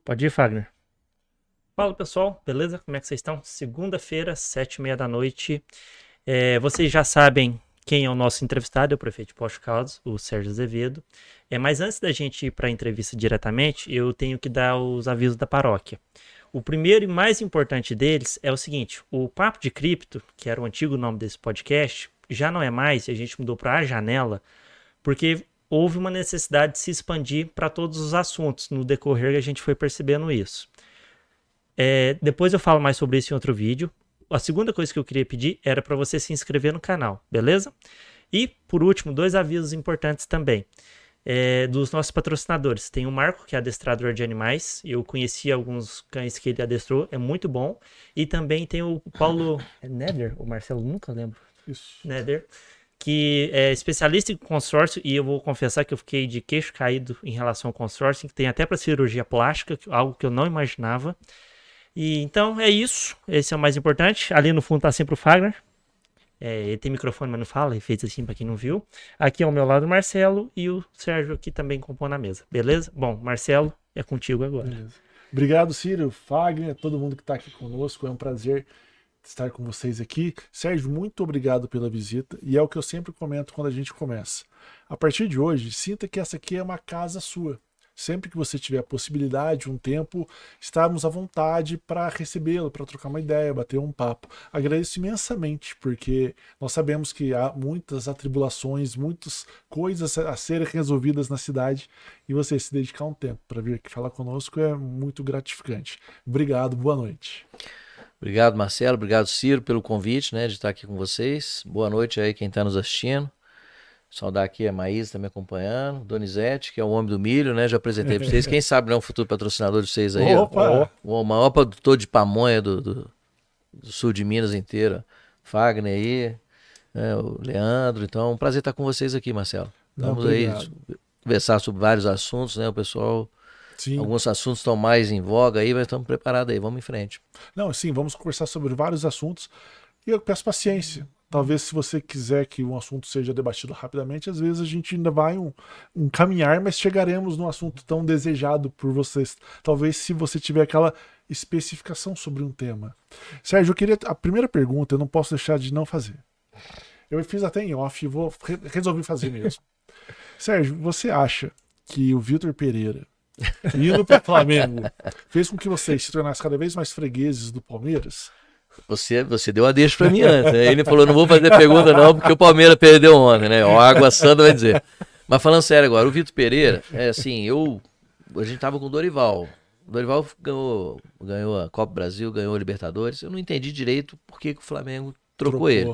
Pode ir, Fagner. Fala, pessoal, beleza? Como é que vocês estão? Segunda-feira, 7h30 da noite. Vocês já sabem quem é o nosso entrevistado, é o prefeito de Poços de Caldas, o Sérgio Azevedo. Mas antes da gente ir para a entrevista diretamente, eu tenho que dar os avisos da paróquia. O primeiro e mais importante deles é o seguinte: o Papo de Cripto, que era o antigo nome desse podcast, já não é mais, e a gente mudou para A Janela, porque houve uma necessidade de se expandir para todos os assuntos. No decorrer, a gente foi percebendo isso. Depois eu falo mais sobre isso em outro vídeo. A segunda coisa que eu queria pedir era para você se inscrever no canal, beleza? E, por último, dois avisos importantes também. Dos nossos patrocinadores. Tem o Marco, que é adestrador de animais. Eu conheci alguns cães que ele adestrou, é muito bom. E também tem o Paulo Neder, o Marcelo, nunca lembro. Isso. Neder, que é especialista em consórcio, e eu vou confessar que eu fiquei de queixo caído em relação ao consórcio, que tem até para cirurgia plástica, algo que eu não imaginava. E então é isso, esse é o mais importante. Ali no fundo tá sempre o Fagner. Ele tem microfone, mas não fala, ele fez assim pra quem não viu. Aqui ao meu lado o Marcelo e o Sérgio aqui também compõe na mesa, beleza? Bom, Marcelo, é contigo agora. Beleza. Obrigado, Ciro, Fagner, todo mundo que está aqui conosco. É um prazer estar com vocês aqui. Sérgio, muito obrigado pela visita. E é o que eu sempre comento quando a gente começa. A partir de hoje, sinta que essa aqui é uma casa sua. Sempre que você tiver a possibilidade, um tempo, estarmos à vontade para recebê-lo, para trocar uma ideia, bater um papo. Agradeço imensamente, porque nós sabemos que há muitas atribulações, muitas coisas a serem resolvidas na cidade, e você se dedicar um tempo para vir aqui falar conosco é muito gratificante. Obrigado, boa noite. Obrigado, Marcelo, obrigado, Ciro, pelo convite, né, de estar aqui com vocês. Boa noite aí quem está nos assistindo. Saudar aqui a Maísa, tá me acompanhando. Donizete, que é o homem do milho, né? Já apresentei para vocês. Quem sabe não é um futuro patrocinador de vocês aí, Opa! ó. O maior produtor de pamonha do sul de Minas inteiro. Fagner aí, o Leandro. Então, é um prazer estar com vocês aqui, Marcelo. Vamos aí conversar sobre vários assuntos, né? O pessoal... Sim. Alguns assuntos estão mais em voga aí, mas estamos preparados aí. Vamos em frente. Não, sim, vamos conversar sobre vários assuntos. E eu peço paciência. Talvez se você quiser que um assunto seja debatido rapidamente, às vezes a gente ainda vai um caminhar, mas chegaremos num assunto tão desejado por vocês. Talvez se você tiver aquela especificação sobre um tema. Sérgio, eu queria... A primeira pergunta eu não posso deixar de não fazer. Eu fiz até em off e resolvi fazer mesmo. Sérgio, você acha que o Vitor Pereira, indo para o Flamengo, fez com que vocês se tornassem cada vez mais fregueses do Palmeiras? Você deu a deixa pra mim antes, né? Ele falou, não vou fazer pergunta não, porque o Palmeiras perdeu ontem, né? O Água Santa vai dizer. Mas falando sério agora, o Vitor Pereira, assim, a gente tava com o Dorival. O Dorival ganhou a Copa Brasil, ganhou a Libertadores. Eu não entendi direito por que o Flamengo trocou ele.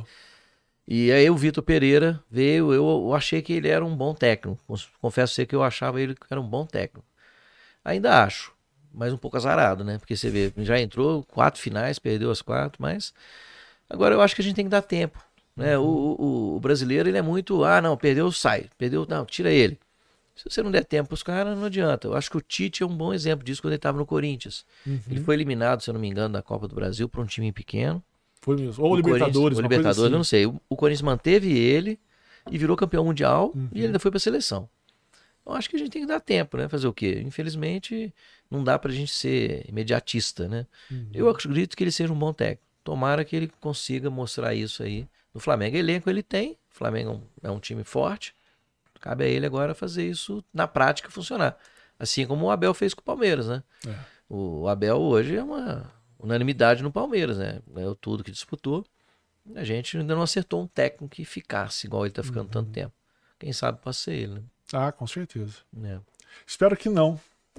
E aí o Vitor Pereira veio, eu achei que ele era um bom técnico. Confesso a você que eu achava ele que era um bom técnico. Ainda acho. Mas um pouco azarado, né? Porque você vê, já entrou 4 finais, perdeu as 4, mas agora eu acho que a gente tem que dar tempo, né? O brasileiro, ele é muito, não, perdeu, sai, perdeu, não, tira ele. Se você não der tempo pros caras, não adianta. Eu acho que o Tite é um bom exemplo disso quando ele estava no Corinthians. Ele foi eliminado, se eu não me engano, da Copa do Brasil por um time pequeno. Foi mesmo. Ou o Libertadores, o Libertadores, assim. Eu não sei. O Corinthians manteve ele e virou campeão mundial e ele ainda foi pra seleção. Eu acho que a gente tem que dar tempo, né? Fazer o quê? Infelizmente, não dá pra gente ser imediatista, né? Eu acredito que ele seja um bom técnico. Tomara que ele consiga mostrar isso aí no Flamengo. Elenco ele tem, o Flamengo é um time forte. Cabe a ele agora fazer isso na prática funcionar. Assim como o Abel fez com o Palmeiras, né? O Abel hoje é uma unanimidade no Palmeiras, né? Ganhou tudo que disputou. A gente ainda não acertou um técnico que ficasse igual ele tá ficando tanto tempo. Quem sabe pode ser ele, né? Ah, com certeza. Espero que não.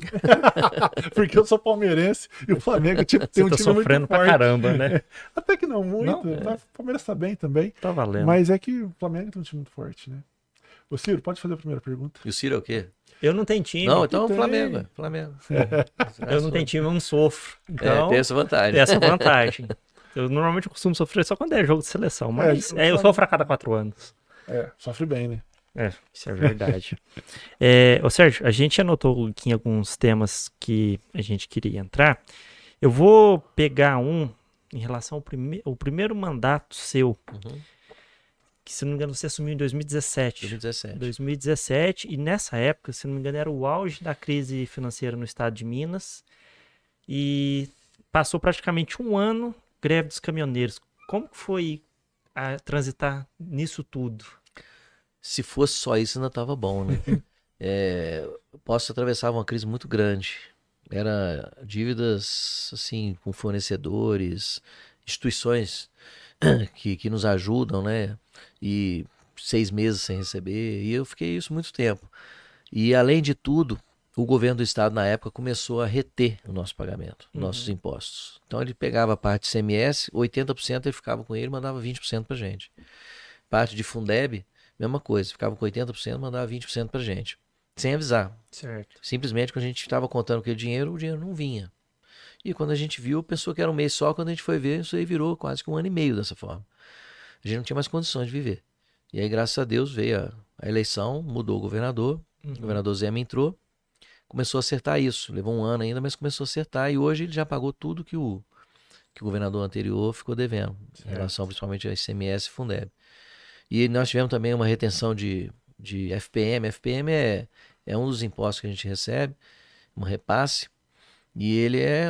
Porque eu sou palmeirense e o Flamengo tem um time sofrendo muito pra forte. caramba, né? Até que não muito. O Palmeiras tá bem também. Tá valendo. Mas é que o Flamengo tem um time muito forte, né? Ô Ciro, pode fazer a primeira pergunta. E o Ciro é o quê? Eu não tenho time. Não, então Flamengo. Eu não tenho time, eu não sofro. Então, tem essa vantagem. Tem essa vantagem. Eu normalmente costumo sofrer só quando é jogo de seleção, mas eu sofro a cada 4 anos. Sofre bem, né? Isso é verdade. Ô Sérgio, a gente anotou aqui alguns temas que a gente queria entrar. Eu vou pegar em relação ao primeiro mandato seu, que se não me engano você assumiu em 2017. 2017, e nessa época, se não me engano, era o auge da crise financeira no estado de Minas. e passou praticamente um ano greve dos caminhoneiros. Como que foi transitar nisso tudo? Se fosse só isso, ainda estava bom, né? Posso atravessar uma crise muito grande. Era dívidas, assim, com fornecedores, instituições que nos ajudam, né? E 6 meses sem receber. E eu fiquei isso muito tempo. E, além de tudo, o governo do estado, na época, começou a reter o nosso pagamento, nossos impostos. Então, ele pegava a parte de ICMS, 80% ele ficava com ele e mandava 20% para gente. Parte de Fundeb, mesma coisa, ficava com 80%, mandava 20% para gente. Sem avisar. Certo. Simplesmente, quando a gente estava contando aquele dinheiro, o dinheiro não vinha. E quando a gente viu, pensou que era um mês só, quando a gente foi ver, isso aí virou quase que um ano e meio dessa forma. A gente não tinha mais condições de viver. E aí, graças a Deus, veio a eleição, mudou o governador Zema entrou, começou a acertar isso. Levou um ano ainda, mas começou a acertar. E hoje ele já pagou tudo que o governador anterior ficou devendo, em relação principalmente a ICMS e Fundeb. E nós tivemos também uma retenção de FPM. FPM é um dos impostos que a gente recebe, um repasse, e ele é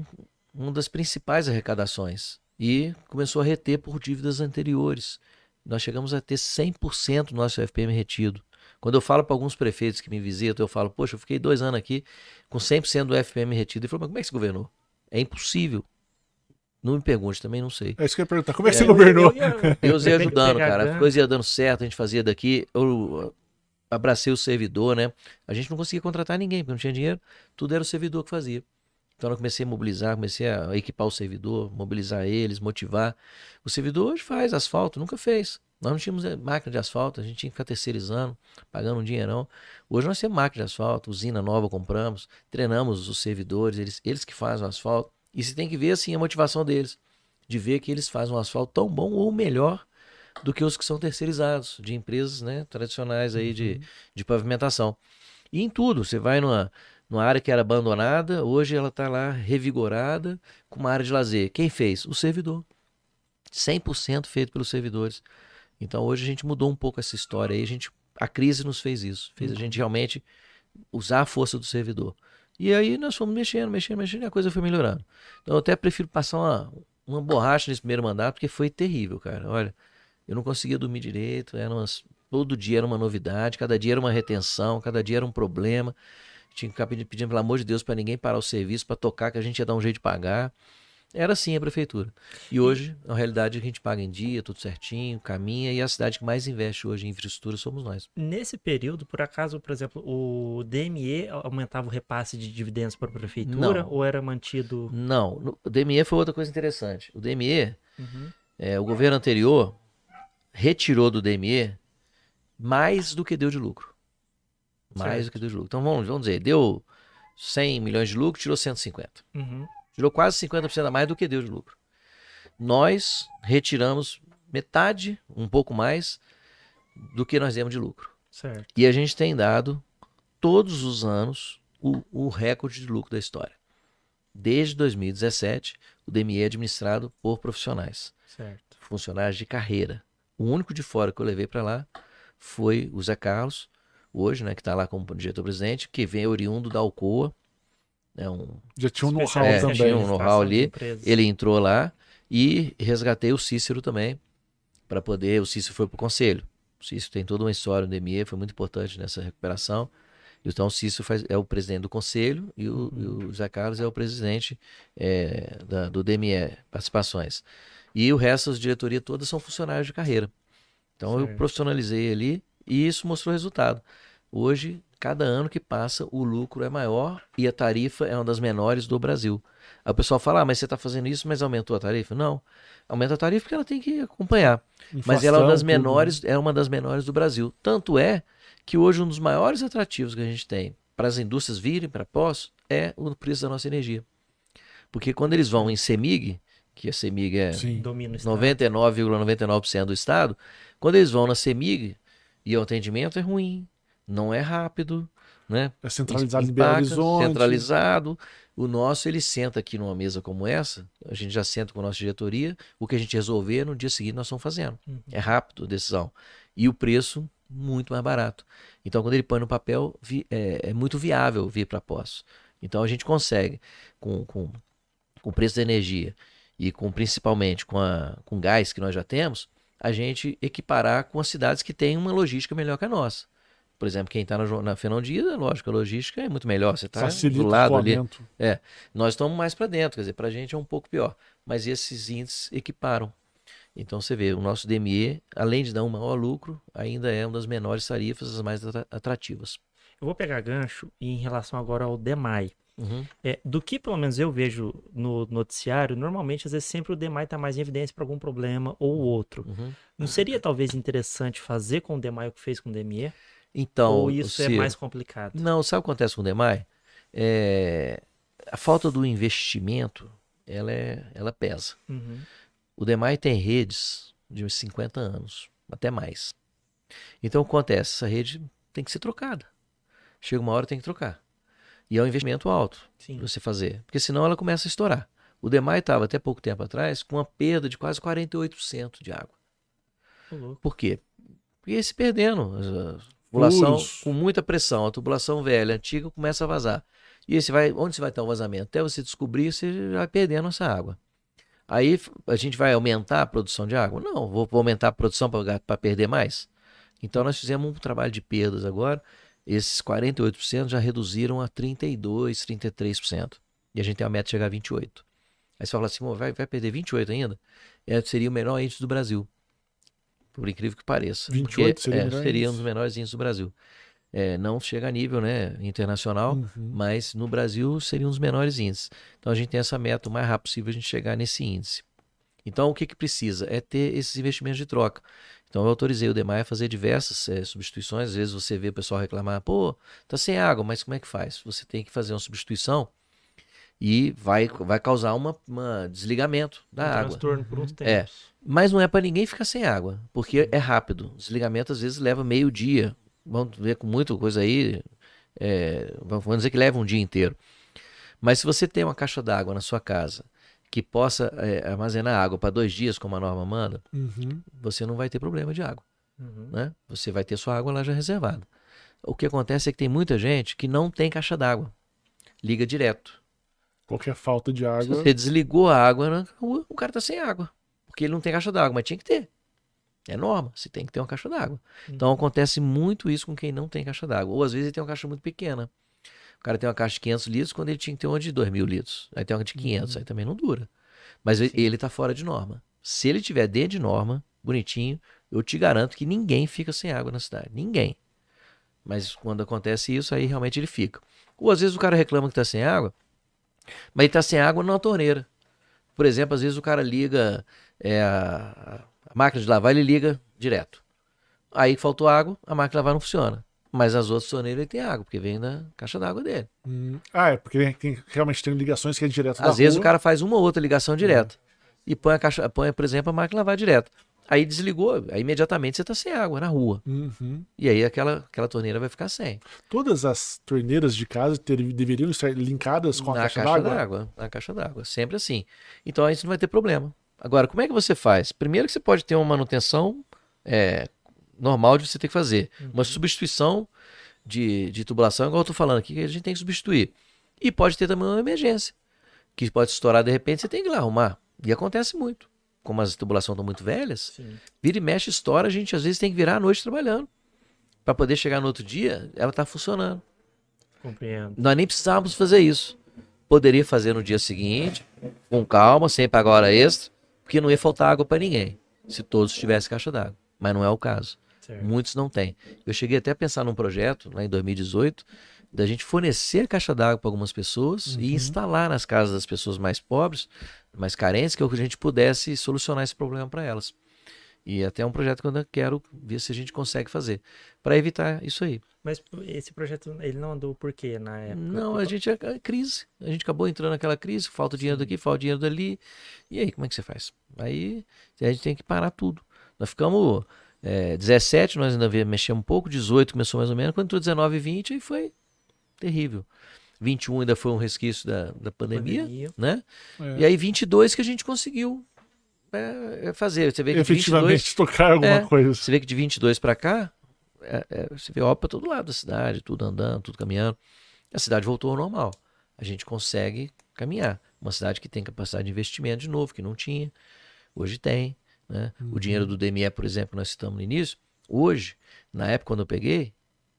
uma das principais arrecadações. E começou a reter por dívidas anteriores. Nós chegamos a ter 100% do nosso FPM retido. Quando eu falo para alguns prefeitos que me visitam, eu falo, poxa, eu fiquei 2 anos aqui com 100% do FPM retido. Ele falou, mas como é que você governou? É impossível. Não me pergunte, também não sei. É isso que eu ia perguntar. Como é que você governou? Deus ia ajudando, cara. As coisas iam dando certo, a gente fazia daqui. Eu abracei o servidor, né? A gente não conseguia contratar ninguém, porque não tinha dinheiro. Tudo era o servidor que fazia. Então eu comecei a mobilizar, comecei a equipar o servidor, mobilizar eles, motivar. O servidor hoje faz asfalto, nunca fez. Nós não tínhamos máquina de asfalto, a gente tinha que ficar terceirizando, pagando um dinheirão. Hoje nós temos máquina de asfalto, usina nova compramos, treinamos os servidores, eles que fazem o asfalto. E você tem que ver assim a motivação deles, de ver que eles fazem um asfalto tão bom ou melhor do que os que são terceirizados, de empresas, né, tradicionais aí de pavimentação. E em tudo, você vai numa área que era abandonada, hoje ela está lá revigorada, com uma área de lazer. Quem fez? O servidor. 100% feito pelos servidores. Então hoje a gente mudou um pouco essa história aí, a crise nos fez isso, fez a gente realmente usar a força do servidor. E aí nós fomos mexendo e a coisa foi melhorando. Então eu até prefiro passar uma borracha nesse primeiro mandato, porque foi terrível, cara. Olha, eu não conseguia dormir direito, todo dia era uma novidade, cada dia era uma retenção, cada dia era um problema. Tinha que ficar pedindo, pelo amor de Deus, para ninguém parar o serviço, para tocar, que a gente ia dar um jeito de pagar. Era assim a prefeitura. E hoje, na realidade, a gente paga em dia, tudo certinho, caminha, e a cidade que mais investe hoje em infraestrutura somos nós. Nesse período, por acaso, por exemplo, o DME aumentava o repasse de dividendos para a prefeitura ou era mantido? Não, o DME foi outra coisa interessante. O DME, o governo anterior retirou do DME mais do que deu de lucro. Mais do que deu de lucro. Então vamos dizer, deu 100 milhões de lucro, tirou 150. Tirou quase 50% a mais do que deu de lucro. Nós retiramos metade, um pouco mais, do que nós demos de lucro. Certo. E a gente tem dado, todos os anos, o recorde de lucro da história. Desde 2017, o DME é administrado por profissionais. Certo. Funcionários de carreira. O único de fora que eu levei para lá foi o Zé Carlos, hoje, né, que está lá como diretor-presidente, que vem oriundo da Alcoa. Já tinha um know-how também. Tinha um know-how ali. Ele entrou lá e resgatei o Cícero também, para poder. O Cícero foi para o conselho. O Cícero tem toda uma história no DME, foi muito importante nessa recuperação. Então o Cícero é o presidente do conselho e o Zé Carlos é o presidente do DME, participações. E o resto das diretorias todas são funcionários de carreira. Então eu profissionalizei ali e isso mostrou resultado. Hoje, cada ano que passa, o lucro é maior e a tarifa é uma das menores do Brasil. Aí o pessoal fala, mas você está fazendo isso, mas aumentou a tarifa? Não, aumenta a tarifa porque ela tem que acompanhar. Inflação, mas ela é uma das tudo, menores, é uma das menores do Brasil. Tanto é que hoje um dos maiores atrativos que a gente tem para as indústrias virem para Poços é o preço da nossa energia. Porque quando eles vão em CEMIG, que a CEMIG é 99,99% do estado, quando eles vão na CEMIG e o atendimento é ruim, não é rápido, né? É centralizado em Belo Horizonte. Centralizado. O nosso, ele senta aqui numa mesa como essa, a gente já senta com a nossa diretoria, o que a gente resolver, no dia seguinte nós estamos fazendo. É rápido a decisão. E o preço, muito mais barato. Então, quando ele põe no papel, é muito viável vir para Poços. Então a gente consegue, com o preço da energia e principalmente com gás que nós já temos, a gente equiparar com as cidades que têm uma logística melhor que a nossa. Por exemplo, quem está na Fernão Dias, lógico, a logística é muito melhor. Você está do Facilita o lado ali. escoamento. Nós estamos mais para dentro, quer dizer, para a gente é um pouco pior. Mas esses índices equiparam. Então você vê, o nosso DME, além de dar um maior lucro, ainda é uma das menores tarifas, as mais atrativas. Eu vou pegar gancho em relação agora ao DEMAI. Uhum. Do que pelo menos eu vejo no noticiário, normalmente às vezes sempre o DEMAI está mais em evidência para algum problema ou outro. Uhum. Não seria talvez interessante fazer com o DEMAI o que fez com o DME? Então, Ou isso é Ciro, mais complicado? não, sabe o que acontece com o DEMAI? A falta do investimento, ela pesa. Uhum. O DEMAI tem redes de uns 50 anos, até mais. Então, o que acontece? Essa rede tem que ser trocada. Chega uma hora tem que trocar. E é um investimento alto Sim. para você fazer, porque senão ela começa a estourar. O DEMAI estava até pouco tempo atrás com uma perda de quase 48% de água. Tô louco. Por quê? Porque ia se perdendo. A tubulação Furos. com muita pressão, a tubulação velha, antiga, começa a vazar. E aí onde você vai ter um vazamento? Até você descobrir, você já vai perdendo essa água. Aí a gente vai aumentar a produção de água? Não, vou aumentar a produção para perder mais. Então nós fizemos um trabalho de perdas agora. Esses 48% já reduziram a 32%, 33%. E a gente tem a meta de chegar a 28%. Aí você fala assim, vai perder 28% ainda? Seria o menor índice do Brasil. Por incrível que pareça. 28 seria o melhor seria um índice. dos menores índices do Brasil. Não chega a nível, né, internacional, Uhum. mas no Brasil seria um dos menores índices. Então a gente tem essa meta o mais rápido possível a gente chegar nesse índice. Então o que precisa? É ter esses investimentos de troca. Então eu autorizei o DEMAI a fazer diversas substituições. Às vezes você vê o pessoal reclamar, pô, tá sem água, mas como é que faz? Você tem que fazer uma substituição e vai causar um desligamento da água. Transtorno por uns tempos. Mas não é para ninguém ficar sem água, porque é rápido. O desligamento às vezes leva meio dia. Vamos ver com muita coisa aí, vamos dizer que leva um dia inteiro. Mas se você tem uma caixa d'água na sua casa que possa armazenar água para 2 dias, como a norma manda, Uhum. você não vai ter problema de água. Uhum. Né? Você vai ter sua água lá já reservada. O que acontece é que tem muita gente que não tem caixa d'água. Liga direto. Qualquer falta de Se água. você desligou a água na rua, o cara está sem água. Porque ele não tem caixa d'água, mas tinha que ter. É norma, você tem que ter uma caixa d'água. Então acontece muito isso com quem não tem caixa d'água. Ou às vezes ele tem uma caixa muito pequena. O cara tem uma caixa de 500 litros quando ele tinha que ter uma de 2.000 litros. Aí tem uma de 500, aí também não dura. Mas ele está fora de norma. Se ele tiver dentro de norma, bonitinho, eu te garanto que ninguém fica sem água na cidade. Ninguém. Mas quando acontece isso, aí realmente ele fica. Ou às vezes o cara reclama que está sem água, mas ele está sem água na torneira. Por exemplo, às vezes o cara liga a máquina de lavar, ele liga direto. Aí faltou água, a máquina de lavar não funciona. Mas as outras torneiras ele tem água, porque vem da caixa d'água dele. Porque realmente tem ligações que é direto da Às vezes rua. o cara faz uma ou outra ligação direta. E põe, por exemplo, a máquina de lavar direto. Aí desligou, aí imediatamente você está sem água na rua. Uhum. E aí aquela torneira vai ficar sem. Todas as torneiras de casa deveriam estar linkadas com a caixa d'água? Na caixa d'água, sempre assim. Então aí você não vai ter problema. Agora, como é que você faz? Primeiro que você pode ter uma manutenção normal de você ter que fazer. Uma substituição de tubulação, igual eu estou falando aqui, que a gente tem que substituir. E pode ter também uma emergência, que pode estourar de repente, você tem que ir lá arrumar. E acontece muito. Como as tubulações estão muito velhas, Sim. vira e mexe, estoura, a gente às vezes tem que virar à noite trabalhando. Para poder chegar no outro dia, ela está funcionando. Compreendo. Nós nem precisávamos fazer isso. Poderia fazer no dia seguinte, com calma, sem pagar hora extra, porque não ia faltar água para ninguém, se todos tivessem caixa d'água. Mas não é o caso. Certo. Muitos não têm. Eu cheguei até a pensar num projeto, lá em 2018, da gente fornecer a caixa d'água para algumas pessoas e instalar nas casas das pessoas mais pobres, mais carentes, que a gente pudesse solucionar esse problema para elas. E até é um projeto que eu ainda quero ver se a gente consegue fazer, para evitar isso aí. Mas esse projeto, ele não andou por quê na época? Não, a gente é crise. A gente acabou entrando naquela crise, falta dinheiro daqui, falta dinheiro dali. E aí, como é que você faz? Aí a gente tem que parar tudo. Nós ficamos 17, nós ainda mexemos um pouco, 18 começou mais ou menos, quando entrou 19 e 20, aí foi terrível. 21 ainda foi um resquício da pandemia, né? E aí 22 que a gente conseguiu fazer. Você vê que efetivamente de 22, tocar alguma coisa. Você vê que de 22 para cá, você vê obra para todo lado da cidade, tudo andando, tudo caminhando. A cidade voltou ao normal. a gente consegue caminhar. Uma cidade que tem capacidade de investimento de novo, que não tinha, hoje tem, né? O dinheiro do DME, por exemplo, nós citamos no início, hoje, na época quando eu peguei,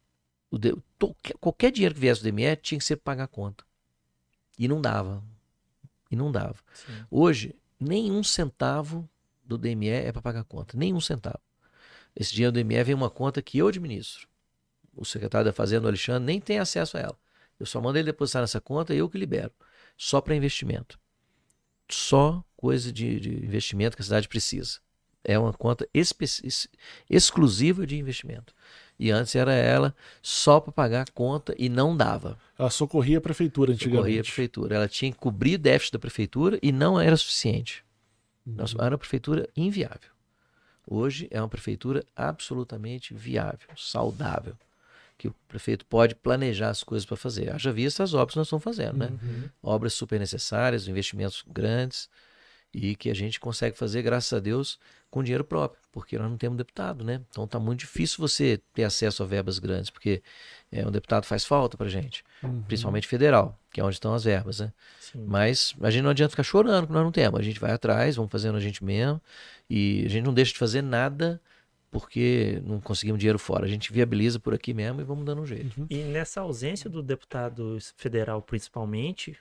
qualquer dinheiro que viesse do DME tinha que ser para pagar a conta. E não dava. E não dava. Sim. Hoje, nenhum centavo do DME é para pagar a conta. Nenhum centavo. Esse dinheiro do DME vem uma conta que eu administro. O secretário da Fazenda, o Alexandre, nem tem acesso a ela. Eu só mando ele depositar nessa conta e eu que libero. Só para investimento. Só coisa de investimento que a cidade precisa. É uma conta exclusiva de investimento. E antes era ela só para pagar a conta e não dava. Ela socorria a prefeitura antigamente. Socorria a prefeitura. Ela tinha que cobrir o déficit da prefeitura e não era suficiente. Era uma prefeitura inviável. Hoje é uma prefeitura absolutamente viável, saudável. Que o prefeito pode planejar as coisas para fazer. Haja vista as obras que nós estamos fazendo, né? Obras super necessárias, investimentos grandes e que a gente consegue fazer, graças a Deus, com dinheiro próprio, porque nós não temos deputado, né? Então tá muito difícil você ter acesso a verbas grandes, porque um deputado faz falta pra gente, principalmente federal, que é onde estão as verbas, né? Sim. Mas a gente não adianta ficar chorando que nós não temos, a gente vai atrás, vamos fazendo a gente mesmo, e a gente não deixa de fazer nada porque não conseguimos dinheiro fora. A gente viabiliza por aqui mesmo e vamos dando um jeito. E nessa ausência do deputado federal, principalmente,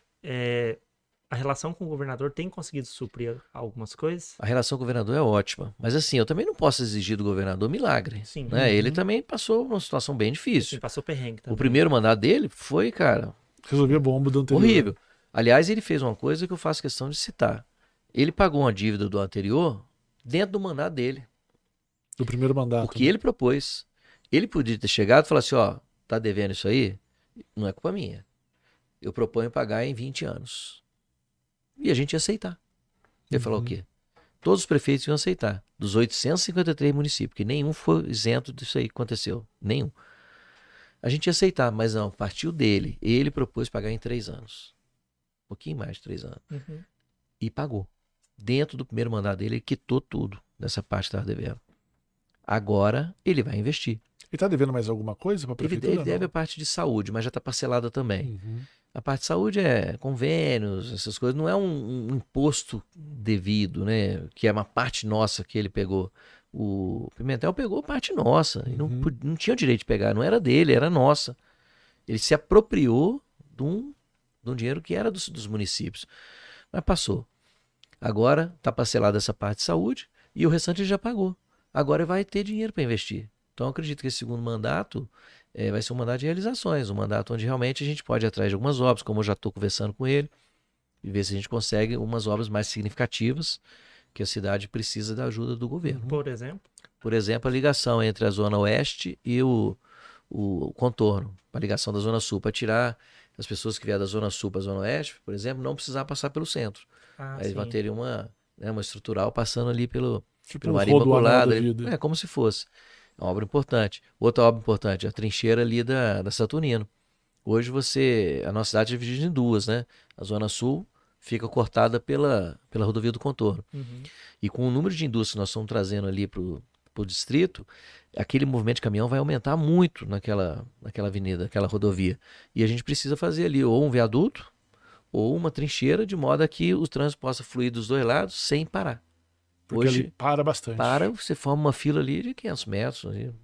a relação com o governador tem conseguido suprir algumas coisas? A relação com o governador é ótima. Mas assim, eu também não posso exigir do governador milagre. Sim. Né? Ele também passou uma situação bem difícil. Ele passou perrengue também. O primeiro mandato dele foi, cara... Resolvia bomba do anterior. Horrível. Aliás, ele fez uma coisa que eu faço questão de citar. Ele pagou uma dívida do anterior dentro do mandato dele. Do primeiro mandato. Porque ele propôs. Ele podia ter chegado e falar assim, ó, tá devendo isso aí? Não é culpa minha. Eu proponho pagar em 20 anos. E a gente ia aceitar. Ele falou o quê? Todos os prefeitos iam aceitar. Dos 853 municípios, que nenhum foi isento disso aí que aconteceu. Nenhum. A gente ia aceitar, mas não, partiu dele. Ele propôs pagar em 3 anos. Um pouquinho mais de 3 anos. E pagou. Dentro do primeiro mandato dele, ele quitou tudo dessa parte que estava devendo. Agora, ele vai investir. Ele está devendo mais alguma coisa para a prefeitura? Ele deve a parte de saúde, mas já está parcelada também. A parte de saúde é convênios, essas coisas. Não é um imposto devido, né? Que é uma parte nossa que ele pegou. O Pimentel pegou parte nossa. E não tinha o direito de pegar. Não era dele, era nossa. Ele se apropriou de um dinheiro que era dos municípios. Mas passou. Agora está parcelada essa parte de saúde e o restante ele já pagou. Agora vai ter dinheiro para investir. Então eu acredito que esse segundo mandato vai ser um mandato de realizações, um mandato onde realmente a gente pode ir atrás de algumas obras, como eu já estou conversando com ele, e ver se a gente consegue umas obras mais significativas que a cidade precisa da ajuda do governo. Por exemplo? Por exemplo, a ligação entre a Zona Oeste e o contorno, a ligação da Zona Sul, para tirar as pessoas que vierem da Zona Sul para a Zona Oeste, por exemplo, não precisar passar pelo centro. Aí eles vão ter uma estrutural passando ali pelo Maria Imaculada. Como se fosse. É uma obra importante. Outra obra importante, a trincheira ali da Saturnino. Hoje a nossa cidade é dividida em duas, né? A Zona Sul fica cortada pela rodovia do contorno. E com o número de indústrias que nós estamos trazendo ali para o distrito, aquele movimento de caminhão vai aumentar muito naquela avenida, naquela rodovia. E a gente precisa fazer ali ou um viaduto ou uma trincheira, de modo a que o trânsito possa fluir dos dois lados sem parar. Porque Hoje ele para bastante. você forma uma fila ali de 500 metros.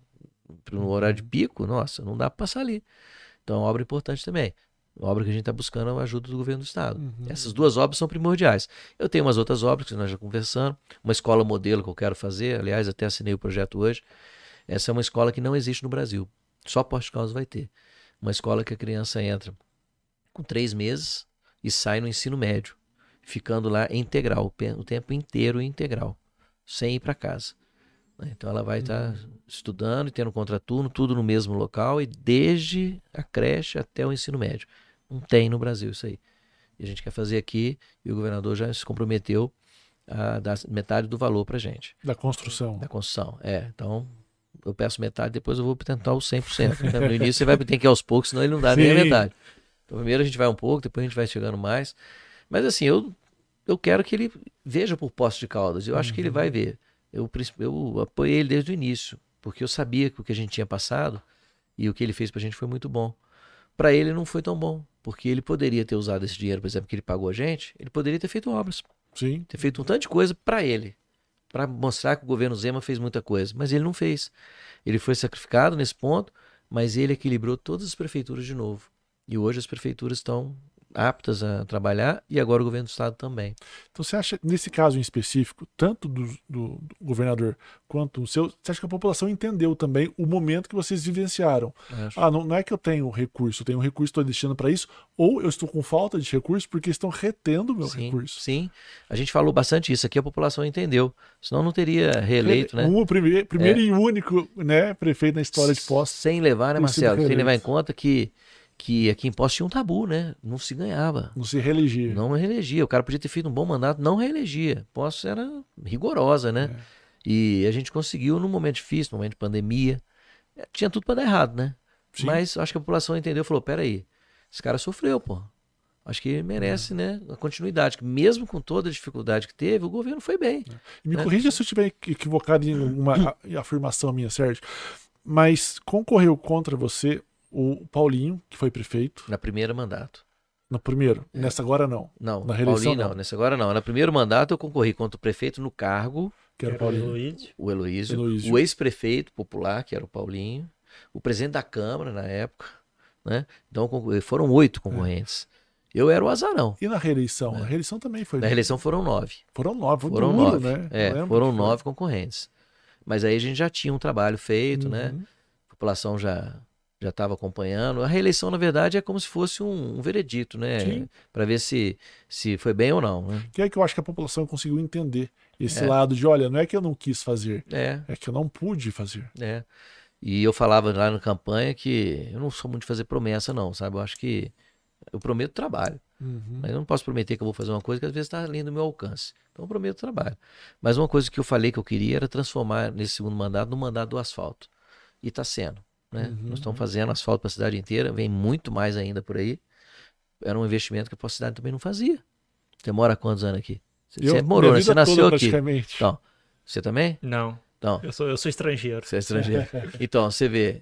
No horário de pico, nossa, não dá para passar ali. Então é uma obra importante também. Uma obra que a gente está buscando a ajuda do governo do estado. Essas duas obras são primordiais. Eu tenho umas outras obras que nós já conversamos. Uma escola modelo que eu quero fazer. Aliás, até assinei o projeto hoje. Essa é uma escola que não existe no Brasil. Só Posto Caldas vai ter. Uma escola que a criança entra com 3 meses e sai no ensino médio, ficando lá integral, o tempo inteiro integral, sem ir para casa. Então ela vai estar estudando e tendo contraturno, tudo no mesmo local, e desde a creche até o ensino médio. Não tem no Brasil isso aí. E a gente quer fazer aqui, e o governador já se comprometeu a dar metade do valor para a gente. Da construção. Da construção, Então, eu peço metade, depois eu vou tentar o 100%. No início você vai ter que ir aos poucos, senão ele não dá nem a metade. Então, primeiro a gente vai um pouco, depois a gente vai chegando mais. Mas assim, eu quero que ele veja por Poços de Caldas. Eu acho que ele vai ver. Eu apoiei ele desde o início, porque eu sabia que o que a gente tinha passado e o que ele fez pra gente foi muito bom. para ele não foi tão bom, porque ele poderia ter usado esse dinheiro, por exemplo, que ele pagou a gente, ele poderia ter feito obras, Sim. ter feito um tanto de coisa para ele, para mostrar que o governo Zema fez muita coisa, mas ele não fez. Ele foi sacrificado nesse ponto, mas ele equilibrou todas as prefeituras de novo. E hoje as prefeituras estão aptas a trabalhar e agora o governo do estado também. Então você acha, nesse caso em específico, tanto do governador quanto o seu, você acha que a população entendeu também o momento que vocês vivenciaram? Acho. Não é que eu tenho recurso, eu tenho um recurso, estou destinando para isso, ou eu estou com falta de recurso porque estão retendo o meu recurso. Sim, a gente falou bastante isso aqui, a população entendeu. Senão não teria reeleito, né? O primeiro e único, né, prefeito na história de Poços. Sem levar, né, tem sido Marcelo? Sem reeleito. levar em conta que aqui em Poços tinha um tabu, né? Não se ganhava. Não se reelegia. Não reelegia. O cara podia ter feito um bom mandato, não reelegia. Poços era rigorosa, né? E a gente conseguiu num momento difícil, num momento de pandemia. Tinha tudo para dar errado, né? Sim. Mas acho que a população entendeu e falou: peraí, esse cara sofreu, pô. Acho que merece, né, a continuidade. Que mesmo com toda a dificuldade que teve, o governo foi bem. E me corrija se eu estiver equivocado em uma afirmação minha, Sérgio. Mas concorreu contra você o Paulinho, que foi prefeito. Na primeira mandato. No primeiro. Nessa agora não. Não, Na reeleição Paulinho não. Nessa agora não. No primeiro mandato eu concorri contra o prefeito no cargo, Que era o Paulinho. o Heloísio. Heloísio. O ex-prefeito popular, que era o Paulinho, o presidente da Câmara na época, né? Então foram 8 concorrentes. Eu era o azarão. E na reeleição? A reeleição também foi. Na reeleição foram 9. Foram 9. Foi Foram duro, 9. né? Foram 9 concorrentes. Mas aí a gente já tinha um trabalho feito, né? Uhum. A população já estava acompanhando. A reeleição, na verdade, é como se fosse um veredito, né? Sim. Para ver se foi bem ou não, né? Que é que eu acho que a população conseguiu entender esse lado de, olha, não é que eu não quis fazer, é que eu não pude fazer. E eu falava lá na campanha que eu não sou muito de fazer promessa, não, sabe? Eu acho que eu prometo trabalho. Mas eu não posso prometer que eu vou fazer uma coisa que às vezes está além do meu alcance. Então eu prometo trabalho. Mas uma coisa que eu falei que eu queria era transformar nesse segundo mandato no mandato do asfalto. E está sendo. Né? Nós estamos fazendo asfalto para a cidade inteira, vem muito mais ainda por aí. Era um investimento que a cidade também não fazia. Você mora há quantos anos aqui? Você morou, né? Você nasceu aqui. Então, você também? Não. Então, eu sou estrangeiro. Você é estrangeiro. Então, você vê,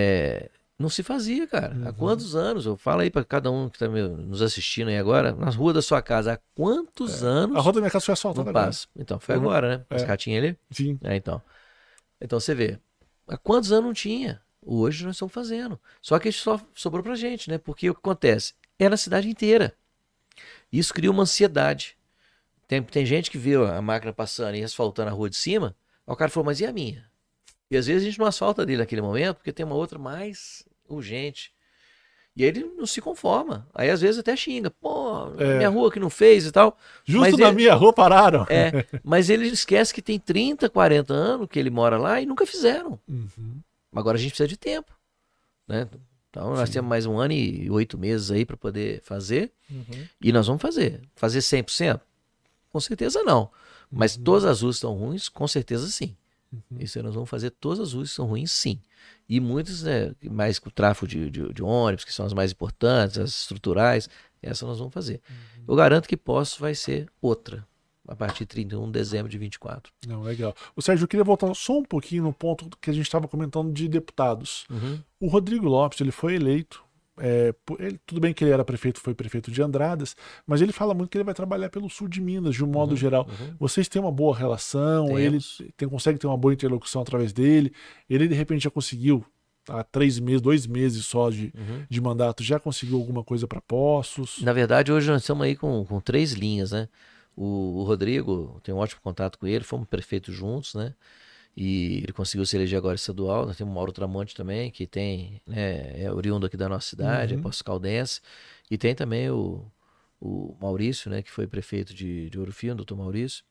não se fazia, cara. Há quantos anos? Eu falo aí para cada um que está nos assistindo aí agora, na rua da sua casa, há quantos anos? A rua da minha casa foi asfaltada agora. Então, foi agora, né? As ratinhas ali? Sim. Então, você vê, há quantos anos não tinha? Hoje nós estamos fazendo. Só que isso só sobrou pra gente, né? Porque o que acontece? É na cidade inteira. Isso cria uma ansiedade. Tem gente que vê a máquina passando e asfaltando a rua de cima, aí o cara falou, mas e a minha? E às vezes a gente não asfalta dele naquele momento, porque tem uma outra mais urgente. E aí ele não se conforma. Aí às vezes até xinga. Pô, minha rua que não fez e tal. Justo na minha rua pararam. Mas ele esquece que tem 30, 40 anos que ele mora lá e nunca fizeram. Agora a gente precisa de tempo, né? Então nós temos mais 1 ano e 8 meses aí para poder fazer. E nós vamos fazer. Fazer 100%? Com certeza não. Mas todas as ruas estão ruins? Com certeza sim. Isso aí nós vamos fazer, todas as ruas são ruins sim. E muitas, né, mais com o tráfego de ônibus, que são as mais importantes, as estruturais, essas nós vamos fazer. Eu garanto que Poços vai ser outra. A partir de 31 de dezembro de 24. Não, legal. O Sérgio, eu queria voltar só um pouquinho no ponto que a gente estava comentando de deputados. O Rodrigo Lopes, ele foi eleito. Tudo bem que ele era prefeito, foi prefeito de Andradas, mas ele fala muito que ele vai trabalhar pelo sul de Minas, de um modo geral. Vocês têm uma boa relação, Temos. ele consegue ter uma boa interlocução através dele. Ele, de repente, já conseguiu, há 3 meses, 2 meses só de mandato, já conseguiu alguma coisa para Poços? Na verdade, hoje nós estamos aí com 3 linhas, né? O Rodrigo, tem um ótimo contato com ele, fomos prefeitos juntos, né? E ele conseguiu se eleger agora estadual. Nós temos o Mauro Tramonte também, que tem, né, é oriundo aqui da nossa cidade, é Poços Caldense. E tem também o Maurício, né, que foi prefeito de Ouro Fino, o doutor Maurício,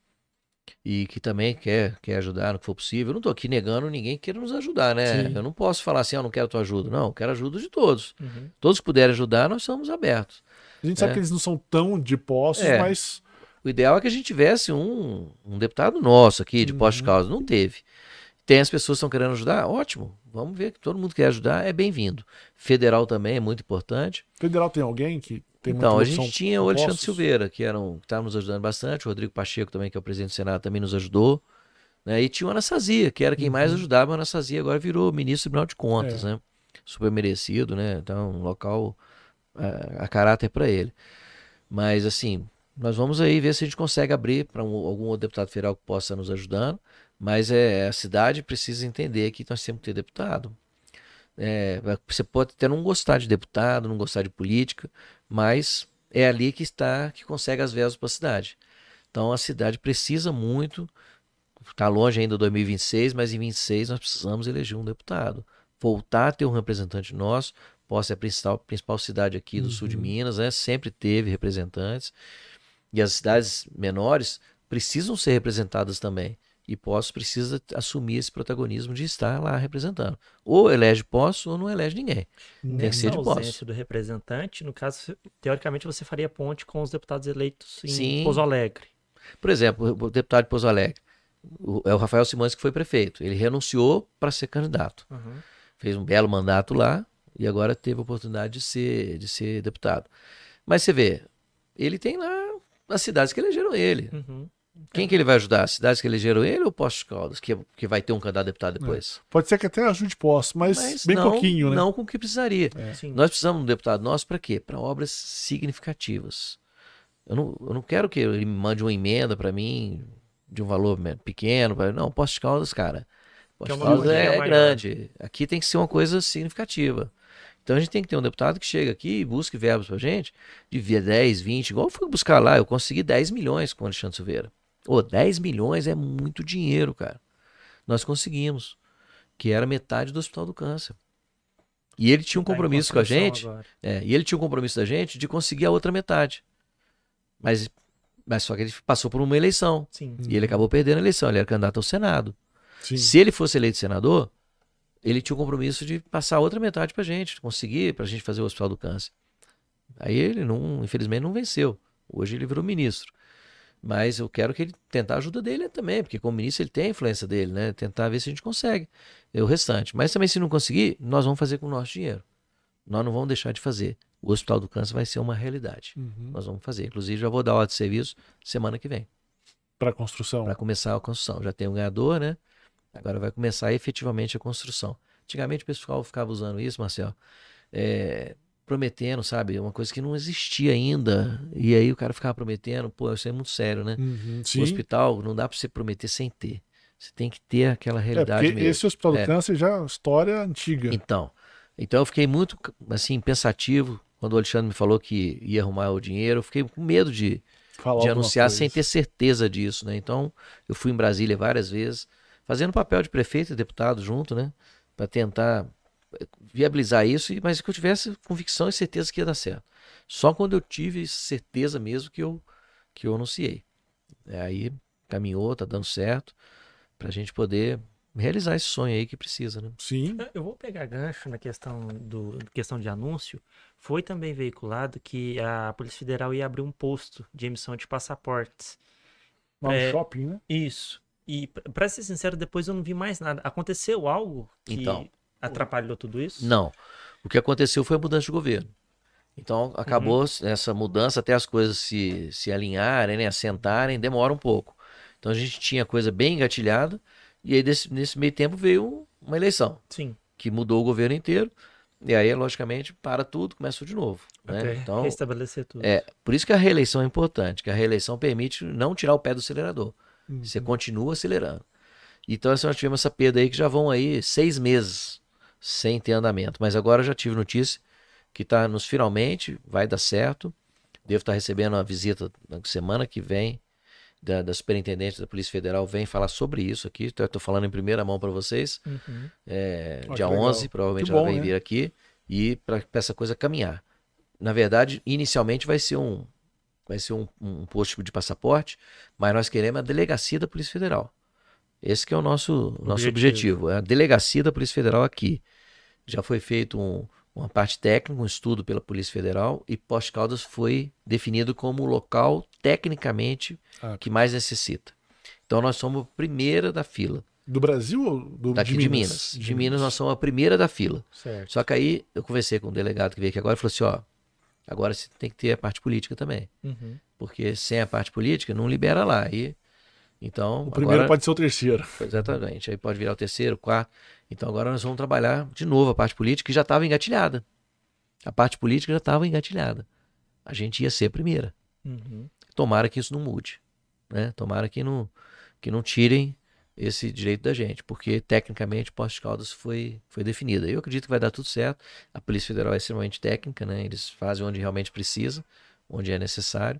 e que também quer ajudar no que for possível. Eu não estou aqui negando ninguém que queira nos ajudar, né? Sim. Eu não posso falar assim, eu não quero tua ajuda. Não, eu quero a ajuda de todos. Todos que puderem ajudar, nós somos abertos. A gente sabe que eles não são tão de Poços, mas... O ideal é que a gente tivesse um deputado nosso aqui, de Poços de Caldas. Não teve. Tem as pessoas que estão querendo ajudar? Ótimo. Vamos ver que todo mundo que quer ajudar é bem-vindo. Federal também é muito importante. Federal tem alguém que tem Então, a muita gente opção tinha com o Alexandre Poços? Silveira, que estava nos ajudando bastante. O Rodrigo Pacheco também, que é o presidente do Senado, também nos ajudou. Né? E tinha o Anasazia, que era quem mais ajudava. O Anasazia agora virou ministro do Tribunal de Contas. Né? super merecido, né? Então, um local a caráter para ele. Mas, assim, nós vamos aí ver se a gente consegue abrir para algum outro deputado federal que possa nos ajudando. Mas a cidade precisa entender que nós temos que ter deputado. Você pode até não gostar de deputado, não gostar de política, mas é ali que consegue as verbas para a cidade. Então a cidade precisa muito, está longe ainda de 2026, mas em 26 nós precisamos eleger um deputado. Voltar a ter um representante nosso. Posse é a principal cidade aqui do sul de Minas, né? Sempre teve representantes. E as cidades menores precisam ser representadas também. E Poços precisa assumir esse protagonismo de estar lá representando. Ou elege Poços ou não elege ninguém. Tem que Nessa ser de Poços. ausência do representante, no caso, teoricamente você faria ponte com os deputados eleitos em Sim. Pouso Alegre. Por exemplo, o deputado de Pouso Alegre, é o Rafael Simões que foi prefeito. Ele renunciou para ser candidato. Fez um belo mandato lá e agora teve a oportunidade de ser deputado. Mas você vê, ele tem lá as cidades que elegeram ele. Quem que ele vai ajudar? As cidades que elegeram ele ou Poços de Caldas, que vai ter um candidato a deputado depois? Pode ser que até ajude Poços, mas bem não, pouquinho, né? Não com o que precisaria. Sim. Nós precisamos de um deputado nosso para quê? Para obras significativas. Eu não quero que ele me mande uma emenda para mim de um valor pequeno. Não, Poços de Caldas, cara. Poços de Caldas é grande. Aqui tem que ser uma coisa significativa. Então a gente tem que ter um deputado que chega aqui e busque verbos pra gente de 10, 20, igual eu fui buscar lá. Eu consegui 10 milhões com o Alexandre Silveira. 10 milhões é muito dinheiro, cara. Nós conseguimos, que era metade do Hospital do Câncer. E ele tinha um compromisso com a gente, e ele tinha um compromisso da gente de conseguir a outra metade. Mas só que ele passou por uma eleição. Sim. E ele acabou perdendo a eleição, ele era candidato ao Senado. Sim. Se ele fosse eleito senador, ele tinha o compromisso de passar a outra metade pra gente, conseguir pra gente fazer o Hospital do Câncer. Aí ele infelizmente não venceu. Hoje ele virou ministro. Mas eu quero que ele tentar a ajuda dele também, porque como ministro ele tem a influência dele, né? Tentar ver se a gente consegue o restante. Mas também se não conseguir, nós vamos fazer com o nosso dinheiro. Nós não vamos deixar de fazer. O Hospital do Câncer vai ser uma realidade. Nós vamos fazer. Inclusive já vou dar ordem de serviço semana que vem. Para construção. Para começar a construção. Já tem um ganhador, né? Agora vai começar efetivamente a construção. Antigamente o pessoal ficava usando isso, Marcelo, prometendo, sabe? Uma coisa que não existia ainda. E aí o cara ficava prometendo. Pô, isso é muito sério, né? O hospital não dá para você prometer sem ter. Você tem que ter aquela realidade porque mesmo. Esse Hospital do Câncer já é uma história antiga. Então eu fiquei muito assim, pensativo quando o Alexandre me falou que ia arrumar o dinheiro. Eu fiquei com medo de anunciar sem ter certeza disso, né? Então eu fui em Brasília várias vezes, fazendo papel de prefeito e deputado junto, né? Para tentar viabilizar isso, mas que eu tivesse convicção e certeza que ia dar certo. Só quando eu tive certeza mesmo que eu anunciei. Aí caminhou, tá dando certo, pra gente poder realizar esse sonho aí que precisa, né? Sim. Eu vou pegar gancho na questão de anúncio. Foi também veiculado que a Polícia Federal ia abrir um posto de emissão de passaportes. Lá no shopping, né? Isso. E, pra ser sincero, depois eu não vi mais nada. Aconteceu algo que atrapalhou tudo isso? Não. O que aconteceu foi a mudança de governo. Então, acabou essa mudança, até as coisas se alinharem, né, assentarem, demora um pouco. Então, a gente tinha coisa bem engatilhada, e aí nesse meio tempo veio uma eleição. Sim. Que mudou o governo inteiro, e aí, logicamente, para tudo, começa tudo de novo. Né? Então, restabelecer tudo. Por isso que a reeleição é importante, que a reeleição permite não tirar o pé do acelerador. Você continua acelerando. Então, nós tivemos essa perda aí que já vão aí 6 meses sem ter andamento. Mas agora eu já tive notícia que está nos finalmente, vai dar certo. Devo estar recebendo uma visita na semana que vem da superintendente da Polícia Federal, vem falar sobre isso aqui. Estou falando em primeira mão para vocês. Dia 11, provavelmente ela vem vir aqui, e para essa coisa caminhar. Na verdade, inicialmente vai ser um posto de passaporte, mas nós queremos a delegacia da Polícia Federal. Esse que é o nosso objetivo. É a delegacia da Polícia Federal aqui. Já foi feito uma parte técnica, um estudo pela Polícia Federal, e Poços de Caldas foi definido como o local, tecnicamente, que mais necessita. Então nós somos a primeira da fila. Do Brasil ou Daqui de Minas? De Minas nós somos a primeira da fila. Certo. Só que aí eu conversei com um delegado que veio aqui agora e falou assim, agora você tem que ter a parte política também. Porque sem a parte política não libera lá. Aí Então, O primeiro agora, pode ser o terceiro. exatamente, aí pode virar o terceiro, o quarto. Então agora nós vamos trabalhar de novo a parte política que já estava engatilhada. A parte política já estava engatilhada. A gente ia ser a primeira. Uhum. Tomara que isso não mude, né? Tomara que não tirem esse direito da gente, porque tecnicamente Poços de Caldas foi definida. Eu acredito que vai dar tudo certo. A Polícia Federal é extremamente técnica, né? Eles fazem onde realmente precisa, onde é necessário.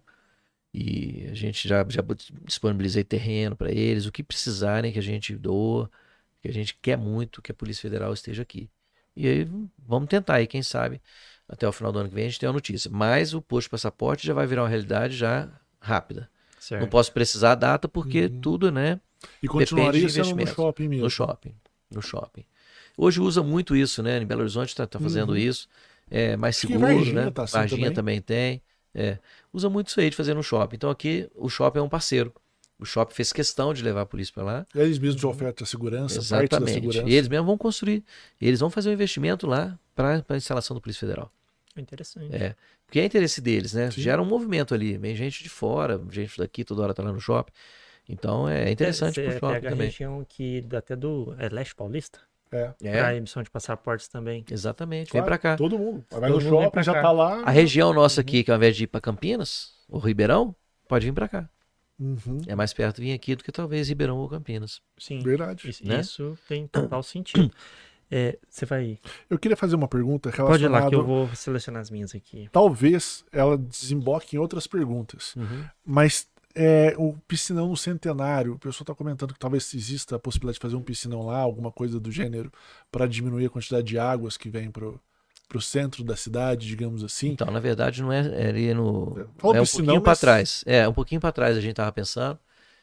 E a gente já disponibilizei terreno para eles, o que precisarem que a gente doa, que a gente quer muito que a Polícia Federal esteja aqui. E aí vamos tentar aí, quem sabe, até o final do ano que vem a gente tem uma notícia. Mas o posto de passaporte já vai virar uma realidade já rápida. Não Certo. posso precisar a data porque Uhum. tudo, né, E depende continuaria de sendo no investimentos. shopping mesmo. No shopping. Hoje usa muito isso, né? Em Belo Horizonte está fazendo Uhum. isso. É mais Acho que seguro, Varginha né? tá assim Varginha também. também tem. É. Usa muito isso aí de fazer no shopping. Então aqui o shopping é um parceiro. O shopping fez questão de levar a polícia para lá. Eles mesmos de Uhum. oferta a segurança, parte da Exatamente. E eles segurança. mesmos vão construir. Eles vão fazer um investimento lá para a instalação do Polícia Federal. Interessante. É. Porque é interesse deles, né? Sim. Gera um movimento ali. Vem gente de fora, gente daqui toda hora tá lá no shopping. Então é interessante pro Você shopping pega a também. região aqui até do Leste Paulista É, É, para emissão de passaportes também. exatamente. Vem claro. para cá. Todo mundo. Vai no Todo mundo vem shopping, pra já cá. tá lá. A região nossa Uhum. aqui, que ao invés de ir para Campinas, ou Ribeirão, pode vir para cá. Uhum. É mais perto vir aqui do que talvez Ribeirão ou Campinas, Sim, Verdade. isso, né? isso tem total sentido. Você vai. Eu queria fazer uma pergunta Pode ir lá que eu relacionada. vou selecionar as minhas aqui. Talvez ela desemboque em outras perguntas. Uhum. Mas o piscinão no Centenário, o pessoal está comentando que talvez exista a possibilidade de fazer um piscinão lá, alguma coisa do gênero, para diminuir a quantidade de águas que vem pro centro da cidade, digamos assim. Então, na verdade, não é ali no. Fala É um piscinão, pouquinho para mas- trás. É, um pouquinho para trás a gente tava pensando.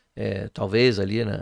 Talvez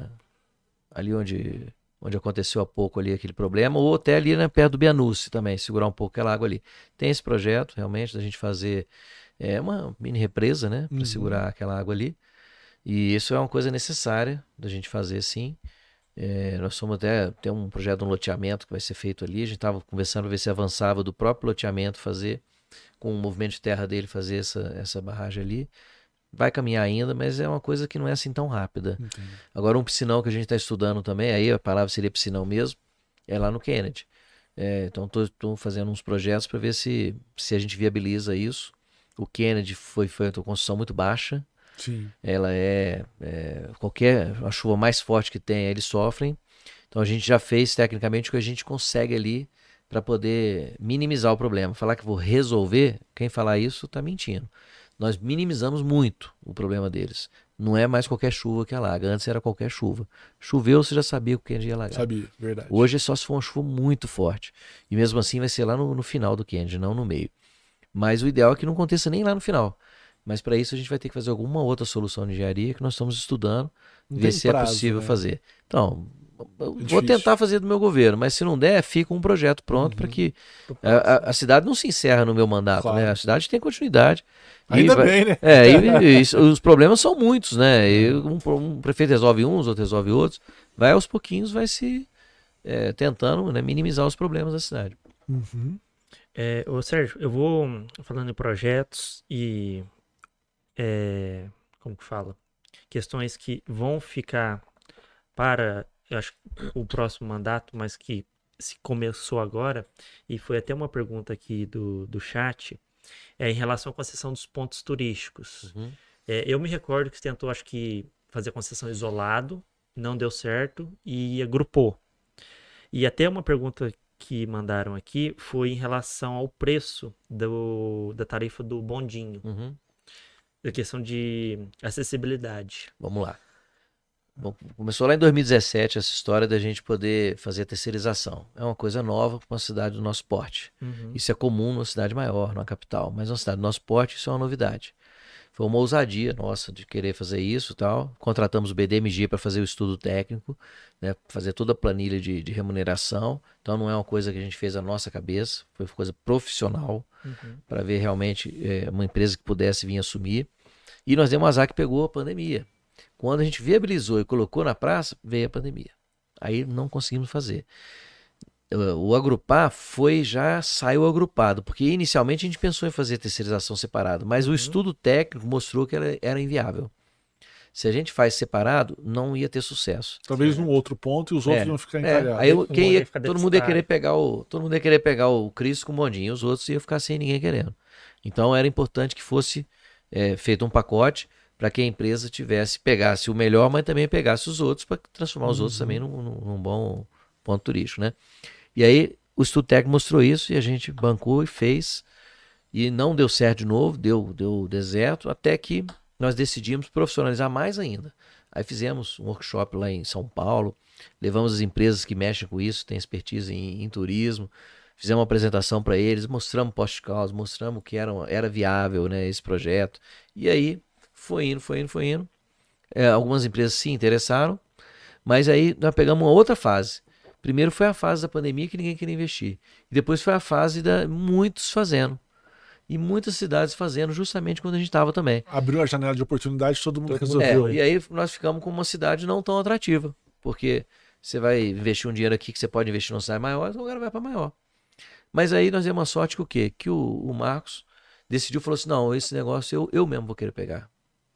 ali onde aconteceu há pouco ali aquele problema, ou até ali, né, perto do Bianucci também, segurar um pouco aquela água ali. Tem esse projeto, realmente, da gente fazer uma mini represa, né, para Uhum. segurar aquela água ali. E isso é uma coisa necessária da gente fazer, sim. Nós somos até tem um projeto de um loteamento que vai ser feito ali. A gente estava conversando para ver se avançava do próprio loteamento fazer, com o movimento de terra dele, fazer essa barragem ali. Vai caminhar ainda, mas é uma coisa que não é assim tão rápida. Entendi. Agora, um piscinão que a gente está estudando também, aí a palavra seria piscinão mesmo, é lá no Kennedy. Então, estou fazendo uns projetos para ver se a gente viabiliza isso. O Kennedy foi uma construção muito baixa. Sim. Ela a chuva mais forte que tem, eles sofrem. Então a gente já fez tecnicamente o que a gente consegue ali para poder minimizar o problema. Falar que vou resolver, quem falar isso está mentindo. Nós minimizamos muito o problema deles. Não é mais qualquer chuva que alaga. Antes era qualquer chuva. Choveu, você já sabia que ia alagar. Sabia, verdade. Hoje é só se for uma chuva muito forte. E mesmo assim vai ser lá no final do Kennedy, não no meio. Mas o ideal é que não aconteça nem lá no final. Mas para isso a gente vai ter que fazer alguma outra solução de engenharia que nós estamos estudando, Não ver tem se é prazo, possível né? fazer. Então, eu vou difícil. tentar fazer do meu governo, mas se não der, fica um projeto pronto para que Pro próximo. a cidade não se encerra no meu mandato, Claro. né? A cidade tem continuidade. Ainda bem, né? Os problemas são muitos, né? E um prefeito resolve uns, outro resolve outros. Vai aos pouquinhos, vai se tentando, né, minimizar os problemas da cidade. Uhum. Ô Sérgio, eu vou falando em projetos e como que fala? Questões que vão ficar para, eu acho, o próximo mandato, mas que se começou agora, e foi até uma pergunta aqui do chat, em relação à concessão dos pontos turísticos. Uhum. Eu me recordo que você tentou, acho que, fazer concessão isolado, não deu certo e agrupou. E até uma pergunta que mandaram aqui foi em relação ao preço da tarifa do bondinho, Uhum. da questão de acessibilidade. Vamos lá. Bom, começou lá em 2017 essa história da gente poder fazer a terceirização. É uma coisa nova para uma cidade do nosso porte. Uhum. Isso é comum numa cidade maior, numa capital, mas numa cidade do nosso porte isso é uma novidade. Foi uma ousadia nossa de querer fazer isso e tal. Contratamos o BDMG para fazer o estudo técnico, né, fazer toda a planilha de remuneração. Então não é uma coisa que a gente fez à nossa cabeça, foi uma coisa profissional Uhum. para ver realmente uma empresa que pudesse vir assumir. E nós demos um azar que pegou a pandemia. Quando a gente viabilizou e colocou na praça, veio a pandemia. Aí não conseguimos fazer. O agrupar saiu agrupado, porque inicialmente a gente pensou em fazer terceirização separada, mas o estudo técnico mostrou que era inviável. Se a gente faz separado, não ia ter sucesso. Talvez num outro ponto e os outros iam ficar encalhados. Aí Um ia ficar todo mundo ia deficitário. querer todo mundo ia querer pegar o Cristo com o bondinho, os outros iam ficar sem ninguém querendo. Então era importante que fosse feito um pacote para que a empresa pegasse o melhor, mas também pegasse os outros para transformar os outros também num bom ponto turístico, né? E aí o Estudo Técnico mostrou isso e a gente bancou e fez e não deu certo de novo, deu deserto, até que nós decidimos profissionalizar mais ainda. Aí fizemos um workshop lá em São Paulo, levamos as empresas que mexem com isso, têm expertise em turismo, fizemos uma apresentação para eles, mostramos post-cause, mostramos que era viável, né, esse projeto. E aí foi indo. Algumas empresas se interessaram, mas aí nós pegamos uma outra fase. Primeiro foi a fase da pandemia que ninguém queria investir. E depois foi a fase da muitos fazendo. E muitas cidades fazendo justamente quando a gente estava também. Abriu a janela de oportunidade, todo mundo Todo mundo resolveu. E aí nós ficamos com uma cidade não tão atrativa. Porque você vai investir um dinheiro aqui que você pode investir numa cidade maior, então o cara vai para maior. Mas aí nós demos uma sorte que o quê? Que o Marcos decidiu, falou assim, não, esse negócio eu mesmo vou querer pegar.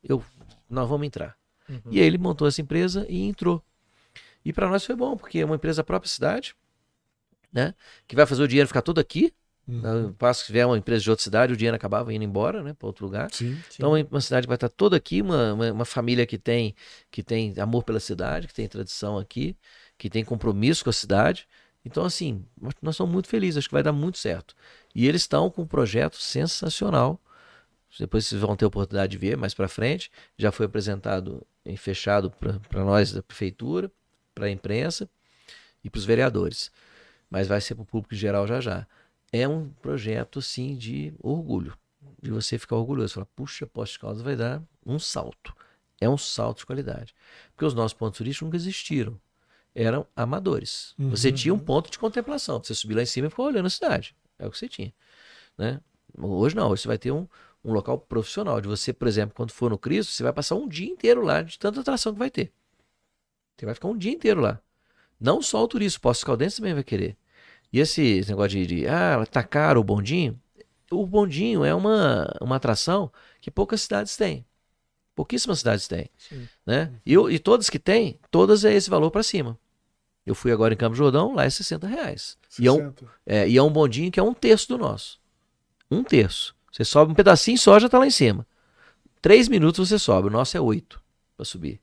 Nós vamos entrar. E aí ele montou essa empresa e entrou. E para nós foi bom, porque é uma empresa da própria cidade, né? Que vai fazer o dinheiro ficar todo aqui. No passo que tiver uma empresa de outra cidade, o dinheiro acabava indo embora, né, para outro lugar. Sim. Então, uma cidade que vai estar toda aqui, uma família que tem amor pela cidade, que tem tradição aqui, que tem compromisso com a cidade. Então, assim, nós estamos muito felizes, acho que vai dar muito certo. E eles estão com um projeto sensacional. Depois vocês vão ter a oportunidade de ver mais para frente. Já foi apresentado em fechado para nós da prefeitura, para a imprensa e para os vereadores. Mas vai ser para o público geral já. É um projeto, assim, de orgulho. De você ficar orgulhoso. Falar, puxa, Poste-Caldas vai dar um salto. É um salto de qualidade. Porque os nossos pontos turísticos nunca existiram. Eram amadores. Você tinha um ponto de contemplação. Você subir lá em cima e ficar olhando a cidade. É o que você tinha. Né? Hoje não. Hoje você vai ter um local profissional. De você, por exemplo, quando for no Cristo, você vai passar um dia inteiro lá de tanta atração que vai ter. Você vai ficar um dia inteiro lá. Não só o turista. O Poços-Caldense também vai querer. E esse negócio tá caro o bondinho. O bondinho é uma atração que poucas cidades têm. Pouquíssimas cidades têm. Né? E todas que têm, todas é esse valor para cima. Eu fui agora em Campos do Jordão, lá é R$60. 60. E é um bondinho que é 1/3 do nosso. 1/3. Você sobe um pedacinho só, já tá lá em cima. 3 minutos você sobe. O nosso é 8 para subir.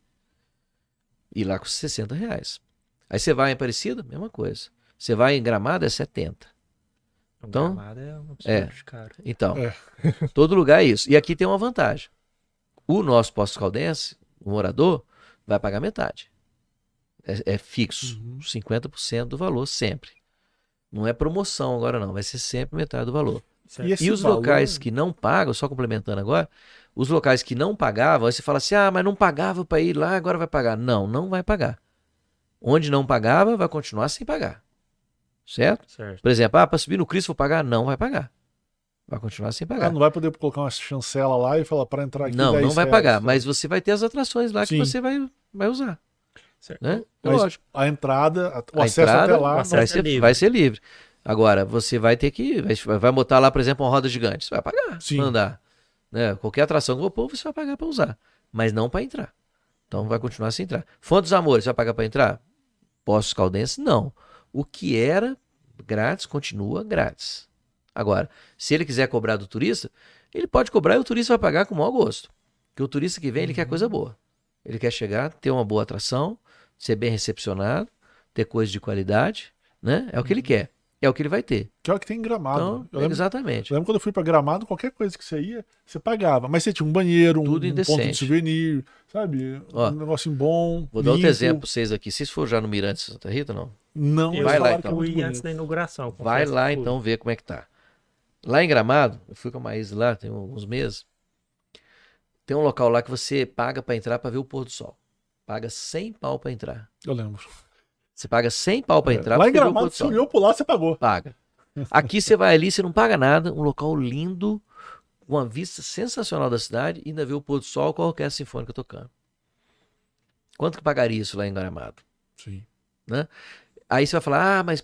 E lá custa R$60. Aí você vai em Aparecida, mesma coisa. Você vai em Gramado, é 70. Então, Gramado é um absurdo de caro. Então, todo lugar é isso. E aqui tem uma vantagem. O nosso Poços-Caldense, o morador, vai pagar metade. É fixo. 50% do valor sempre. Não é promoção agora não. Vai ser sempre metade do valor. E os locais que não pagam, só complementando agora, os locais que não pagavam, aí você fala assim, mas não pagava para ir lá, agora vai pagar. Não vai pagar. Onde não pagava, vai continuar sem pagar. Certo? Por exemplo, para subir no Cristo vou pagar? Não vai pagar. Vai continuar sem pagar. Não vai poder colocar uma chancela lá e falar para entrar aqui. Não vai pagar, mas você vai ter as atrações lá que você vai usar. Né? Lógico. A entrada, o acesso até lá vai ser livre. Agora, você vai ter que. Vai botar lá, por exemplo, uma roda gigante. Você vai pagar para andar. Né? Qualquer atração que eu pôr, você vai pagar para usar. Mas não para entrar. Então vai continuar sem entrar. Fonte dos Amores, você vai pagar para entrar? Poços-Caldense, não. O que era grátis, continua grátis. Agora, se ele quiser cobrar do turista, ele pode cobrar e o turista vai pagar com o maior gosto. Porque o turista que vem, ele quer coisa boa. Ele quer chegar, ter uma boa atração, ser bem recepcionado, ter coisa de qualidade, né? É o que ele quer. É o que ele vai ter. Que é o que tem em Gramado. Então, exatamente. Eu lembro quando eu fui para Gramado, qualquer coisa que você ia, você pagava. Mas você tinha um banheiro, um ponto de souvenir, sabe? Um negocinho bom. Vou dar outro exemplo para vocês aqui. Vocês foram já no Mirante Santa Rita, não? Não, vai lá então. Eu fui antes da inauguração. Vai lá então ver como é que tá. Lá em Gramado, eu fui com a Maísa lá, tem alguns meses. Tem um local lá que você paga para entrar para ver o pôr do sol. Paga 100 pau para entrar. Eu lembro. Você paga 100 pau para entrar. Lá em Gramado, você olhou por lá, você pagou. Paga. Aqui você vai ali, você não paga nada. Um local lindo, uma vista sensacional da cidade e ainda vê o pôr do sol com a orquestra sinfônica tocando. Quanto que pagaria isso lá em Gramado? Sim. Né? Aí você vai falar, mas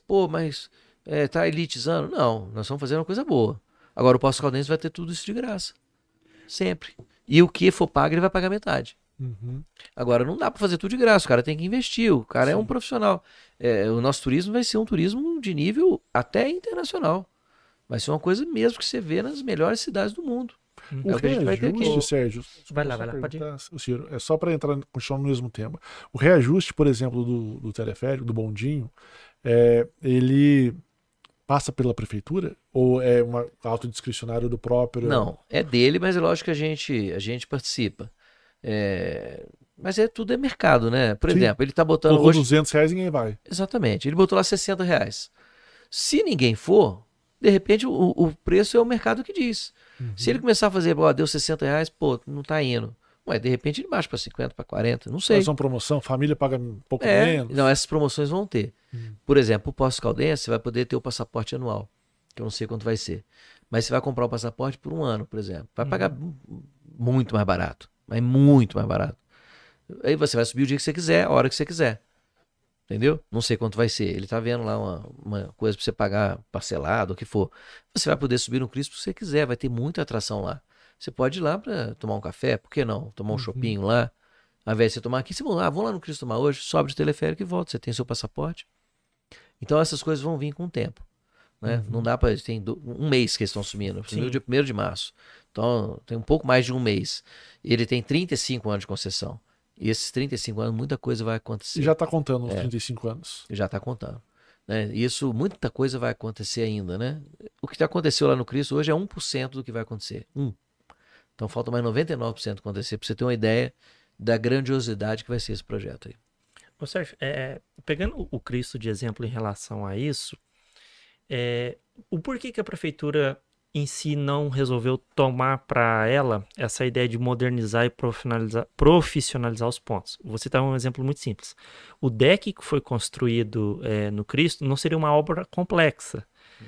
tá elitizando. Não, nós estamos fazendo uma coisa boa. Agora o Poços-Caldense vai ter tudo isso de graça. Sempre. E o que for pago, ele vai pagar metade. Uhum. Agora, não dá para fazer tudo de graça, o cara tem que investir, o cara é um profissional. O nosso turismo vai ser um turismo de nível até internacional. Vai ser uma coisa mesmo que você vê nas melhores cidades do mundo. O É o que a gente vai ter aqui. reajuste, Sérgio, Vai desculpa lá, só pode ir. perguntar, Ciro, é só para entrar, continuar no mesmo tema. O reajuste, por exemplo, do teleférico, do bondinho, ele passa pela prefeitura? Ou é uma autodiscricionário do próprio? Não, é dele, mas é lógico que a gente participa. Mas tudo é mercado, né? Por Sim, exemplo, ele está botando colocou hoje. R$ 200, ninguém vai. Exatamente, ele botou lá R$ 60. Se ninguém for, de repente o preço é o mercado que diz. Se ele Uhum. começar a fazer, ó, deu R$ 60, pô, não tá indo. Ué, de repente ele baixa para 50, para 40, não Faz sei. uma promoção, família paga um pouco menos. Não, essas promoções vão ter. Hum. Por exemplo, o Poços Caldense, você vai poder ter o passaporte anual, que eu não sei quanto vai ser. Mas você vai comprar o passaporte por um ano, por exemplo. Vai pagar muito mais barato. Mas muito mais barato. Aí você vai subir o dia que você quiser, a hora que você quiser. Entendeu? Não sei quanto vai ser. Ele tá vendo lá uma coisa pra você pagar parcelado, o que for. Você vai poder subir no Cristo se você quiser, vai ter muita atração lá. Você pode ir lá pra tomar um café, por que não? Tomar um Uhum. chopinho lá. Ao invés de você tomar aqui, você vai lá, vamos lá no Cristo tomar hoje, sobe de teleférico e volta. Você tem seu passaporte. Então essas coisas vão vir com o tempo. Né? Não Uhum. dá para. Tem um mês que eles estão sumindo. Sumiu Sim. dia 1º de março. Então tem um pouco mais de um mês. Ele tem 35 anos de concessão. E esses 35 anos, muita coisa vai E acontecer. já está contando uns É. 35 anos. Já está contando. Né? Isso, muita coisa vai acontecer ainda, né? O que aconteceu lá no Cristo hoje é 1% do que vai acontecer. Então falta mais 99% acontecer, para você ter uma ideia da grandiosidade que vai ser esse projeto aí. Ô, Sérgio, pegando o Cristo de exemplo em relação a isso, o porquê que a prefeitura em si não resolveu tomar para ela essa ideia de modernizar e profissionalizar os pontos? Vou citar um exemplo muito simples. O deck que foi construído no Cristo não seria uma obra complexa.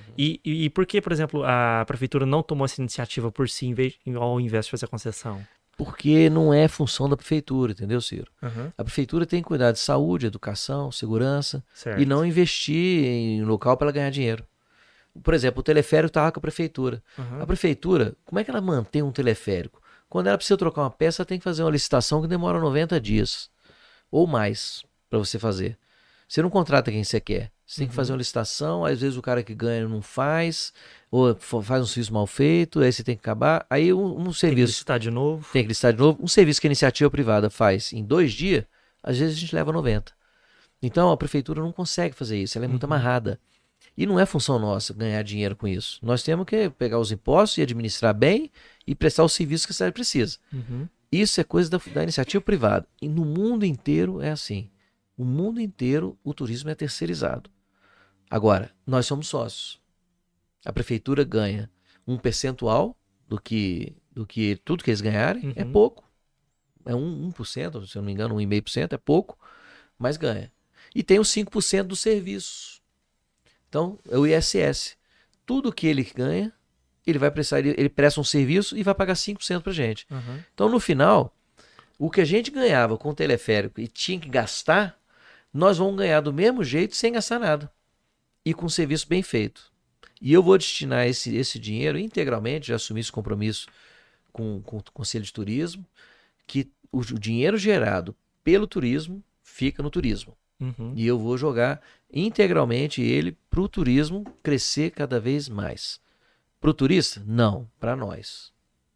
E por que, por exemplo, a prefeitura não tomou essa iniciativa por si, ao invés de fazer a concessão? Porque não é função da prefeitura, entendeu, Ciro? Uhum. A prefeitura tem que cuidar de saúde, educação, segurança e não Certo. investir em local para ela ganhar dinheiro. Por exemplo, o teleférico estava com a prefeitura. A Uhum. prefeitura, como é que ela mantém um teleférico? Quando ela precisa trocar uma peça, ela tem que fazer uma licitação que demora 90 dias ou mais para você fazer. Você não contrata quem você quer. Você tem que fazer uma licitação, às vezes o cara que ganha não faz, ou faz um serviço mal feito, aí você tem que acabar. Aí um Tem que serviço licitar de novo. tem que listar de novo. Um serviço que a iniciativa privada faz em 2 dias, às vezes a gente leva 90. Então a prefeitura não consegue fazer isso, ela é muito amarrada. E não é função nossa ganhar dinheiro com isso. Nós temos que pegar os impostos e administrar bem e prestar o serviço que a cidade precisa. Uhum. Isso é coisa da iniciativa privada. E no mundo inteiro é assim. O mundo inteiro o turismo é terceirizado. Agora, nós somos sócios. A prefeitura ganha um percentual do que tudo que eles ganharem, é Uhum. pouco. É 1%, se eu não me engano, 1,5%, é pouco, mas ganha. E tem os 5% do serviço. Então, é o ISS. Tudo que ele ganha, ele vai prestar, ele presta um serviço e vai pagar 5% pra gente. Uhum. Então, no final, o que a gente ganhava com o teleférico e tinha que gastar, nós vamos ganhar do mesmo jeito sem gastar nada. E com um serviço bem feito. E eu vou destinar esse dinheiro integralmente, já assumi esse compromisso com o Conselho de Turismo, que o dinheiro gerado pelo turismo fica no turismo. Uhum. E eu vou jogar integralmente ele para o turismo crescer cada vez mais. Para o turista? Não, para nós.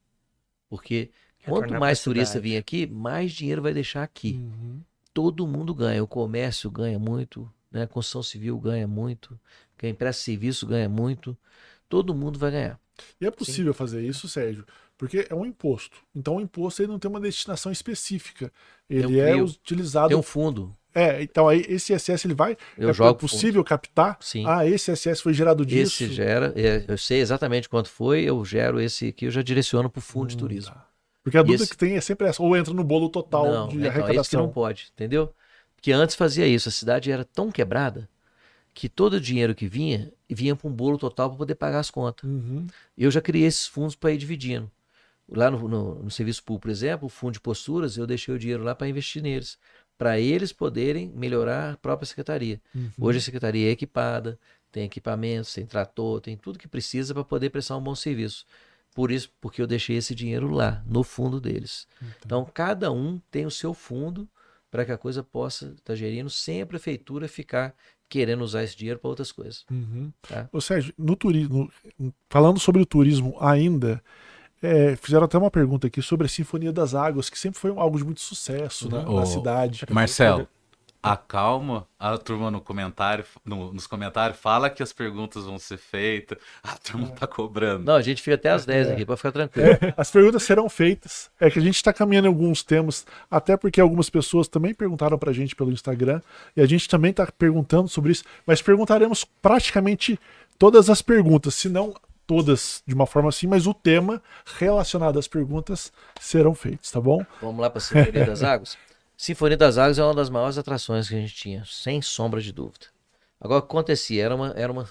Porque quanto Retornar mais pra turista vir cidade. aqui, mais dinheiro vai deixar aqui. Uhum. Todo mundo ganha. O comércio ganha muito, né? A construção civil ganha muito, quem presta serviço ganha muito. Todo mundo vai ganhar. E é Sim. possível fazer isso, Sérgio, porque é um imposto. Então o imposto ele não tem uma destinação específica. Ele é Tem utilizado. um fundo, Então aí esse excesso ele vai. eu É jogo fundo. possível captar? Sim. Ah, esse excesso foi gerado disso. Esse gera, eu sei exatamente quanto foi, eu gero esse que eu já direciono para o fundo de turismo. Tá. Porque a E dúvida esse, que tem é sempre essa, ou entra no bolo total não, de então, esse que não arrecadação. pode, entendeu? Porque antes fazia isso, a cidade era tão quebrada que todo o dinheiro que vinha para um bolo total para poder pagar as contas. Uhum. Eu já criei esses fundos para ir dividindo. Lá no serviço público, por exemplo, o fundo de posturas, eu deixei o dinheiro lá para investir neles, para eles poderem melhorar a própria secretaria. Uhum. Hoje a secretaria é equipada, tem equipamentos, tem trator, tem tudo que precisa para poder prestar um bom serviço. Por isso, porque eu deixei esse dinheiro lá, no fundo deles. Então, cada um tem o seu fundo para que a coisa possa estar gerindo sem a prefeitura ficar querendo usar esse dinheiro para outras coisas. Tá? Ô Sérgio, no turismo, falando sobre o turismo ainda, fizeram até uma pergunta aqui sobre a Sinfonia das Águas, que sempre foi algo de muito sucesso na cidade. Marcelo, acalma a turma no comentário, nos comentários, fala que as perguntas vão ser feitas, a turma tá cobrando. Não, a gente fica até às 10 aqui para ficar tranquilo. As perguntas serão feitas. É que a gente está caminhando em alguns temas, até porque algumas pessoas também perguntaram para a gente pelo Instagram, e a gente também está perguntando sobre isso, mas perguntaremos praticamente todas as perguntas, se não todas de uma forma assim, mas o tema relacionado às perguntas serão feitos, tá bom? Vamos lá para a Sinfonia das Águas? Sinfonia das Águas é uma das maiores atrações que a gente tinha, sem sombra de dúvida. Agora, o que acontecia? Era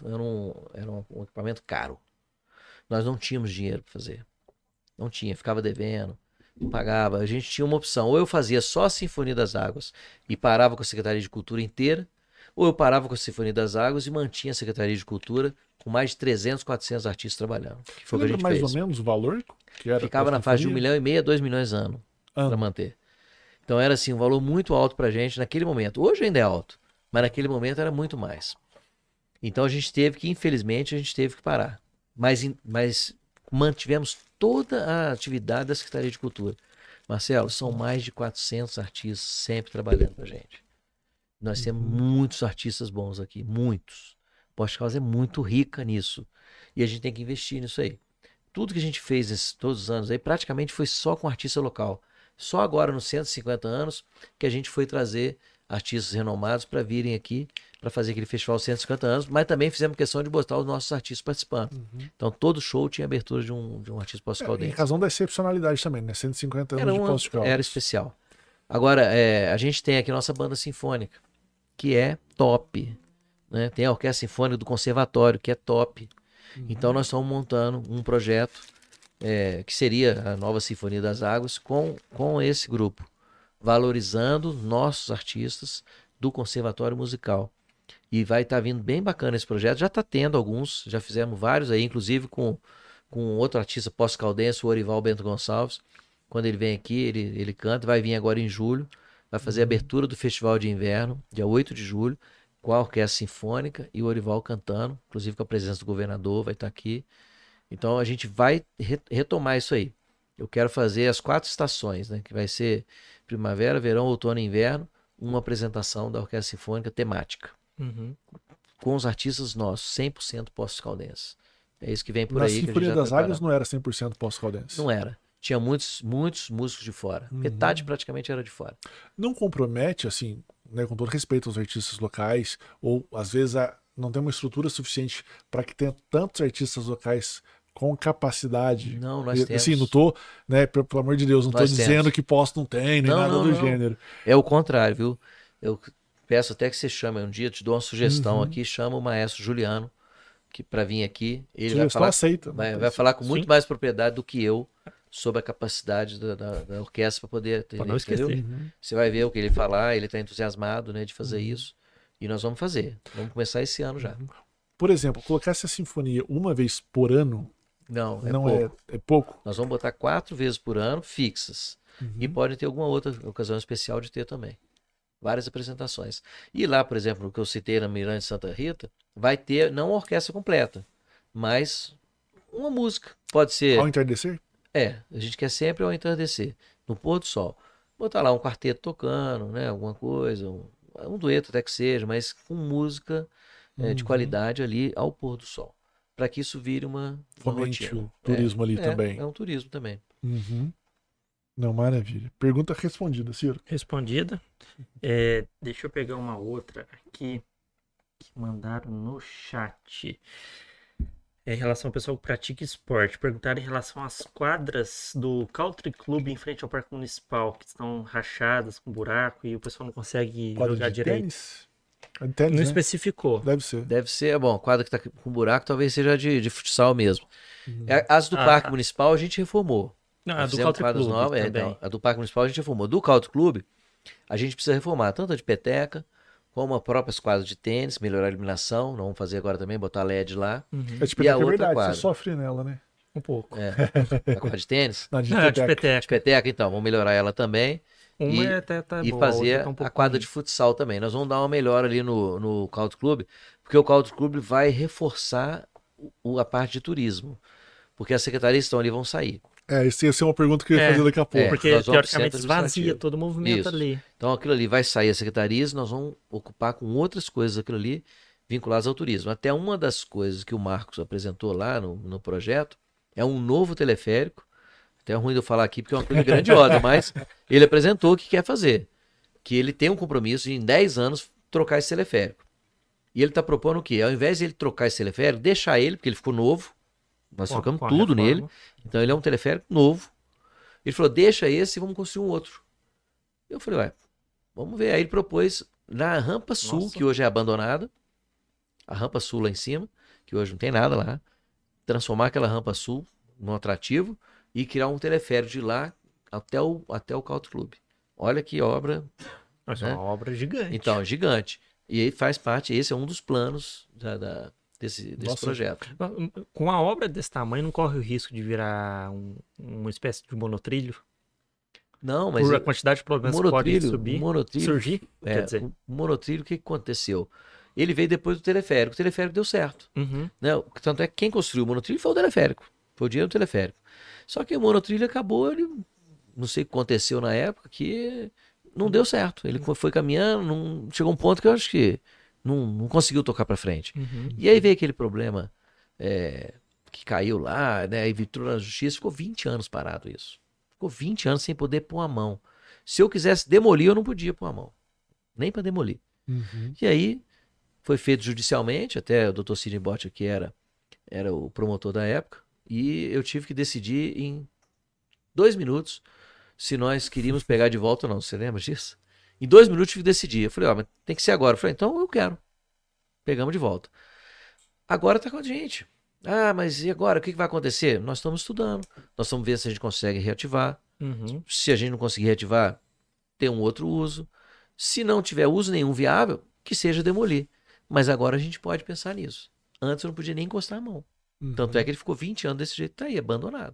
um equipamento caro. Nós não tínhamos dinheiro para fazer. Não tinha, ficava devendo, não pagava. A gente tinha uma opção. Ou eu fazia só a Sinfonia das Águas e parava com a Secretaria de Cultura inteira, ou eu parava com a Sinfonia das Águas e mantinha a Secretaria de Cultura com mais de 300, 400 artistas trabalhando. Que foi o que a gente mais fez. ou menos o valor? Que era Ficava na faixa de 1,5 milhão, 2 milhões ano para manter. Então era assim, um valor muito alto pra gente naquele momento. Hoje ainda é alto, mas naquele momento era muito mais. Então a gente teve que, infelizmente, a gente teve que parar. Mas mantivemos toda a atividade da Secretaria de Cultura. Marcelo, são mais de 400 artistas sempre trabalhando pra gente. Nós temos muitos artistas bons aqui, muitos. Poste Caldas é muito rica nisso. E a gente tem que investir nisso aí. Tudo que a gente fez todos os anos aí praticamente foi só com artista local. Só agora, nos 150 anos, que a gente foi trazer artistas renomados para virem aqui para fazer aquele festival 150 anos, mas também fizemos questão de botar os nossos artistas participando. Então, todo show tinha abertura de um artista poste-caldense. Em razão da excepcionalidade também, né? 150 anos de Poste Caldas. Era especial. Agora, a gente tem aqui nossa banda sinfônica, que é top. Né? Tem a Orquestra Sinfônica do Conservatório, que é top. Então, nós estamos montando um projeto que seria a nova Sinfonia das Águas com esse grupo, valorizando nossos artistas do Conservatório Musical. E vai estar vindo bem bacana esse projeto. Já está tendo alguns, já fizemos vários aí, inclusive com outro artista poste-caldense, o Orival Bento Gonçalves. Quando ele vem aqui, ele canta, vai vir agora em julho, vai fazer a abertura do Festival de Inverno, dia 8 de julho, com a Orquestra Sinfônica e o Orival cantando, inclusive com a presença do governador, vai estar aqui. Então a gente vai retomar isso aí. Eu quero fazer as 4 estações, né? Que vai ser primavera, verão, outono e inverno, uma apresentação da Orquestra Sinfônica temática. Com os artistas nossos, 100% poste-caldense. É isso que vem por aí. Na Sinfonia das Águas não era 100% poste-caldense. Não era. Tinha muitos músicos de fora. Metade praticamente era de fora. Não compromete, assim, né, com todo respeito aos artistas locais, ou às vezes não tem uma estrutura suficiente para que tenha tantos artistas locais com capacidade. Não, nós temos. Assim, não tô, né, pelo amor de Deus, não tô dizendo que posto não tem, nem nada do gênero. É o contrário, viu? Eu peço até que você chame um dia, te dou uma sugestão aqui, chama o maestro Juliano para vir aqui. Ele vai falar, aceita, vai falar com muito mais propriedade do que eu sobre a capacidade da orquestra para poder ter. Não esquecer. Você vai ver o que ele falar, ele está entusiasmado, né, de fazer isso. E nós vamos fazer. Vamos começar esse ano já. Por exemplo, colocar essa sinfonia uma vez por ano não pouco. É pouco. Nós vamos botar 4 vezes por ano, fixas. E pode ter alguma outra ocasião especial de ter também. Várias apresentações. E lá, por exemplo, o que eu citei na Mirante Santa Rita, vai ter não uma orquestra completa, mas uma música. Pode ser... Ao entardecer? A gente quer sempre ao entardecer, no pôr do sol. Botar lá um quarteto tocando, né, alguma coisa, um dueto até que seja, mas com música de qualidade ali ao pôr do sol. Para que isso vire uma rotina. O turismo ali também. É um turismo também. Não, maravilha. Pergunta respondida, Ciro. Respondida. Deixa eu pegar uma outra aqui que mandaram no chat. Em relação ao pessoal que pratica esporte, perguntaram em relação às quadras do Country Club em frente ao Parque Municipal, que estão rachadas com buraco e o pessoal não consegue jogar direito. Tênis? Não especificou. Deve ser. Deve ser, bom, quadra que tá com buraco talvez seja de futsal mesmo. As do Parque Municipal a gente reformou. Não, a do Country Club também. A do Parque Municipal a gente reformou. Do Country Club, a gente precisa reformar tanto a de peteca, como as próprias quadras de tênis, melhorar a iluminação. Nós vamos fazer agora também, botar LED lá. É tipo, é verdade, quadra. Você sofre nela, né? Um pouco. A quadra de tênis. Na de Não, é de peteca. De peteca, então, vamos melhorar ela também. Uma E, até tá e boa, a outra fazer tá um a pouco quadra ruim. de futsal também. Nós vamos dar uma melhora ali no Country Club, porque o Country Club vai reforçar a parte de turismo. Porque as secretarias estão ali, vão sair. Isso ia ser uma pergunta que eu ia fazer daqui a pouco. Porque nós vamos pro teoricamente centro esvazia administrativo. todo o movimento Isso. ali. Então aquilo ali vai sair as secretarias, nós vamos ocupar com outras coisas aquilo ali vinculadas ao turismo. Até uma das coisas que o Marcos apresentou lá no projeto é um novo teleférico. Até é ruim de eu falar aqui porque é uma coisa grandiosa, mas ele apresentou o que quer fazer. Que ele tem um compromisso de em 10 anos trocar esse teleférico. E ele está propondo o quê? Ao invés de ele trocar esse teleférico, deixar ele, porque ele ficou novo, nós trocamos Com a tudo reforma. nele. Então ele é um teleférico novo. Ele falou, deixa esse e vamos construir um outro. Eu falei, ué, vamos ver. Aí ele propôs na Rampa Sul, Nossa. que hoje é abandonada, a Rampa Sul lá em cima, que hoje não tem nada lá, transformar aquela Rampa Sul num atrativo e criar um teleférico de lá até o Country Club. Olha que obra, Mas é né? uma obra gigante. Então, gigante. E aí faz parte, esse é um dos planos desse Nossa. projeto. Com a obra desse tamanho, não corre o risco de virar uma espécie de monotrilho? Não, mas Por a quantidade de problemas que podem surgir? Quer dizer. o monotrilho, o que aconteceu? Ele veio depois do teleférico. O teleférico deu certo. Uhum. Né? Tanto é que quem construiu o monotrilho foi o teleférico. Foi o dinheiro do teleférico. Só que o monotrilho acabou, não sei o que aconteceu na época, que não deu certo. Ele foi caminhando, chegou um ponto que eu acho que não conseguiu tocar para frente. Uhum. E aí veio aquele problema que caiu lá, né? E entrou na justiça, ficou 20 anos parado isso. Ficou 20 anos sem poder pôr a mão. Se eu quisesse demolir, eu não podia pôr a mão. Nem para demolir. Uhum. E aí foi feito judicialmente, até o Dr. Sidney Bott, que era o promotor da época, e eu tive que decidir em 2 minutos se nós queríamos pegar de volta ou não. Você lembra disso? Em 2 minutos eu tive que decidir. Eu falei, mas tem que ser agora. Eu falei, então eu quero. Pegamos de volta. Agora tá com a gente. Ah, mas e agora? O que vai acontecer? Nós estamos estudando. Nós estamos vendo se a gente consegue reativar. Uhum. Se a gente não conseguir reativar, tem um outro uso. Se não tiver uso nenhum viável, que seja demolir. Mas agora a gente pode pensar nisso. Antes eu não podia nem encostar a mão. Uhum. Tanto é que ele ficou 20 anos desse jeito, tá aí, abandonado.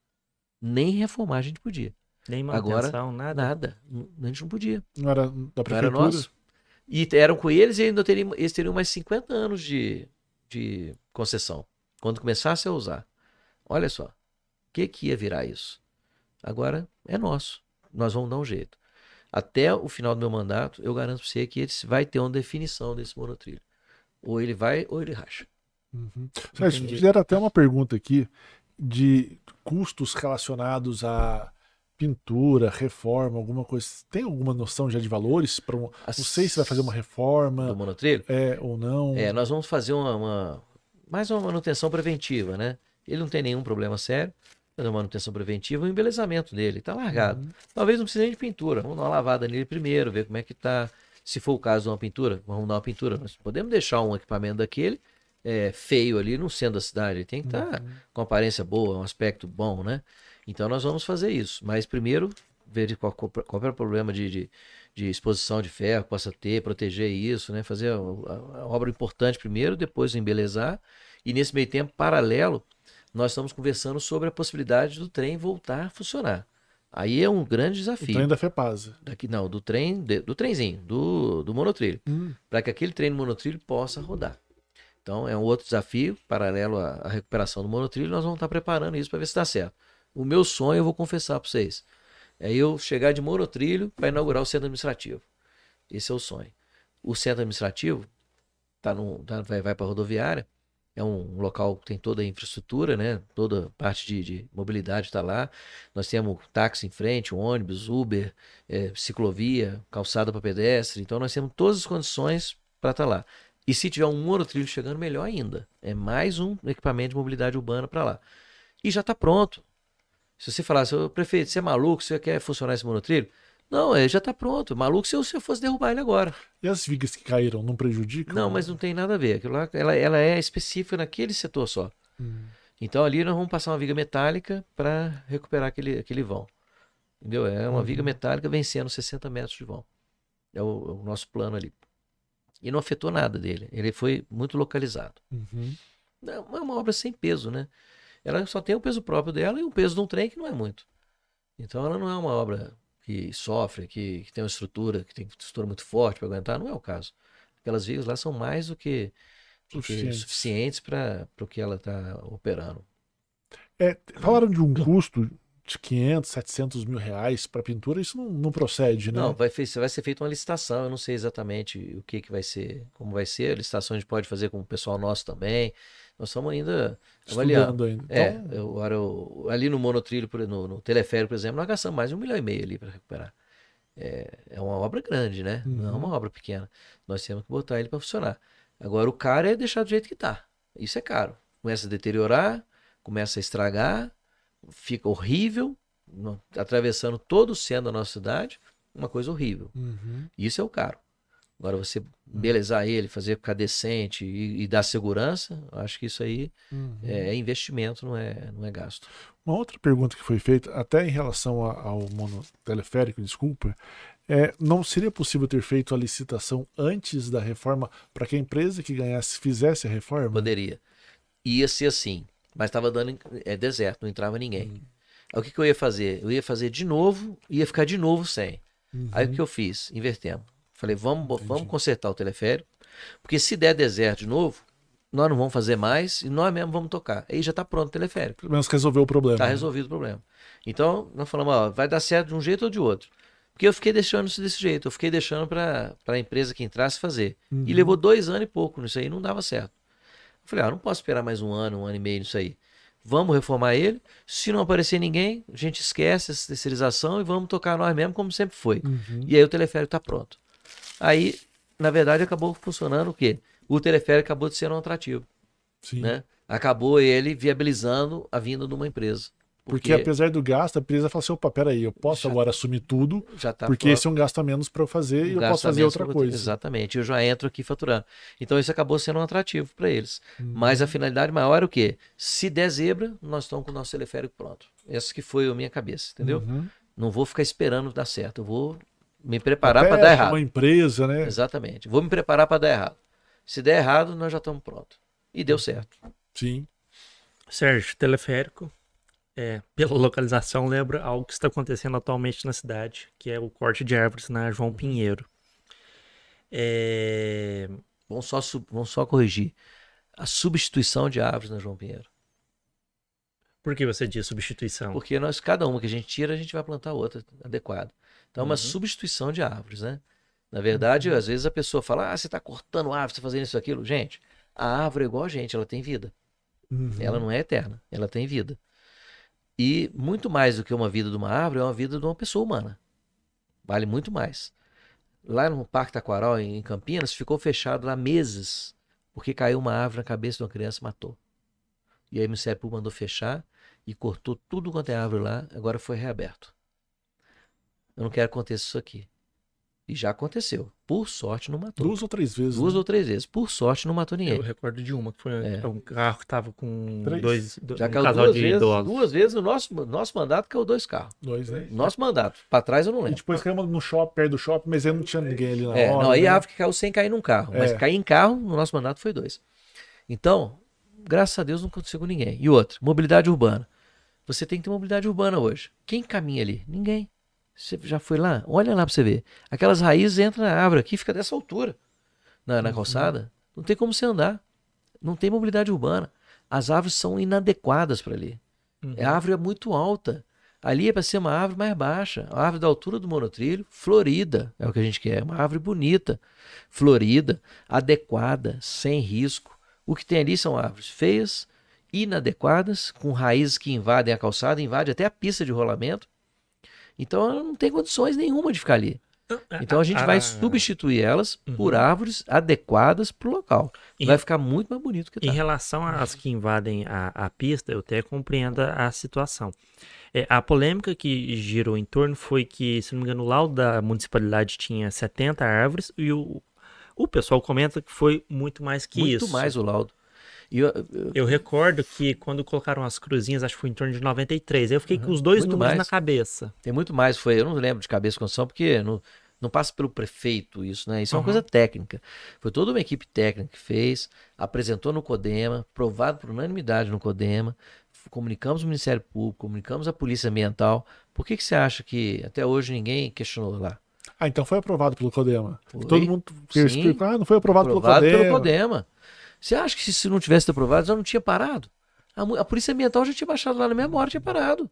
Nem reformar a gente podia. Nem Agora, manutenção, nada. nada. A gente não podia. Não era da Não era prefeitura? nosso. E eram com eles e ainda eles teriam mais 50 anos de concessão. Quando começasse a usar. Olha só. O que ia virar isso? Agora é nosso. Nós vamos dar um jeito. Até o final do meu mandato, eu garanto para você que ele vai ter uma definição desse monotrilho. Ou ele vai, ou ele racha. Uhum. Entendi. Fizeram até uma pergunta aqui de custos relacionados a pintura, reforma, alguma coisa. Tem alguma noção já de valores? Não sei se vai fazer uma Do reforma monotrilho? ou não. Nós vamos fazer mais uma manutenção preventiva, né? Ele não tem nenhum problema sério. Fazer uma manutenção preventiva e o embelezamento dele. Tá largado. Uhum. Talvez não precise nem de pintura. Vamos dar uma lavada nele primeiro, ver como é que tá. Se for o caso de uma pintura, vamos dar uma pintura. Nós podemos deixar um equipamento daquele feio ali no centro da cidade. Ele tem que estar com aparência boa, um aspecto bom, né? Então nós vamos fazer isso. Mas primeiro, ver qual é o problema de exposição de ferro que possa ter, proteger isso, né? Fazer a obra importante primeiro, depois embelezar. E nesse meio tempo, paralelo, nós estamos conversando sobre a possibilidade do trem voltar a funcionar. Aí é um grande O desafio. trem da FEPASA. Do trenzinho, do monotrilho. Para que aquele trem do monotrilho possa rodar. Então é um outro desafio, paralelo à recuperação do monotrilho, nós vamos estar preparando isso para ver se dá certo. O meu sonho, eu vou confessar para vocês, é eu chegar de monotrilho para inaugurar o centro administrativo. Esse é o sonho. O centro administrativo vai para a rodoviária, é um local que tem toda a infraestrutura, né? Toda a parte de mobilidade está lá. Nós temos táxi em frente, ônibus, Uber, ciclovia, calçada para pedestre. Então nós temos todas as condições para estar lá. E se tiver um monotrilho chegando, melhor ainda. É mais um equipamento de mobilidade urbana para lá. E já está pronto. Se você falar, prefeito, você é maluco, você quer funcionar esse monotrilho? Não, já está pronto. Maluco se eu fosse derrubar ele agora. E as vigas que caíram não prejudicam? Não, mas não tem nada a ver. Aquilo lá, ela é específica naquele setor só. Então ali nós vamos passar uma viga metálica para recuperar aquele vão. Entendeu? É uma viga metálica vencendo 60 metros de vão. É o nosso plano ali. E não afetou nada dele. Ele foi muito localizado. Uhum. É uma obra sem peso, né? ela só tem o peso próprio dela e o peso de um trem que não é muito. Então ela não é uma obra que sofre, que tem uma estrutura, que tem uma estrutura muito forte para aguentar, não é o caso. Aquelas vigas lá são mais do que suficientes para o que ela está operando. Falaram de um custo de 500, 700 mil reais para pintura, isso não procede, né? Não, vai ser feita uma licitação, eu não sei exatamente o que vai ser, como vai ser, a licitação a gente pode fazer com o pessoal nosso também, nós estamos ainda avaliando. Estudando ainda. Então, Ali no monotrilho, no teleférico, por exemplo, nós gastamos mais de 1,5 milhão ali para recuperar. É uma obra grande, né? Não é uma obra pequena. Nós temos que botar ele para funcionar. Agora, o caro é deixar do jeito que está. Isso é caro. Começa a deteriorar, começa a estragar, fica horrível, atravessando todo o centro da nossa cidade, uma coisa horrível. Isso é o caro. Agora, você belezar ele, fazer ficar decente e dar segurança, eu acho que isso aí é investimento, não é gasto. Uma outra pergunta que foi feita, até em relação ao monoteleférico, desculpa, não seria possível ter feito a licitação antes da reforma para que a empresa que ganhasse fizesse a reforma? Poderia. Ia ser assim, mas estava dando deserto, não entrava ninguém. Aí o que eu ia fazer? Eu ia fazer de novo, ia ficar de novo sem. Aí o que eu fiz? Invertemos. Falei, vamos consertar o teleférico, porque se der deserto de novo, nós não vamos fazer mais e nós mesmos vamos tocar. Aí já está pronto o teleférico. Pelo menos resolveu o problema. Está resolvido o problema. Então, nós falamos, ó, vai dar certo de um jeito ou de outro. Porque eu fiquei deixando isso desse jeito, eu fiquei deixando para a empresa que entrasse fazer. E levou 2 anos e pouco nisso aí, não dava certo. Eu falei, não posso esperar mais 1 ano e meio nisso aí. Vamos reformar ele. Se não aparecer ninguém, a gente esquece essa terceirização e vamos tocar nós mesmos como sempre foi. E aí o teleférico está pronto. Aí, na verdade, acabou funcionando o quê? O teleférico acabou de ser um atrativo. Sim. Né? Acabou ele viabilizando a vinda de uma empresa. Porque apesar do gasto, a empresa fala assim, opa, peraí, eu posso agora assumir tudo, porque esse é um gasto a menos para eu fazer e eu posso fazer outra coisa. Exatamente, eu já entro aqui faturando. Então isso acabou sendo um atrativo para eles. Mas a finalidade maior era o quê? Se der zebra, nós estamos com o nosso teleférico pronto. Essa que foi a minha cabeça, entendeu? Não vou ficar esperando dar certo, eu vou me preparar para dar errado. Uma empresa, né? Exatamente, vou me preparar para dar errado. Se der errado, nós já estamos prontos. E deu certo. Sim. Sérgio, teleférico, pela localização, lembra algo que está acontecendo atualmente na cidade, que é o corte de árvores na João Pinheiro. Vamos só corrigir. A substituição de árvores na João Pinheiro. Por que você diz substituição? Porque cada uma que a gente tira, a gente vai plantar outra adequada. Então é uma substituição de árvores, né? Na verdade, às vezes a pessoa fala, você está cortando árvore, você está fazendo isso, aquilo. Gente, a árvore é igual a gente, ela tem vida. Ela não é eterna, ela tem vida. E muito mais do que uma vida de uma árvore, é uma vida de uma pessoa humana. Vale muito mais. Lá no Parque Taquaral, em Campinas, ficou fechado lá meses, porque caiu uma árvore na cabeça de uma criança e matou. E aí o Ministério Público mandou fechar e cortou tudo quanto é árvore lá, agora foi reaberto. Eu não quero que aconteça isso aqui. E já aconteceu. Por sorte não matou. 2 ou 3 vezes. 2 ou 3 vezes. Por sorte não matou ninguém. Eu recordo de uma, que foi um carro que tava com 3. Já um caiu casal 2 de vezes. idosos. 2 vezes no nosso mandato caiu 2 carros. 2, né? Nosso mandato. Pra trás eu não E lembro. depois caiu no shopping, perto do shopping, mas aí não tinha ninguém ali na hora. Não, aí né? a árvore que caiu sem cair num carro. Mas cair em carro, no nosso mandato foi 2. Então, graças a Deus não aconteceu com ninguém. E outra, mobilidade urbana. Você tem que ter mobilidade urbana hoje. Quem caminha ali? Ninguém. Você já foi lá? Olha lá pra você ver. Aquelas raízes entram na árvore aqui, fica dessa altura. Na calçada. Não tem como você andar. Não tem mobilidade urbana. As árvores são inadequadas para ali. A árvore é muito alta. Ali é para ser uma árvore mais baixa. A árvore da altura do monotrilho, florida. É o que a gente quer. Uma árvore bonita, florida, adequada, sem risco. O que tem ali são árvores feias, inadequadas, com raízes que invadem a calçada, invadem até a pista de rolamento. Então ela não tem condições nenhuma de ficar ali. Então a gente vai substituir elas por árvores adequadas para o local. Vai ficar muito mais bonito que tá. Em relação às que invadem a pista, eu até compreendo a situação. A polêmica que girou em torno foi que, se não me engano, o laudo da municipalidade tinha 70 árvores e o pessoal comenta que foi muito mais que isso. Muito mais o laudo. Eu recordo que quando colocaram as cruzinhas, acho que foi em torno de 93. Aí eu fiquei com os dois números na cabeça. Tem muito mais. Eu não lembro de cabeça de construção, porque não passa pelo prefeito isso, né? Isso é uma coisa técnica. Foi toda uma equipe técnica que fez, apresentou no CODEMA, aprovado por unanimidade no CODEMA, comunicamos o Ministério Público, comunicamos a Polícia Ambiental. Por que você acha que até hoje ninguém questionou lá? Ah, então foi aprovado pelo CODEMA. Foi. Todo mundo Sim. explica, não foi aprovado pelo Aprovado CODEMA. pelo CODEMA. Você acha que se não tivesse aprovado, já não tinha parado? A Polícia Ambiental já tinha baixado lá na mesma hora, tinha parado.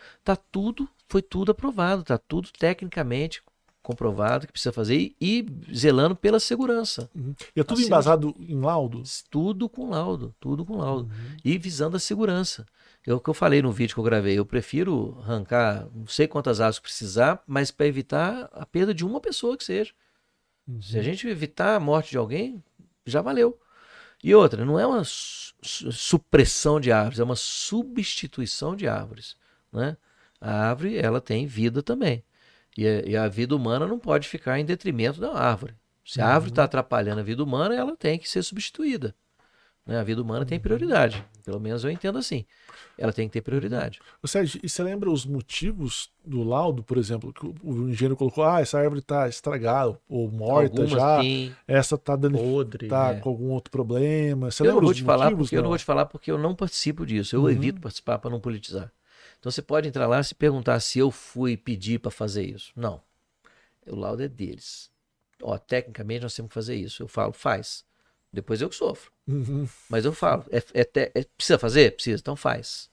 Foi tudo aprovado, tá tudo tecnicamente comprovado que precisa fazer e zelando pela segurança. Uhum. E é tudo Assim, embasado em laudo? Tudo com laudo, tudo com laudo. Uhum. E visando a segurança. É o que eu falei no vídeo que eu gravei. Eu prefiro arrancar não sei quantas árvores precisar, mas para evitar a perda de uma pessoa que seja. Se a gente evitar a morte de alguém, já valeu. E outra, não é uma supressão de árvores, é uma substituição de árvores, né? A árvore, ela tem vida também. E a vida humana não pode ficar em detrimento da árvore. Se a árvore está atrapalhando a vida humana, ela tem que ser substituída, né? A vida humana tem prioridade. Pelo menos eu entendo assim. Ela tem que ter prioridade. Ô, Sérgio, e você lembra os motivos do laudo, por exemplo, que o engenheiro colocou, essa árvore está estragada ou morta Algumas já, sim. essa está Podre. com algum outro problema. Você Eu não lembra vou os te falar motivos? porque eu não vou te falar porque eu não participo disso. Eu evito participar para não politizar. Então você pode entrar lá e se perguntar se eu fui pedir para fazer isso. Não. O laudo é deles. Ó, tecnicamente nós temos que fazer isso. Eu falo, faz. Depois eu que sofro. Uhum. Mas eu falo, precisa fazer? Precisa, então faz.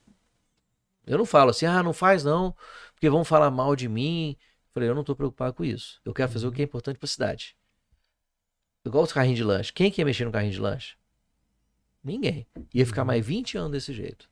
Eu não falo assim, não faz não, porque vão falar mal de mim. Eu falei, eu não estou preocupado com isso. Eu quero fazer o que é importante para a cidade. Igual os carrinhos de lanche. Quem que ia mexer no carrinho de lanche? Ninguém. Ia ficar mais 20 anos desse jeito.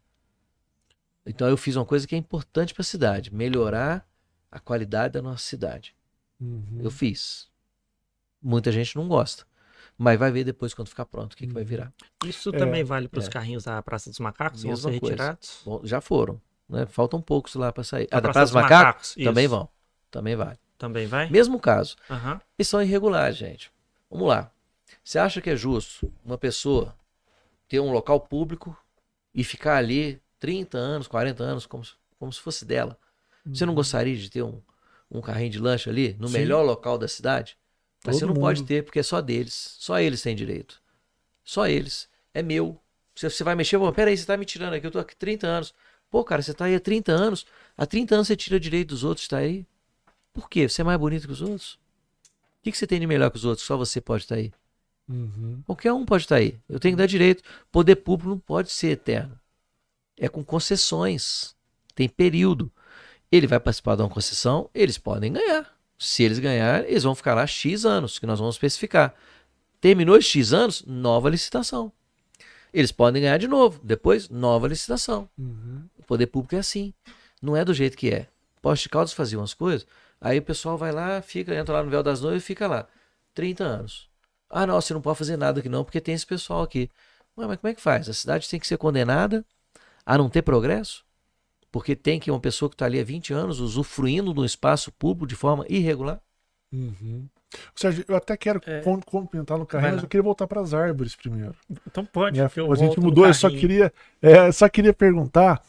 Então eu fiz uma coisa que é importante para a cidade, melhorar a qualidade da nossa cidade. Uhum. Eu fiz. Muita gente não gosta. Mas vai ver depois, quando ficar pronto, o que vai virar. Isso também vale para os é. carrinhos da Praça dos Macacos? Vão Mesma ser coisa. retirados? Bom, já foram. Né? Faltam poucos lá para sair. A Da Praça Praça dos dos Macacos? Macacos, Também isso. vão. Também vai. Também vai? Mesmo caso. Aham. Eles são irregulares, gente. Vamos lá. Você acha que é justo uma pessoa ter um local público e ficar ali 30 anos, 40 anos, como se fosse dela? Você não gostaria de ter um carrinho de lanche ali, no Sim. melhor local da cidade? Mas Todo você não pode mundo. ter, porque é só deles. Só eles têm direito. Só eles. É meu. Você vai mexer, peraí, você tá me tirando aqui, eu tô aqui 30 anos. Pô, cara, você tá aí há 30 anos. Há 30 anos você tira direito dos outros, tá aí. Por quê? Você é mais bonito que os outros? O que você tem de melhor que os outros? Só você pode estar aí. Uhum. Qualquer um pode estar aí. Eu tenho que dar direito. Poder público não pode ser eterno. É com concessões. Tem período. Ele vai participar de uma concessão, eles podem ganhar. Se eles ganharem, eles vão ficar lá X anos, que nós vamos especificar. Terminou esses X anos, nova licitação. Eles podem ganhar de novo. Depois, nova licitação. Uhum. O poder público é assim. Não é do jeito que é. Poste de Caldas fazia umas coisas, aí o pessoal vai lá, entra lá no Véu das Noivas e fica lá. 30 anos. Não, você não pode fazer nada aqui não, porque tem esse pessoal aqui. Ué, mas como é que faz? A cidade tem que ser condenada a não ter progresso? Porque tem que uma pessoa que está ali há 20 anos usufruindo de um espaço público de forma irregular? Uhum. Sérgio, eu até quero comentar no Vai carrinho, lá. mas eu queria voltar para as árvores primeiro. Então pode, Né? porque eu A gente volto no mudou, eu só carrinho. queria perguntar.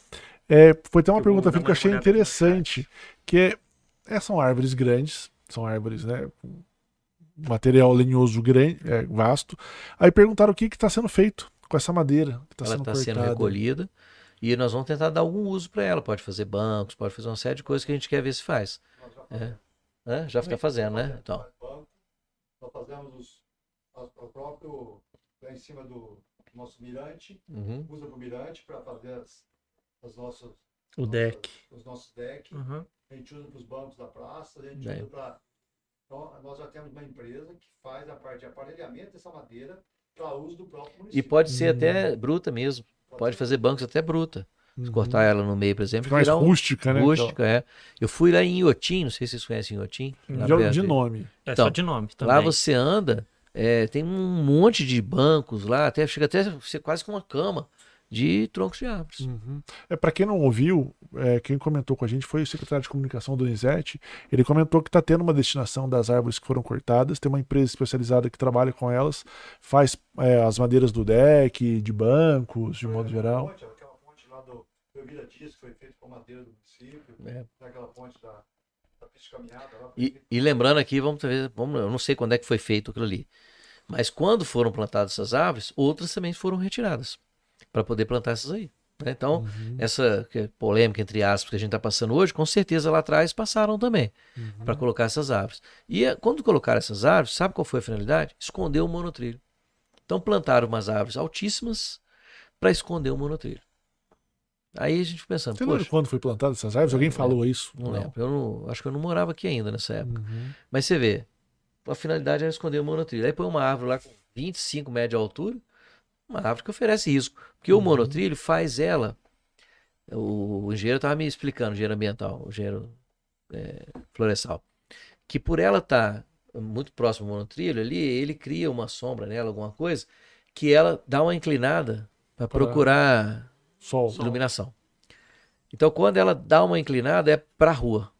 Foi até uma Eu pergunta vou dar que eu uma achei olhada aqui no interessante, que são árvores grandes, são árvores, né, com material lenhoso grande, vasto. Aí perguntaram o que está sendo feito com essa madeira que está Ela sendo está sendo cortada. recolhida e nós vamos tentar dar algum uso para ela. Pode fazer bancos, pode fazer uma série de coisas que a gente quer ver se faz. Já está fazendo, né? Então. Nós fazemos o próprio lá em cima do nosso mirante, Uhum. usa para o mirante para fazer O deck. os nossos decks. Uhum. A gente usa para os bancos da praça, a gente Bem. usa para. Então, nós já temos uma empresa que faz a parte de aparelhamento dessa madeira para uso do próprio E município. pode ser até bruta mesmo. Pode fazer bancos até bruta. Se cortar ela no meio, por exemplo, Fica mais virar rústica, né? rústica, é. Eu fui lá em Inhotim, não sei se vocês conhecem Inhotim. lá De perto nome. É Então, só de nome também. Lá você anda, tem um monte de bancos lá, chega até a ser quase que uma cama de troncos de árvores. Uhum. Para quem não ouviu, quem comentou com a gente foi o secretário de comunicação do Donizete. Ele comentou que está tendo uma destinação das árvores que foram cortadas. Tem uma empresa especializada que trabalha com elas, faz as madeiras do deck, de bancos, de modo geral. Aquela ponte lá do Vila Dias, que foi feita com madeira do município, aquela ponte da pista de caminhada. Lá, E lembrando aqui, vamos ver, eu não sei quando é que foi feito aquilo ali, mas quando foram plantadas essas árvores, outras também foram retiradas para poder plantar essas aí. né? Então, essa polêmica, entre aspas, que a gente está passando hoje, com certeza lá atrás passaram também para colocar essas árvores. E quando colocaram essas árvores, sabe qual foi a finalidade? Esconder o monotrilho. Então plantaram umas árvores altíssimas para esconder o monotrilho. Aí a gente pensando, Você lembra poxa, quando foi plantado essas árvores? Alguém falou isso? não lembro. Acho que eu não morava aqui ainda nessa época. Uhum. Mas você vê, a finalidade era esconder o monotrilho. Aí põe uma árvore lá com 25 metros de altura, uma árvore que oferece risco. Porque o monotrilho faz ela. O engenheiro estava me explicando, o engenheiro ambiental, o engenheiro florestal, que por ela estar muito próximo ao monotrilho ali, ele cria uma sombra nela, alguma coisa, que ela dá uma inclinada para procurar Sol. iluminação. Então, quando ela dá uma inclinada, é para a rua.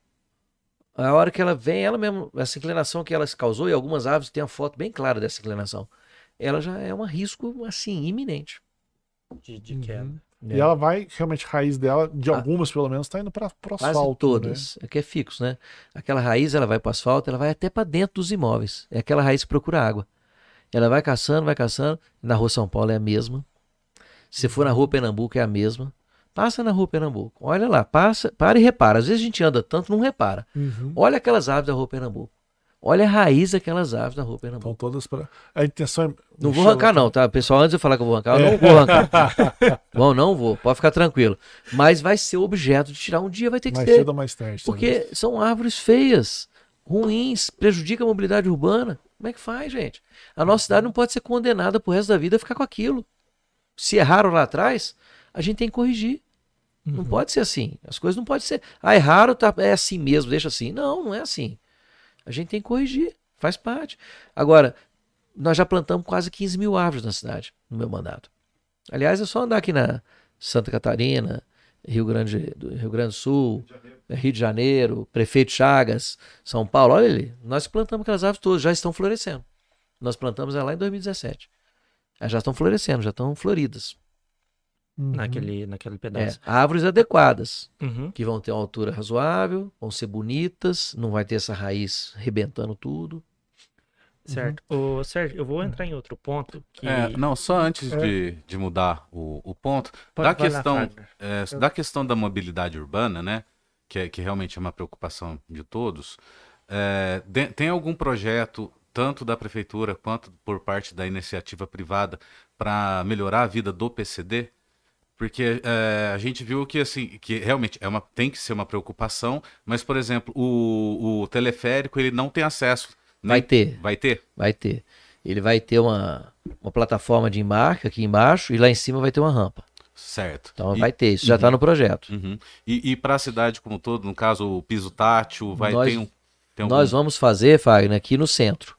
A hora que ela vem, ela mesmo, essa inclinação que ela causou, e algumas árvores têm a foto bem clara dessa inclinação, ela já é um risco, assim, iminente. De queda. E ela vai, realmente, a raiz dela, de algumas pelo menos, tá indo para Quase asfalto. todas. Né? É que é fixo, né? Aquela raiz, ela vai para o asfalto, ela vai até para dentro dos imóveis. É aquela raiz que procura água. Ela vai caçando, vai caçando. Na rua São Paulo é a mesma. Se for na rua Pernambuco é a mesma. Passa na rua Pernambuco. Olha lá, passa, para e repara. Às vezes a gente anda tanto, não repara. Olha aquelas árvores da rua Pernambuco. Olha a raiz daquelas árvores da rua Pernambuco. Estão todas para. A intenção é. Não vou arrancar, não, tá? Pessoal, antes de eu falar que eu vou arrancar, eu não vou arrancar. Bom, não vou, pode ficar tranquilo. Mas vai ser objeto de tirar um dia, vai ter que Mais ser. cedo ou mais tarde. Porque são árvores feias, ruins, prejudicam a mobilidade urbana. Como é que faz, gente? A nossa cidade não pode ser condenada pro resto da vida a ficar com aquilo. Se erraram lá atrás, a gente tem que corrigir. Não pode ser assim. As coisas não podem ser. Ah, erraram, tá, é assim mesmo, deixa assim. Não, não é assim. A gente tem que corrigir, faz parte. Agora, nós já plantamos quase 15 mil árvores na cidade, no meu mandato. Aliás, é só andar aqui na Santa Catarina, Rio Grande do Sul, Rio de Janeiro, Prefeito Chagas, São Paulo, olha ali. Nós plantamos aquelas árvores todas, já estão florescendo. Nós plantamos ela lá em 2017. Elas já estão florescendo, já estão floridas. Naquele pedaço. Árvores adequadas, Uhum. que vão ter uma altura razoável, vão ser bonitas, não vai ter essa raiz rebentando tudo. Certo. Ô, Sérgio, eu vou entrar em outro ponto que... Não, só antes de mudar o ponto, Vai da lá, questão, Fagner. da questão da mobilidade urbana, né, que realmente é uma preocupação de todos, tem algum projeto, tanto da prefeitura quanto por parte da iniciativa privada, para melhorar a vida do PCD? Porque a gente viu que, assim, que realmente tem que ser uma preocupação, mas, por exemplo, o teleférico ele não tem acesso. Vai ter. Vai ter? Vai ter. Ele vai ter uma plataforma de embarque aqui embaixo e lá em cima vai ter uma rampa. Certo. Então vai ter, isso já está no projeto. E para a cidade como um todo, no caso o piso tátil, Nós vamos fazer, Fagner, aqui no centro.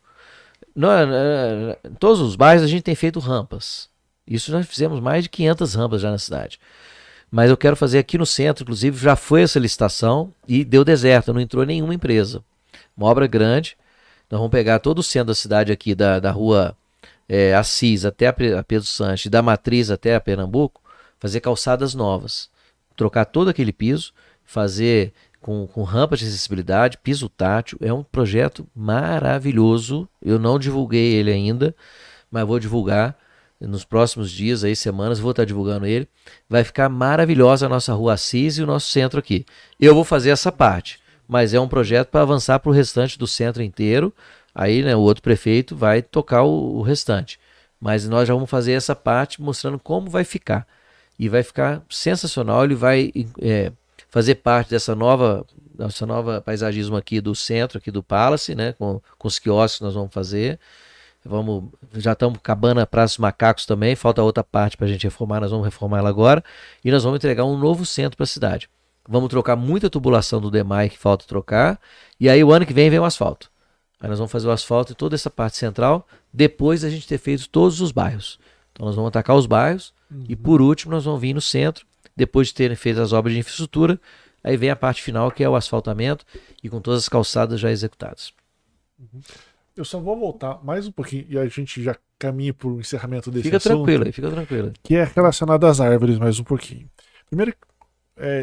Em todos os bairros a gente tem feito rampas. Isso nós fizemos mais de 500 rampas já na cidade. Mas eu quero fazer aqui no centro, inclusive já foi essa licitação e deu deserto, não entrou nenhuma empresa. Uma obra grande. Nós vamos pegar todo o centro da cidade aqui, da rua Assis até a Pedro Sanches, da Matriz até a Pernambuco, fazer calçadas novas. Trocar todo aquele piso, fazer com rampas de acessibilidade, piso tátil. É um projeto maravilhoso. Eu não divulguei ele ainda, mas vou divulgar. Nos próximos dias, aí, semanas, vou estar divulgando ele. Vai ficar maravilhosa a nossa rua Assis e o nosso centro aqui. Eu vou fazer essa parte, mas é um projeto para avançar para o restante do centro inteiro. Aí, né, o outro prefeito vai tocar o restante. Mas nós já vamos fazer essa parte mostrando como vai ficar. E vai ficar sensacional. Ele vai fazer parte dessa nova paisagismo aqui do centro, aqui do Palace, né, com os quiosques que nós vamos fazer. Já estamos acabando a Praça dos Macacos também, falta outra parte para a gente reformar, nós vamos reformar ela agora, e nós vamos entregar um novo centro para a cidade. Vamos trocar muita tubulação do DEMAI que falta trocar, e aí o ano que vem o asfalto. Aí nós vamos fazer o asfalto em toda essa parte central, depois da gente ter feito todos os bairros. Então nós vamos atacar os bairros, e por último nós vamos vir no centro, depois de terem feito as obras de infraestrutura, aí vem a parte final que é o asfaltamento, e com todas as calçadas já executadas. Eu só vou voltar mais um pouquinho e a gente já caminha para o encerramento desse assunto. Fica tranquilo. Que é relacionado às árvores mais um pouquinho. Primeiro,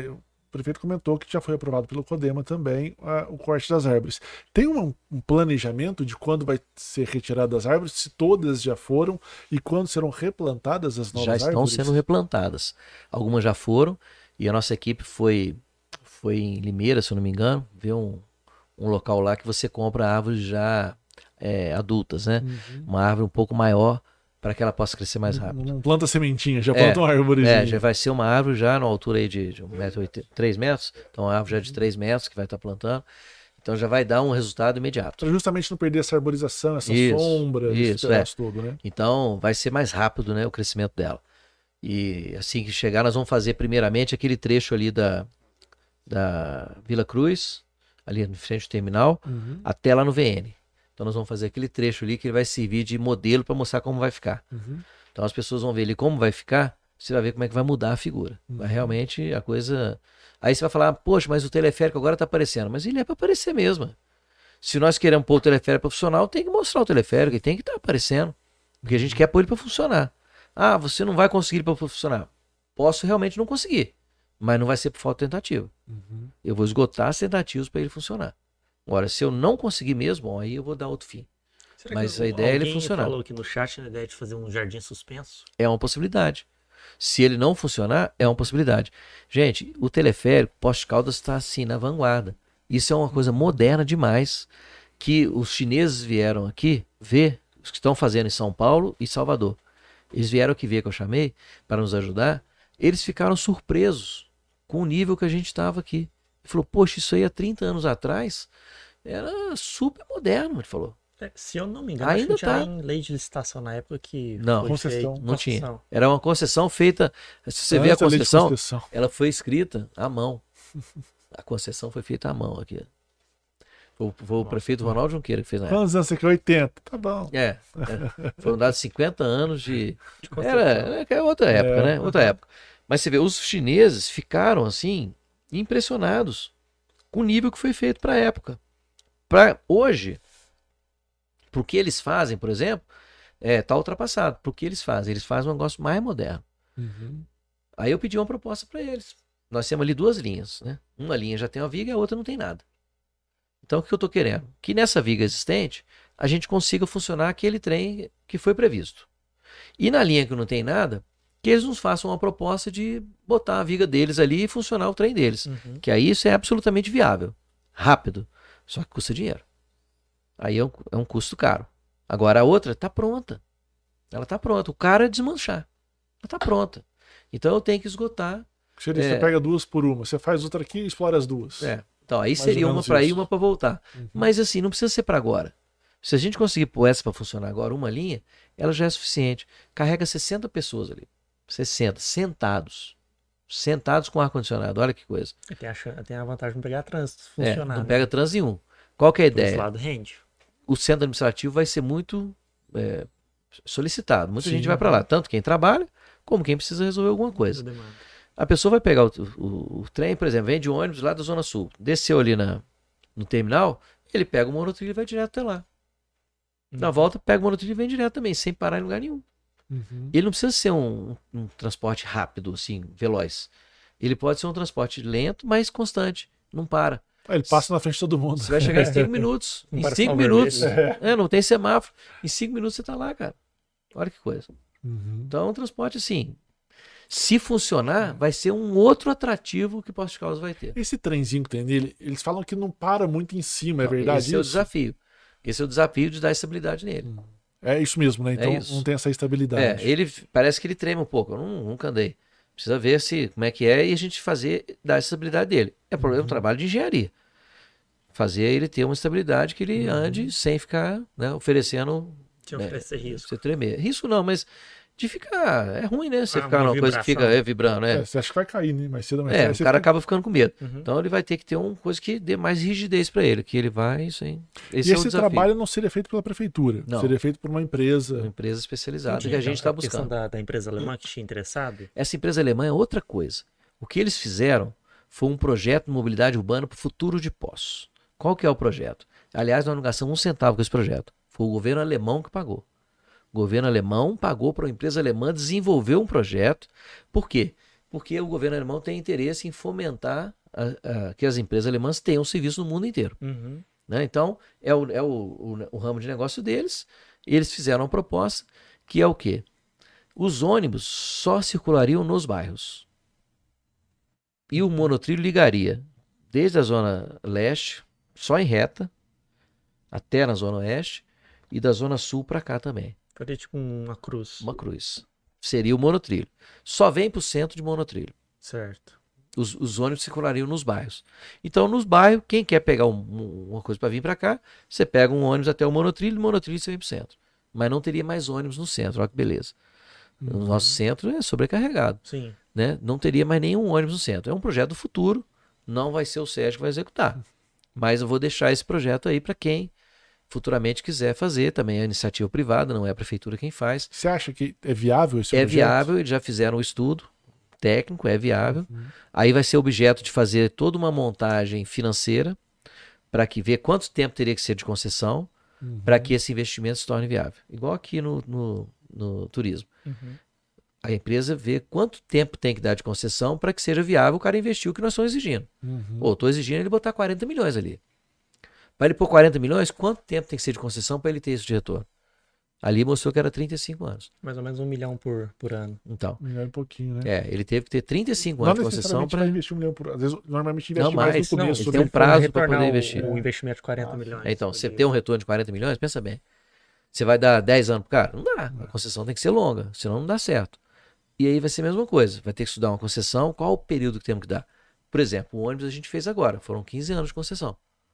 prefeito comentou que já foi aprovado pelo CODEMA também o corte das árvores. Tem um planejamento de quando vai ser retirado das árvores, se todas já foram, e quando serão replantadas as novas Já estão árvores? sendo replantadas. Algumas já foram, e a nossa equipe foi em Limeira, se eu não me engano, ver um local lá que você compra árvores já adultas, né? Uma árvore um pouco maior para que ela possa crescer mais rápido. Não planta sementinha, já planta uma árvorezinha. Já vai ser uma árvore já na altura aí de 1,80 m, 3 metros. Então, uma árvore já de 3 metros que vai estar plantando. Então, já vai dar um resultado imediato. Para justamente não perder essa arborização, essa sombra, esse pedaço todo, né? Então, vai ser mais rápido, né, o crescimento dela. E assim que chegar, nós vamos fazer primeiramente aquele trecho ali da Vila Cruz, ali no frente do terminal, até lá no VN. Então nós vamos fazer aquele trecho ali que ele vai servir de modelo para mostrar como vai ficar. Então as pessoas vão ver ali como vai ficar, você vai ver como é que vai mudar a figura. Vai realmente a coisa... Aí você vai falar, poxa, mas o teleférico agora está aparecendo. Mas ele é para aparecer mesmo. Se nós queremos pôr o teleférico para funcionar, tem que mostrar o teleférico, ele tem que estar aparecendo. Porque a gente quer pôr ele para funcionar. Ah, você não vai conseguir para funcionar. Posso realmente não conseguir, mas não vai ser por falta de tentativa. Eu vou esgotar as tentativas para ele funcionar. Agora, se eu não conseguir mesmo, aí eu vou dar outro fim. Será Mas que a ideia é ele alguém funcionar. falou aqui no chat a ideia de fazer um jardim suspenso? É uma possibilidade. Se ele não funcionar, é uma possibilidade. Gente, o teleférico, Poste Caldas, está assim na vanguarda. Isso é uma coisa moderna demais, que os chineses vieram aqui ver, os que estão fazendo em São Paulo e Salvador. Eles vieram aqui ver, que eu chamei, para nos ajudar. Eles ficaram surpresos com o nível que a gente estava aqui. Ele falou, poxa, isso aí há 30 anos atrás era super moderno, ele falou. Se eu não me engano, Ainda acho que tinha tá. em lei de licitação na época que Não, foi concessão. feito- Não tinha. Era uma concessão feita. Se você vê a Antes da lei de concessão, ela foi escrita à mão. A concessão foi feita à mão aqui. Foi o prefeito Ronaldo Junqueira que fez na época. Quantos anos você quer? 80. Tá bom. Foram dados 50 anos de. concessão. Era outra época, né? Outra época. Mas você vê, os chineses ficaram assim, impressionados com o nível que foi feito para a época. Para hoje, pro que eles fazem, por exemplo, tá ultrapassado. Pro que eles fazem? Eles fazem um negócio mais moderno. Aí eu pedi uma proposta para eles. Nós temos ali 2 linhas, né? Uma linha já tem uma viga e a outra não tem nada. Então o que eu estou querendo? Que nessa viga existente a gente consiga funcionar aquele trem que foi previsto. E na linha que não tem nada, que eles nos façam uma proposta de botar a viga deles ali e funcionar o trem deles. Que aí isso é absolutamente viável. Rápido. Só que custa dinheiro. Aí é um custo caro. Agora a outra está pronta. Ela está pronta. O cara é desmanchar. Ela está pronta. Então eu tenho que esgotar. Você pega 2 por uma. Você faz outra aqui e explora as 2. Então aí Mais seria ou uma menos para ir isso. e uma para voltar. Mas assim, não precisa ser para agora. Se a gente conseguir pôr essa para funcionar agora, uma linha, ela já é suficiente. Carrega 60 pessoas ali. 60, sentados. Sentados com ar-condicionado. Olha que coisa. Tem a vantagem de não pegar trânsito funcionar. Não né? pega trânsito nenhum. Qual que é a Por esse ideia? lado rende. O centro administrativo vai ser muito solicitado. Muita Sim. gente vai para lá. Tanto quem trabalha, como quem precisa resolver alguma coisa. Muita demanda. A pessoa vai pegar o trem, por exemplo, vem de ônibus lá da Zona Sul. Desceu ali no terminal, ele pega o monotrilho e vai direto até lá. Na volta, pega o monotrilho e vem direto também, sem parar em lugar nenhum. Ele não precisa ser um transporte rápido, assim, veloz. Ele pode ser um transporte lento, mas constante. Não para. Ele passa na frente de todo mundo. Você vai chegar em 5 minutos. Não Em para 5 sinal minutos. vermelho, Não tem semáforo. Em 5 minutos você tá lá, cara. Olha que coisa. Uhum. Então é um transporte assim. Se funcionar, vai ser um outro atrativo que Poste Caldas vai ter. Esse trenzinho que tem nele, eles falam que não para muito em cima, é Então, verdade esse é o isso? desafio. Esse é o desafio de dar estabilidade nele. É isso mesmo, né? Então isso. não tem essa estabilidade. Ele parece que ele treme um pouco. Eu nunca andei. Precisa ver como é que é e a gente dar essa estabilidade dele. É um trabalho de engenharia. Fazer ele ter uma estabilidade que ele ande sem ficar, né, oferecendo. Te oferecer risco. Você tremer. Risco não, mas de ficar. É ruim, né? Você Ah, ficar uma numa coisa que fica vibração. vibrando, né? Você acha que vai cair, né? Mais cedo ou mais O tarde. cara acaba ficando com medo. Uhum. Então ele vai ter que ter uma coisa que dê mais rigidez para ele, que ele vai, esse E é o esse desafio. trabalho não seria feito pela prefeitura, Não. seria feito por uma empresa. Uma empresa especializada Entendi. que a gente está Então, questão buscando. da empresa alemã que tinha interessado. Essa empresa alemã é outra coisa. O que eles fizeram foi um projeto de mobilidade urbana para o futuro de Poços. Qual que é o projeto? Aliás, nós não gastamos um centavo com esse projeto. Foi o governo alemão que pagou. O governo alemão pagou para uma empresa alemã desenvolver um projeto. Por quê? Porque o governo alemão tem interesse em fomentar que as empresas alemãs tenham serviço no mundo inteiro. Uhum. Né? Então, é o ramo de negócio deles. Eles fizeram uma proposta que é o quê? Os ônibus só circulariam nos bairros. E o monotrilho ligaria desde a zona leste, só em reta, até na zona oeste, e da zona sul para cá também. Faria tipo uma cruz. Uma cruz. Seria o monotrilho. Só vem para o centro de monotrilho. Certo. Os ônibus circulariam nos bairros. Então, nos bairros, quem quer pegar uma coisa para vir para cá, você pega um ônibus até o monotrilho você vem para o centro. Mas não teria mais ônibus no centro, olha que beleza. O nosso centro é sobrecarregado. Sim. Né? Não teria mais nenhum ônibus no centro. É um projeto do futuro, não vai ser o Sérgio que vai executar. Mas eu vou deixar esse projeto aí para quem futuramente quiser fazer. Também é iniciativa privada, não é a prefeitura quem faz. Você acha que é viável esse É projeto? viável, eles já fizeram o estudo técnico, é viável. Aí vai ser objeto de fazer toda uma montagem financeira para que ver quanto tempo teria que ser de concessão para que esse investimento se torne viável. Igual aqui no turismo. Uhum. A empresa vê quanto tempo tem que dar de concessão para que seja viável o cara investir o que nós estamos exigindo. Ou estou exigindo ele botar 40 milhões ali. Para ele pôr 40 milhões, quanto tempo tem que ser de concessão para ele ter isso de retorno? Ali mostrou que era 35 anos. Mais ou menos 1 milhão por ano. Então, Um milhão e pouquinho, né? ele teve que ter 35 Não anos de concessão necessariamente para... vai investir 1 milhão por ano. Às vezes, normalmente investe Não, mais mais. no começo. Ele né? tem um prazo para retornar poder investir. o investimento de 40 milhões. Então, você tem um retorno de 40 milhões, pensa bem. Você vai dar 10 anos pro cara? Não dá. A concessão tem que ser longa, senão não dá certo. E aí vai ser a mesma coisa. Vai ter que estudar uma concessão. Qual o período que temos que dar? Por exemplo, o ônibus a gente fez agora. Foram 15 anos de concessão.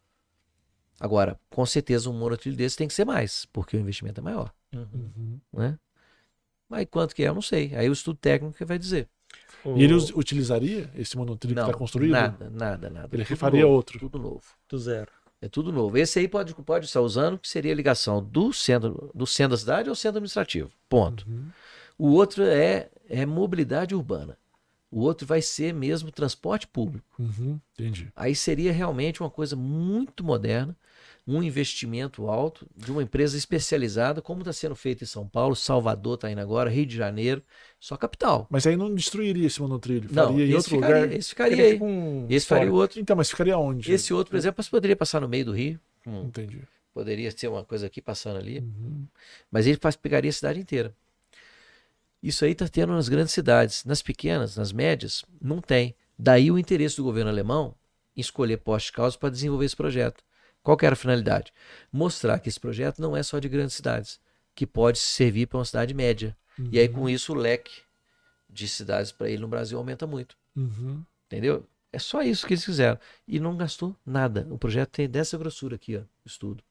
Agora, com certeza, um monotrilho desse tem que ser mais, porque o investimento é maior. Né? Mas quanto que é, eu não sei. Aí o estudo técnico que vai dizer. E ele utilizaria esse monotrilho que está construído? Nada. Ele Tudo faria novo, outro? Tudo novo. Do zero. É tudo novo. Esse aí pode estar usando, que seria a ligação do centro da cidade ao centro administrativo. Ponto. O outro é mobilidade urbana. O outro vai ser mesmo transporte público. Entendi. Aí seria realmente uma coisa muito moderna, um investimento alto de uma empresa especializada, como está sendo feito em São Paulo, Salvador está indo agora, Rio de Janeiro, só capital. Mas aí não destruiria esse monotrilho? Não, Faria em esse outro ficaria, lugar? esse ficaria Seria aí. tipo um Esse faria o outro. Então, mas ficaria onde? Esse outro, por exemplo, poderia passar no meio do Rio. Entendi. Poderia ser uma coisa aqui passando ali. Mas ele pegaria a cidade inteira. Isso aí está tendo nas grandes cidades. Nas pequenas, nas médias, não tem. Daí o interesse do governo alemão em escolher Poste Caldas para desenvolver esse projeto. Qual que era a finalidade? Mostrar que esse projeto não é só de grandes cidades, que pode servir para uma cidade média. E aí, com isso, o leque de cidades para ele no Brasil aumenta muito. Entendeu? É só isso que eles fizeram. E não gastou nada. O projeto tem dessa grossura aqui, ó, o estudo.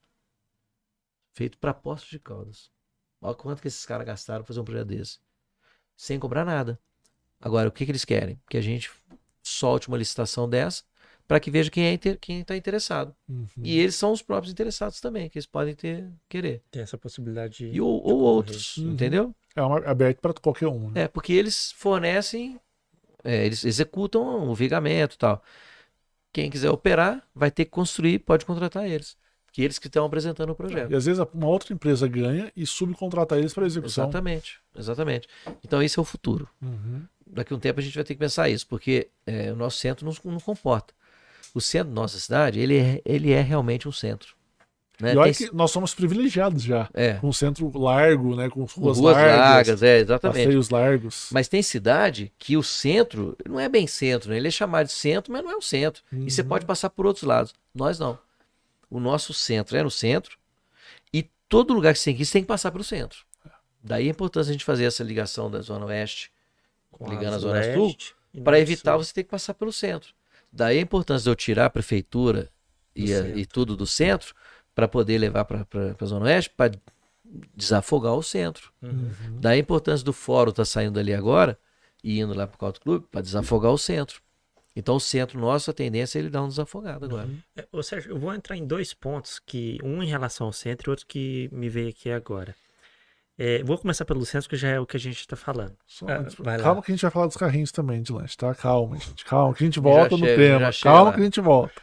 Feito para Poços de Caldas. Olha quanto que esses caras gastaram para fazer um projeto desse. Sem cobrar nada. Agora, o que eles querem? Que a gente solte uma licitação dessa para que veja quem está interessado. E eles são os próprios interessados também, que eles podem querer. Tem essa possibilidade E ou outros, entendeu? É aberto para qualquer um. Né? Porque eles fornecem, eles executam o vigamento e tal. Quem quiser operar vai ter que construir, pode contratar eles. Que eles que estão apresentando o projeto. E às vezes uma outra empresa ganha e subcontrata eles para execução. Exatamente. Então esse é o futuro. Daqui a um tempo a gente vai ter que pensar isso, porque o nosso centro não comporta. O centro da nossa cidade, ele é realmente um centro. Né? E olha que nós somos privilegiados já. Com um centro largo, né? Com ruas largas. Exatamente. Passeios largos. Mas tem cidade que o centro não é bem centro, né? Ele é chamado de centro, mas não é o centro. E você pode passar por outros lados. Nós não. O nosso centro é no centro e todo lugar que você tem que passar pelo centro. Daí a importância de a gente fazer essa ligação da Zona Oeste, ligando a Zona Sul, para evitar você ter que passar pelo centro. Daí a importância de eu tirar a prefeitura e tudo do centro para poder levar para a Zona Oeste, para desafogar o centro. Daí a importância do fórum estar saindo dali agora e indo lá para o Country Club para desafogar o centro. Então o centro nosso, a tendência é ele dar um desafogado agora. Ou seja, eu vou entrar em dois pontos, um em relação ao centro e outro que me veio aqui agora. Vou começar pelo centro, que já é o que a gente está falando. Calma que a gente vai falar dos carrinhos também de lanche, tá? Calma, gente. Calma que a gente volta no tema. Calma que a gente volta.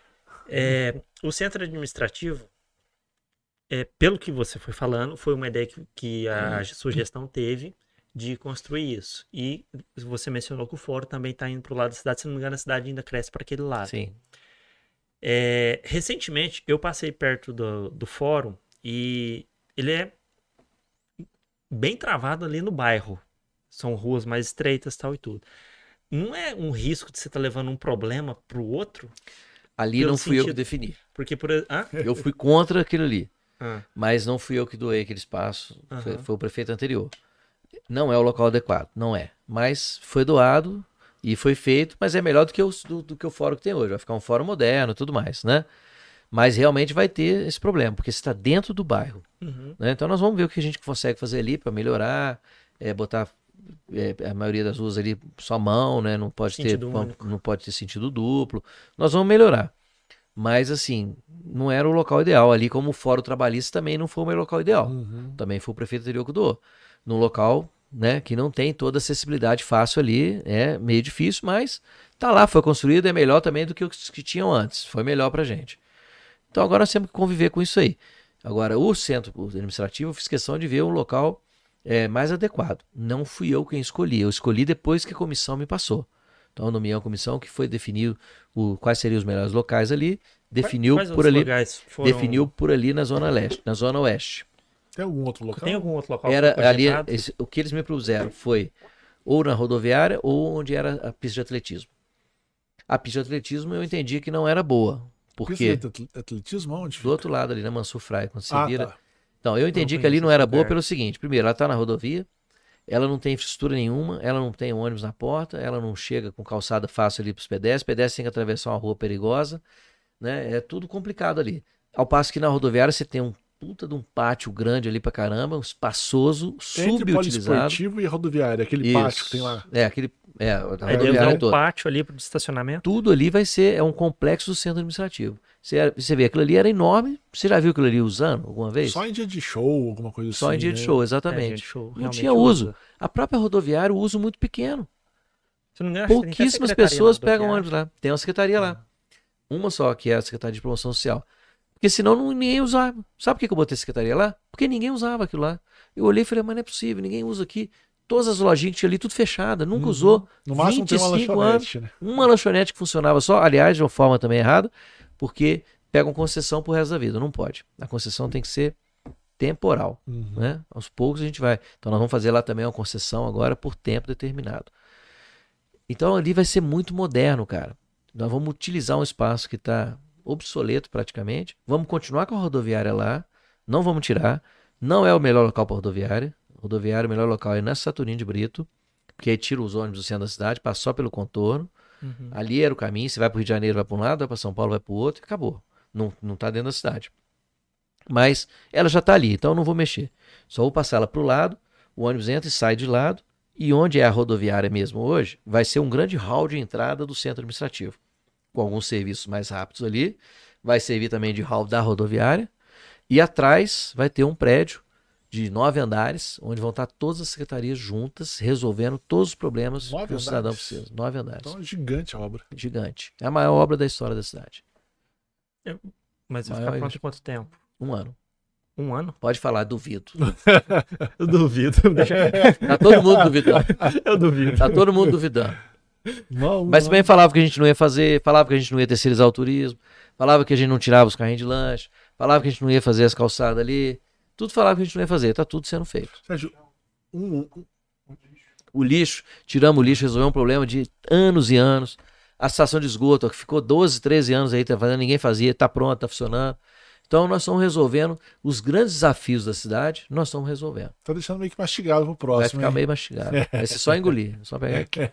O centro administrativo, pelo que você foi falando, foi uma ideia que a sua gestão teve de construir isso. E você mencionou que o fórum também está indo para o lado da cidade, se não me engano, a cidade ainda cresce para aquele lado. Sim. Recentemente, eu passei perto do fórum e ele é bem travado ali no bairro. São ruas mais estreitas, tal e tudo. Não é um risco de você estar levando um problema para o outro? Ali Pelo não fui eu que sentido- defini. Porque, Eu fui contra aquilo ali. Ah, Mas não fui eu que doei aquele espaço. Aham. Foi o prefeito anterior. Não é o local adequado, não é. Mas foi doado e foi feito, mas é melhor do que do que o fórum que tem hoje. Vai ficar um fórum moderno e tudo mais, né? Mas realmente vai ter esse problema, porque você está dentro do bairro. uhum. Né? Então nós vamos ver o que a gente consegue fazer ali para melhorar, botar a maioria das ruas ali só mão, né? Não pode Sentido único. não pode ter sentido duplo. Nós vamos melhorar. Mas assim, não era o local ideal ali, como o Fórum Trabalhista também não foi o meu local ideal. Uhum. Também foi o prefeito anterior que doou. Num local, né, que não tem toda a acessibilidade fácil ali, é meio difícil, mas tá lá, foi construído, é melhor também do que os que tinham antes. Foi melhor pra gente. Então agora nós temos que conviver com isso aí. Agora, o centro administrativo, eu fiz questão de ver um local mais adequado. Não fui eu quem escolhi, eu escolhi depois que a comissão me passou. Então, eu nomeei uma comissão que foi definir quais seriam os melhores locais ali, definiu Quais por outros ali, lugares foram... definiu por ali na zona leste, na zona oeste. Tem algum outro local? Tem algum outro local que Era foi ali, cogitado? o que eles me propuseram foi ou na rodoviária ou onde era a pista de atletismo. A pista de atletismo eu entendi que não era boa, porque Pista de atletismo onde do fica? outro lado ali na Mansur Fraga, quando você vira. Tá. Então, eu entendi Não que ali conheço não esse era boa lugar. pelo seguinte: primeiro, ela está na rodovia, ela não tem infraestrutura nenhuma, ela não tem ônibus na porta, ela não chega com calçada fácil ali para os pedestres tem que atravessar uma rua perigosa, né? É tudo complicado ali. Ao passo que na rodoviária você tem um puta de um pátio grande ali pra caramba, um espaçoso, Entre subutilizado. poliesportivo e rodoviária, aquele pátio que tem lá. Aquele. A Aí deve usar rodoviária um toda. pátio ali para estacionamento. Tudo ali vai ser um complexo do centro administrativo. Você vê, aquilo ali era enorme. Você já viu aquilo ali usando alguma vez? Só em dia de show, alguma coisa Só assim. em dia de né? show, É, exatamente. gente, show, Não realmente tinha uso. usa. A própria rodoviária, o uso muito pequeno. Se não me engano, acho que tem até Pouquíssimas secretaria pessoas na pegam rodoviária. ônibus lá. Tem uma secretaria lá. Uma só, que é a Secretaria de Promoção Social. Porque senão ninguém usava. Sabe por que eu botei a secretaria lá? Porque ninguém usava aquilo lá. Eu olhei e falei, mas não é possível, ninguém usa aqui. Todas as lojinhas que tinha ali, tudo fechada, nunca usou. No máximo tem uma 25 anos, lanchonete, né? uma lanchonete que funcionava só, aliás, de uma forma também errada, porque pegam concessão pro resto da vida. Não pode. A concessão tem que ser temporal. Né? Aos poucos a gente vai. Então nós vamos fazer lá também uma concessão agora por tempo determinado. Então ali vai ser muito moderno, cara. Nós vamos utilizar um espaço que está obsoleto praticamente. Vamos continuar com a rodoviária lá. Não vamos tirar. Não é o melhor local para rodoviária. Rodoviária, o melhor local é na Saturnino de Brito. Porque aí tira os ônibus do centro da cidade, passa só pelo contorno. Uhum. Ali era o caminho. Você vai para o Rio de Janeiro, vai para um lado, vai para São Paulo, vai para o outro e acabou. Não está dentro da cidade. Mas ela já está ali, então eu não vou mexer. Só vou passar ela para o lado, o ônibus entra e sai de lado. E onde é a rodoviária mesmo hoje, vai ser um grande hall de entrada do centro administrativo. Com alguns serviços mais rápidos ali. Vai servir também de hall da rodoviária. E atrás vai ter um prédio de 9 andares, onde vão estar todas as secretarias juntas, resolvendo todos os problemas 9 que o cidadão andares? precisa. 9 andares. Então é gigante a obra. Gigante. É a maior obra da história da cidade. Mas vai Maior ficar pronto igreja. em quanto tempo? 1 ano. Um ano? Pode falar, duvido. Eu duvido. Tá todo mundo duvidando. Eu duvido. Tá todo mundo duvidando. Não, Mas também falava que a gente não ia fazer, falava que a gente não ia terceirizar o turismo, falava que a gente não tirava os carrinhos de lanche, falava que a gente não ia fazer as calçadas ali. Tudo falava que a gente não ia fazer. Tá tudo sendo feito. Sérgio, O lixo, tiramos o lixo, resolveu um problema de anos e anos. A estação de esgoto, que ficou 12, 13 anos aí, tá fazendo, ninguém fazia, tá pronto, tá funcionando. Então nós estamos resolvendo os grandes desafios da cidade, nós estamos resolvendo. tá deixando meio que mastigado pro Vai próximo. ficar hein? meio mastigado. Vai ser só engolir, só pegar aqui.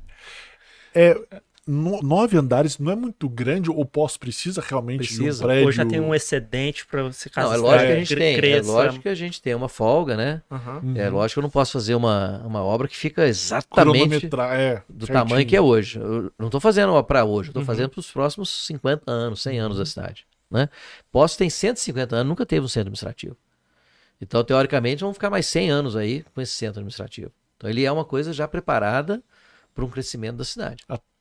9 andares não é muito grande ou o posto precisa realmente de um Precisa. prédio? Hoje já tem um excedente para você caso Não, é a lógico que a cidade gente tem. É cresça. lógico que a gente tem uma folga, né? Aham. Uhum. É lógico que eu não posso fazer uma obra que fica exatamente Cronometrar, do certinho. tamanho que é hoje. Eu não estou fazendo uma para hoje, eu estou Uhum. fazendo para os próximos 50 anos, 100 anos da cidade. Né? Poço tem 150 anos, nunca teve um centro administrativo. Então, teoricamente, vamos ficar mais 100 anos aí com esse centro administrativo. Então, ele é uma coisa já preparada para um crescimento da cidade.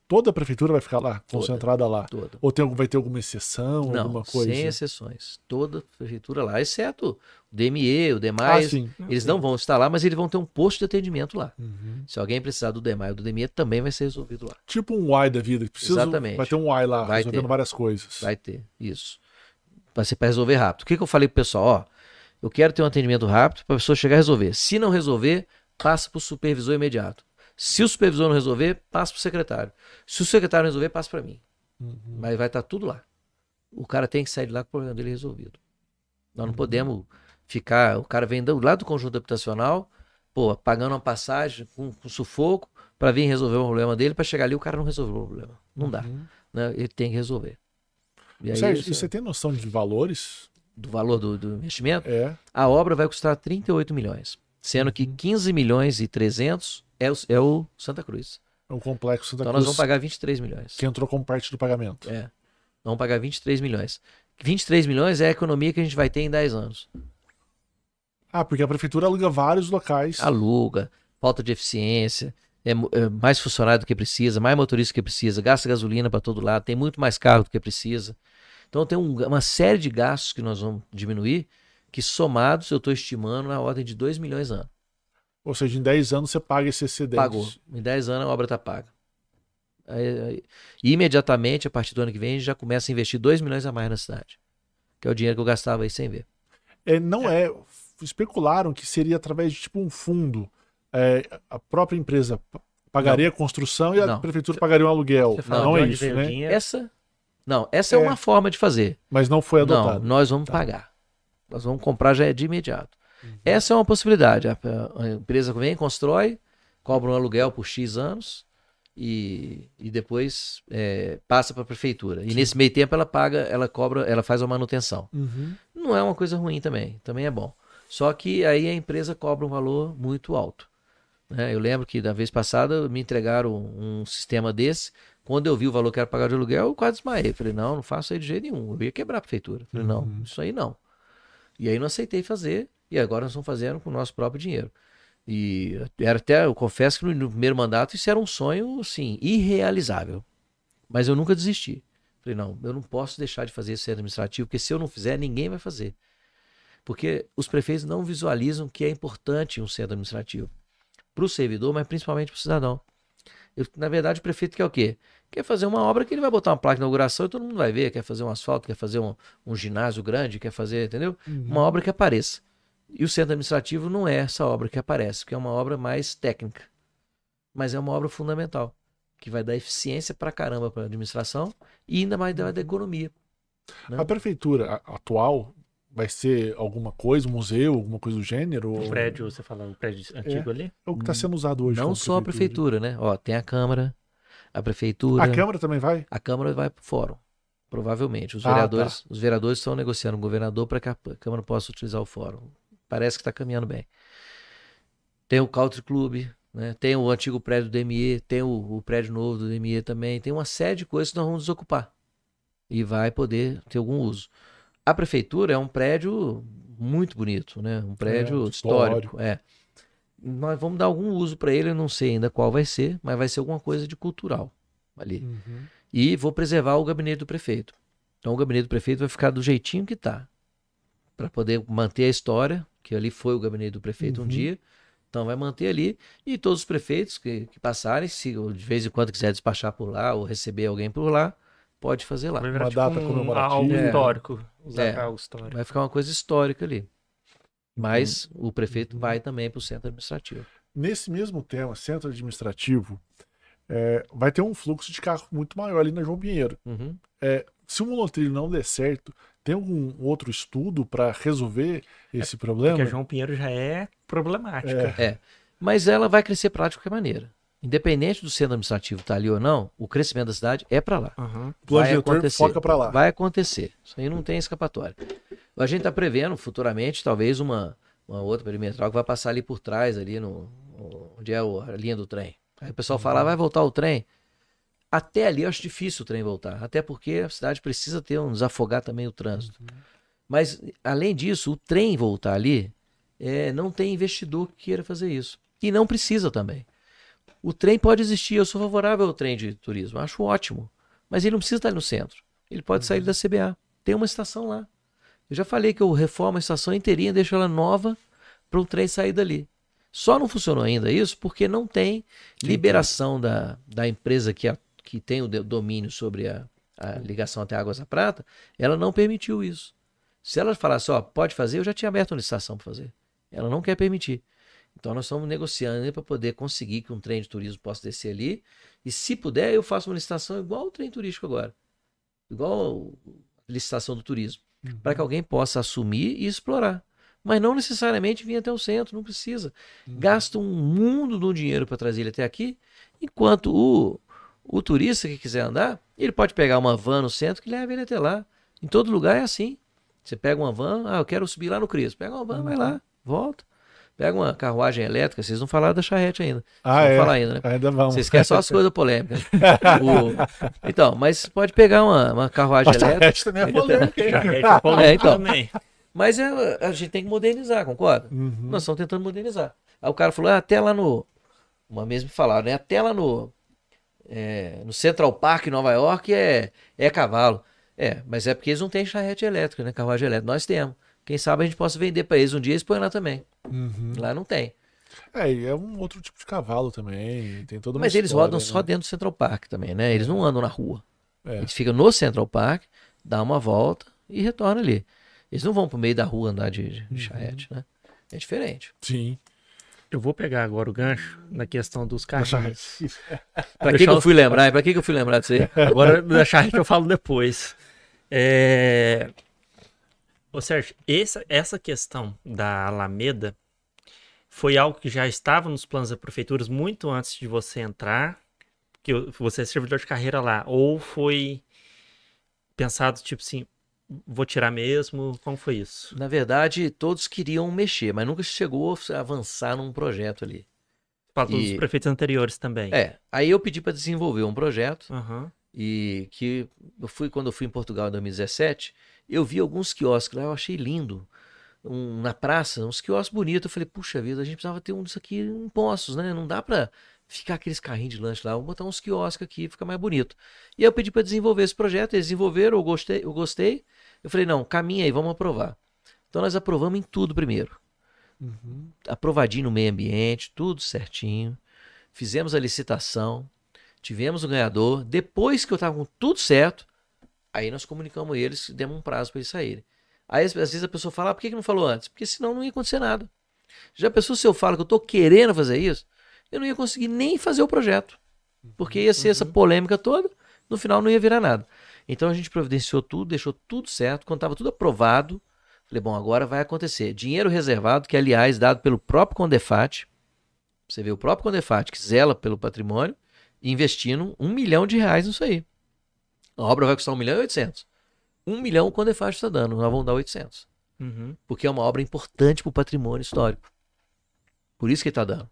toda a prefeitura vai ficar lá, concentrada lá? Toda. Ou vai ter alguma exceção, Não, alguma coisa? sem exceções. Toda a prefeitura lá, exceto o DME, o DEMAI, sim. eles não vão estar lá, mas eles vão ter um posto de atendimento lá. Uhum. Se alguém precisar do DEMAI ou do DME, também vai ser resolvido lá. Tipo um Y da vida. Exatamente. Vai ter um Y lá, Vai resolvendo ter. várias coisas. Vai ter, isso. Vai ser para resolver rápido. O que eu falei pro pessoal? Ó, eu quero ter um atendimento rápido para a pessoa chegar a resolver. Se não resolver, passa para o supervisor imediato. Se o supervisor não resolver, passa para o secretário. Se o secretário não resolver, passa para mim. Mas vai estar tudo lá. O cara tem que sair de lá com o problema dele resolvido. Nós não podemos ficar... O cara vem lá do conjunto habitacional, pô, pagando uma passagem com sufoco para vir resolver o problema dele, para chegar ali o cara não resolveu o problema. Não dá. Né? Ele tem que resolver. E aí, Sérgio, e você tem noção de valores? Do valor do investimento? É. A obra vai custar 38 milhões. Sendo que 15 milhões e 300 é o Santa Cruz. É um complexo Santa Então Cruz nós vamos pagar 23 milhões. que entrou como parte do pagamento. É. Vamos pagar 23 milhões. 23 milhões é a economia que a gente vai ter em 10 anos. Ah, porque a prefeitura aluga vários locais. Aluga, falta de eficiência, é mais funcionário do que precisa, mais motorista do que precisa, gasta gasolina para todo lado, tem muito mais carro do que precisa. Então tem uma série de gastos que nós vamos diminuir, que somados eu estou estimando na ordem de 2 milhões ano. Ou seja, em 10 anos você paga esse excedente. Pagou. Em 10 anos a obra está paga. Imediatamente, a partir do ano que vem, a gente já começa a investir 2 milhões a mais na cidade. Que é o dinheiro que eu gastava aí sem ver. Especularam que seria através de tipo um fundo. A própria empresa pagaria a construção e a prefeitura pagaria o aluguel. Você fala Não de é onde isso, veio o né? dinheiro? Essa é uma forma de fazer. Mas não foi adotado. Não, nós vamos pagar. Nós vamos comprar já de imediato. Essa é uma possibilidade. A empresa vem, constrói, cobra um aluguel por X anos e depois passa para a prefeitura. E nesse meio tempo ela paga, ela cobra, ela faz a manutenção. Não é uma coisa ruim também é bom. Só que aí a empresa cobra um valor muito alto. Né? Eu lembro que da vez passada me entregaram um sistema desse. Quando eu vi o valor que era pagar de aluguel, eu quase desmaiei. Falei, não faço aí de jeito nenhum. Eu ia quebrar a prefeitura. Falei, não, isso aí não. E aí não aceitei fazer. E agora nós estamos fazendo com o nosso próprio dinheiro. E eu confesso que no primeiro mandato isso era um sonho, assim, irrealizável. Mas eu nunca desisti. Falei, não, eu não posso deixar de fazer esse centro administrativo, porque se eu não fizer, ninguém vai fazer. Porque os prefeitos não visualizam que é importante um centro administrativo. Para o servidor, mas principalmente para o cidadão. Na verdade, o prefeito quer o quê? Quer fazer uma obra que ele vai botar uma placa de inauguração e todo mundo vai ver. Quer fazer um asfalto, quer fazer um ginásio grande, quer fazer, entendeu? Uma obra que apareça. E o centro administrativo não é essa obra que aparece, porque é uma obra mais técnica. Mas é uma obra fundamental, que vai dar eficiência pra caramba para a administração e ainda mais da economia. Né? A prefeitura atual vai ser alguma coisa, um museu, alguma coisa do gênero? O prédio, você fala, o prédio antigo ali? É o que está sendo usado hoje. Não só a prefeitura, né? Ó, tem a Câmara, a prefeitura. A Câmara também vai? A Câmara vai para o fórum, provavelmente. Os vereadores estão negociando com o governador para que a Câmara possa utilizar o fórum. Parece que está caminhando bem. Tem o Country Club, né? Tem o antigo prédio do DME, tem o prédio novo do DME também. Tem uma série de coisas que nós vamos desocupar. E vai poder ter algum uso. A prefeitura é um prédio muito bonito, né? Um prédio histórico. Nós vamos dar algum uso para ele, eu não sei ainda qual vai ser, mas vai ser alguma coisa de cultural ali. E vou preservar o gabinete do prefeito. Então o gabinete do prefeito vai ficar do jeitinho que está, para poder manter a história, que ali foi o gabinete do prefeito um dia. Então vai manter ali, e todos os prefeitos que passarem, se de vez em quando quiser despachar por lá ou receber alguém por lá, pode fazer lá. Vai virar Uma data comemorativa. algo histórico. Usar algo histórico. Vai ficar uma coisa histórica ali. Mas o prefeito vai também para o centro administrativo. Nesse mesmo tema, centro administrativo, vai ter um fluxo de carro muito maior ali na João Pinheiro. Se o monotrilho não der certo, tem algum outro estudo para resolver esse problema? Porque a João Pinheiro já é problemática. Mas ela vai crescer para lá de qualquer maneira. Independente do centro administrativo estar ali ou não, o crescimento da cidade é para lá. O plano diretor acontecer. foca para lá. Vai acontecer. Isso aí não tem escapatória. A gente está prevendo futuramente talvez uma outra perimetral que vai passar ali por trás, ali onde é a linha do trem. Aí o pessoal fala, vai voltar o trem? Até ali eu acho difícil o trem voltar. Até porque a cidade precisa desafogar também o trânsito. Mas, além disso, o trem voltar ali, não tem investidor que queira fazer isso. E não precisa também. O trem pode existir, eu sou favorável ao trem de turismo, acho ótimo. Mas ele não precisa estar ali no centro. Ele pode sair da CBA. Tem uma estação lá. Eu já falei que eu reformo a estação inteirinha, deixo ela nova para o trem sair dali. Só não funcionou ainda isso porque não tem liberação da empresa que tem o domínio sobre a ligação até Águas da Prata, ela não permitiu isso. Se ela falasse, ó, pode fazer, eu já tinha aberto uma licitação para fazer. Ela não quer permitir. Então nós estamos negociando para poder conseguir que um trem de turismo possa descer ali. E se puder, eu faço uma licitação igual ao trem turístico agora. Igual a licitação do turismo. Para que alguém possa assumir e explorar. Mas não necessariamente vir até o centro, não precisa. Gasta um mundo de dinheiro para trazer ele até aqui, enquanto o turista que quiser andar, ele pode pegar uma van no centro que leva ele até lá. Em todo lugar é assim. Você pega uma van, eu quero subir lá no Cristo. Pega uma van, vai lá, volta. Pega uma carruagem elétrica, vocês não falaram da charrete ainda. Vamos falar ainda, né? Ainda vamos. Vocês querem só as coisas polêmicas. Então, mas pode pegar uma carruagem elétrica. Charrete também é polêmica, hein? Charrete é polêmica então. também. Mas a gente tem que modernizar, concorda? Nós estamos tentando modernizar. Aí o cara falou, até lá no... Uma vez me falaram, né? Até lá no Central Park, em Nova York, é cavalo. Mas é porque eles não têm charrete elétrica, né? Carruagem elétrica. Nós temos. Quem sabe a gente possa vender para eles um dia e eles põem lá também. Lá não tem. E é um outro tipo de cavalo também. Tem toda uma Mas eles história, rodam só dentro do Central Park também, né? Eles não andam na rua. É. Eles ficam no Central Park, dá uma volta e retornam ali. Eles não vão pro meio da rua andar de charrete, né? É diferente. Sim. Eu vou pegar agora o gancho na questão dos Da carrinhos. charrete. Pra que eu fui lembrar? Pra que eu fui lembrar disso aí? Agora da charrete eu falo depois. Ô Sérgio, essa questão da Alameda foi algo que já estava nos planos da prefeitura muito antes de você entrar, que você é servidor de carreira lá, ou foi pensado tipo assim, vou tirar mesmo? Como foi isso? Na verdade, todos queriam mexer, mas nunca chegou a avançar num projeto ali. Para todos os prefeitos anteriores também. Aí eu pedi para desenvolver um projeto E que quando eu fui em Portugal em 2017, eu vi alguns quiosques lá, eu achei lindo. Na praça, uns quiosques bonitos. Eu falei, puxa vida, a gente precisava ter um disso aqui em Poços, né? Não dá para ficar aqueles carrinhos de lanche lá, vou botar uns quiosques aqui, fica mais bonito. E aí eu pedi para desenvolver esse projeto, eles desenvolveram, eu gostei. Eu falei, não, caminha aí, vamos aprovar. Então nós aprovamos em tudo primeiro. Aprovadinho no meio ambiente, tudo certinho. Fizemos a licitação, tivemos o ganhador. Depois que eu estava com tudo certo, aí nós comunicamos eles, demos um prazo para eles saírem. Aí às vezes a pessoa fala, por que não falou antes? Porque senão não ia acontecer nada. Já pensou se eu falo que eu estou querendo fazer isso? Eu não ia conseguir nem fazer o projeto. Porque ia ser essa polêmica toda, no final não ia virar nada. Então a gente providenciou tudo, deixou tudo certo. Quando estava tudo aprovado, falei, bom, agora vai acontecer. Dinheiro reservado, que aliás, dado pelo próprio Condefat. Você vê o próprio Condefat, que zela pelo patrimônio, investindo R$1 milhão nisso aí. A obra vai custar 1.800.000. 1 milhão o Condefat está dando, nós vamos dar 800. Porque é uma obra importante para o patrimônio histórico. Por isso que ele está dando.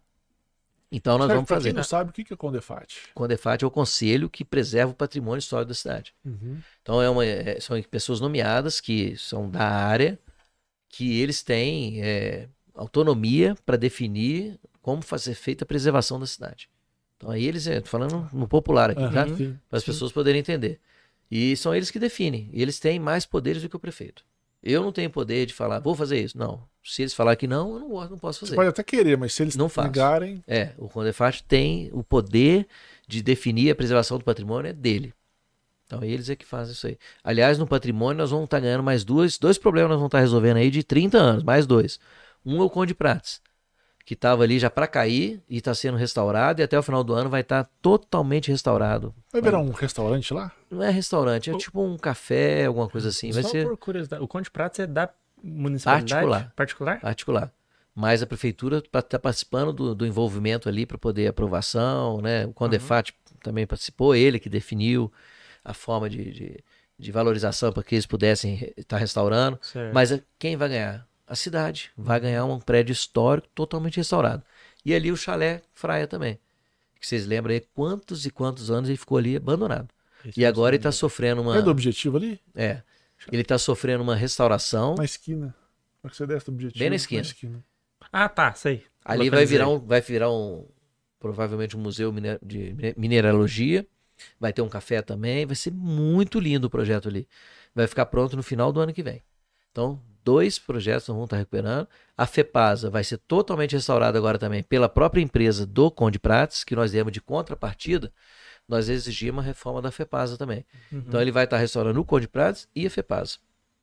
Então nós vamos fazer. Quem não sabe o que é Condefat? Condefat é o conselho que preserva o patrimônio histórico da cidade. Então são pessoas nomeadas que são da área, que eles têm autonomia para definir como fazer feita a preservação da cidade. Então aí eles, tô falando no popular aqui, tá? Para as pessoas poderem entender. E são eles que definem. E eles têm mais poderes do que o prefeito. Eu não tenho poder de falar, vou fazer isso. Não. Se eles falarem que não, eu não posso fazer. Você pode até querer, mas se eles não ligarem... O Condefat tem o poder de definir a preservação do patrimônio, é dele. Então eles é que fazem isso aí. Aliás, no patrimônio nós vamos estar ganhando mais dois problemas nós vamos estar resolvendo aí de 30 anos, mais dois. Um é o Conde Prates, que estava ali já para cair e está sendo restaurado e até o final do ano vai estar totalmente restaurado. Vai virar um restaurante lá? Não é restaurante, é tipo um café, alguma coisa assim. Vai ser por curiosidade, o Conde Prates é da municipalidade? Particular. Mas a prefeitura está participando do envolvimento ali para poder aprovação, né? O Condefat também participou, ele que definiu a forma de valorização para que eles pudessem estar restaurando. Certo. Mas quem vai ganhar? A cidade vai ganhar um prédio histórico totalmente restaurado. E ali o Chalé Fraia também. Que vocês lembram aí quantos e quantos anos ele ficou ali abandonado. E agora ele está sofrendo uma... É do Objetivo ali? Ele está sofrendo uma restauração. Na esquina. Para que você desce do Objetivo. Bem na esquina. Ah, tá, sei. Ali vai virar um provavelmente um museu de mineralogia, vai ter um café também, vai ser muito lindo o projeto ali. Vai ficar pronto no final do ano que vem. Então, 2 projetos nós vamos estar recuperando. A FEPASA vai ser totalmente restaurada agora também pela própria empresa do Conde Prates, que nós demos de contrapartida, nós exigimos a reforma da FEPASA também. Então ele vai estar restaurando o Conde Prates e a FEPASA.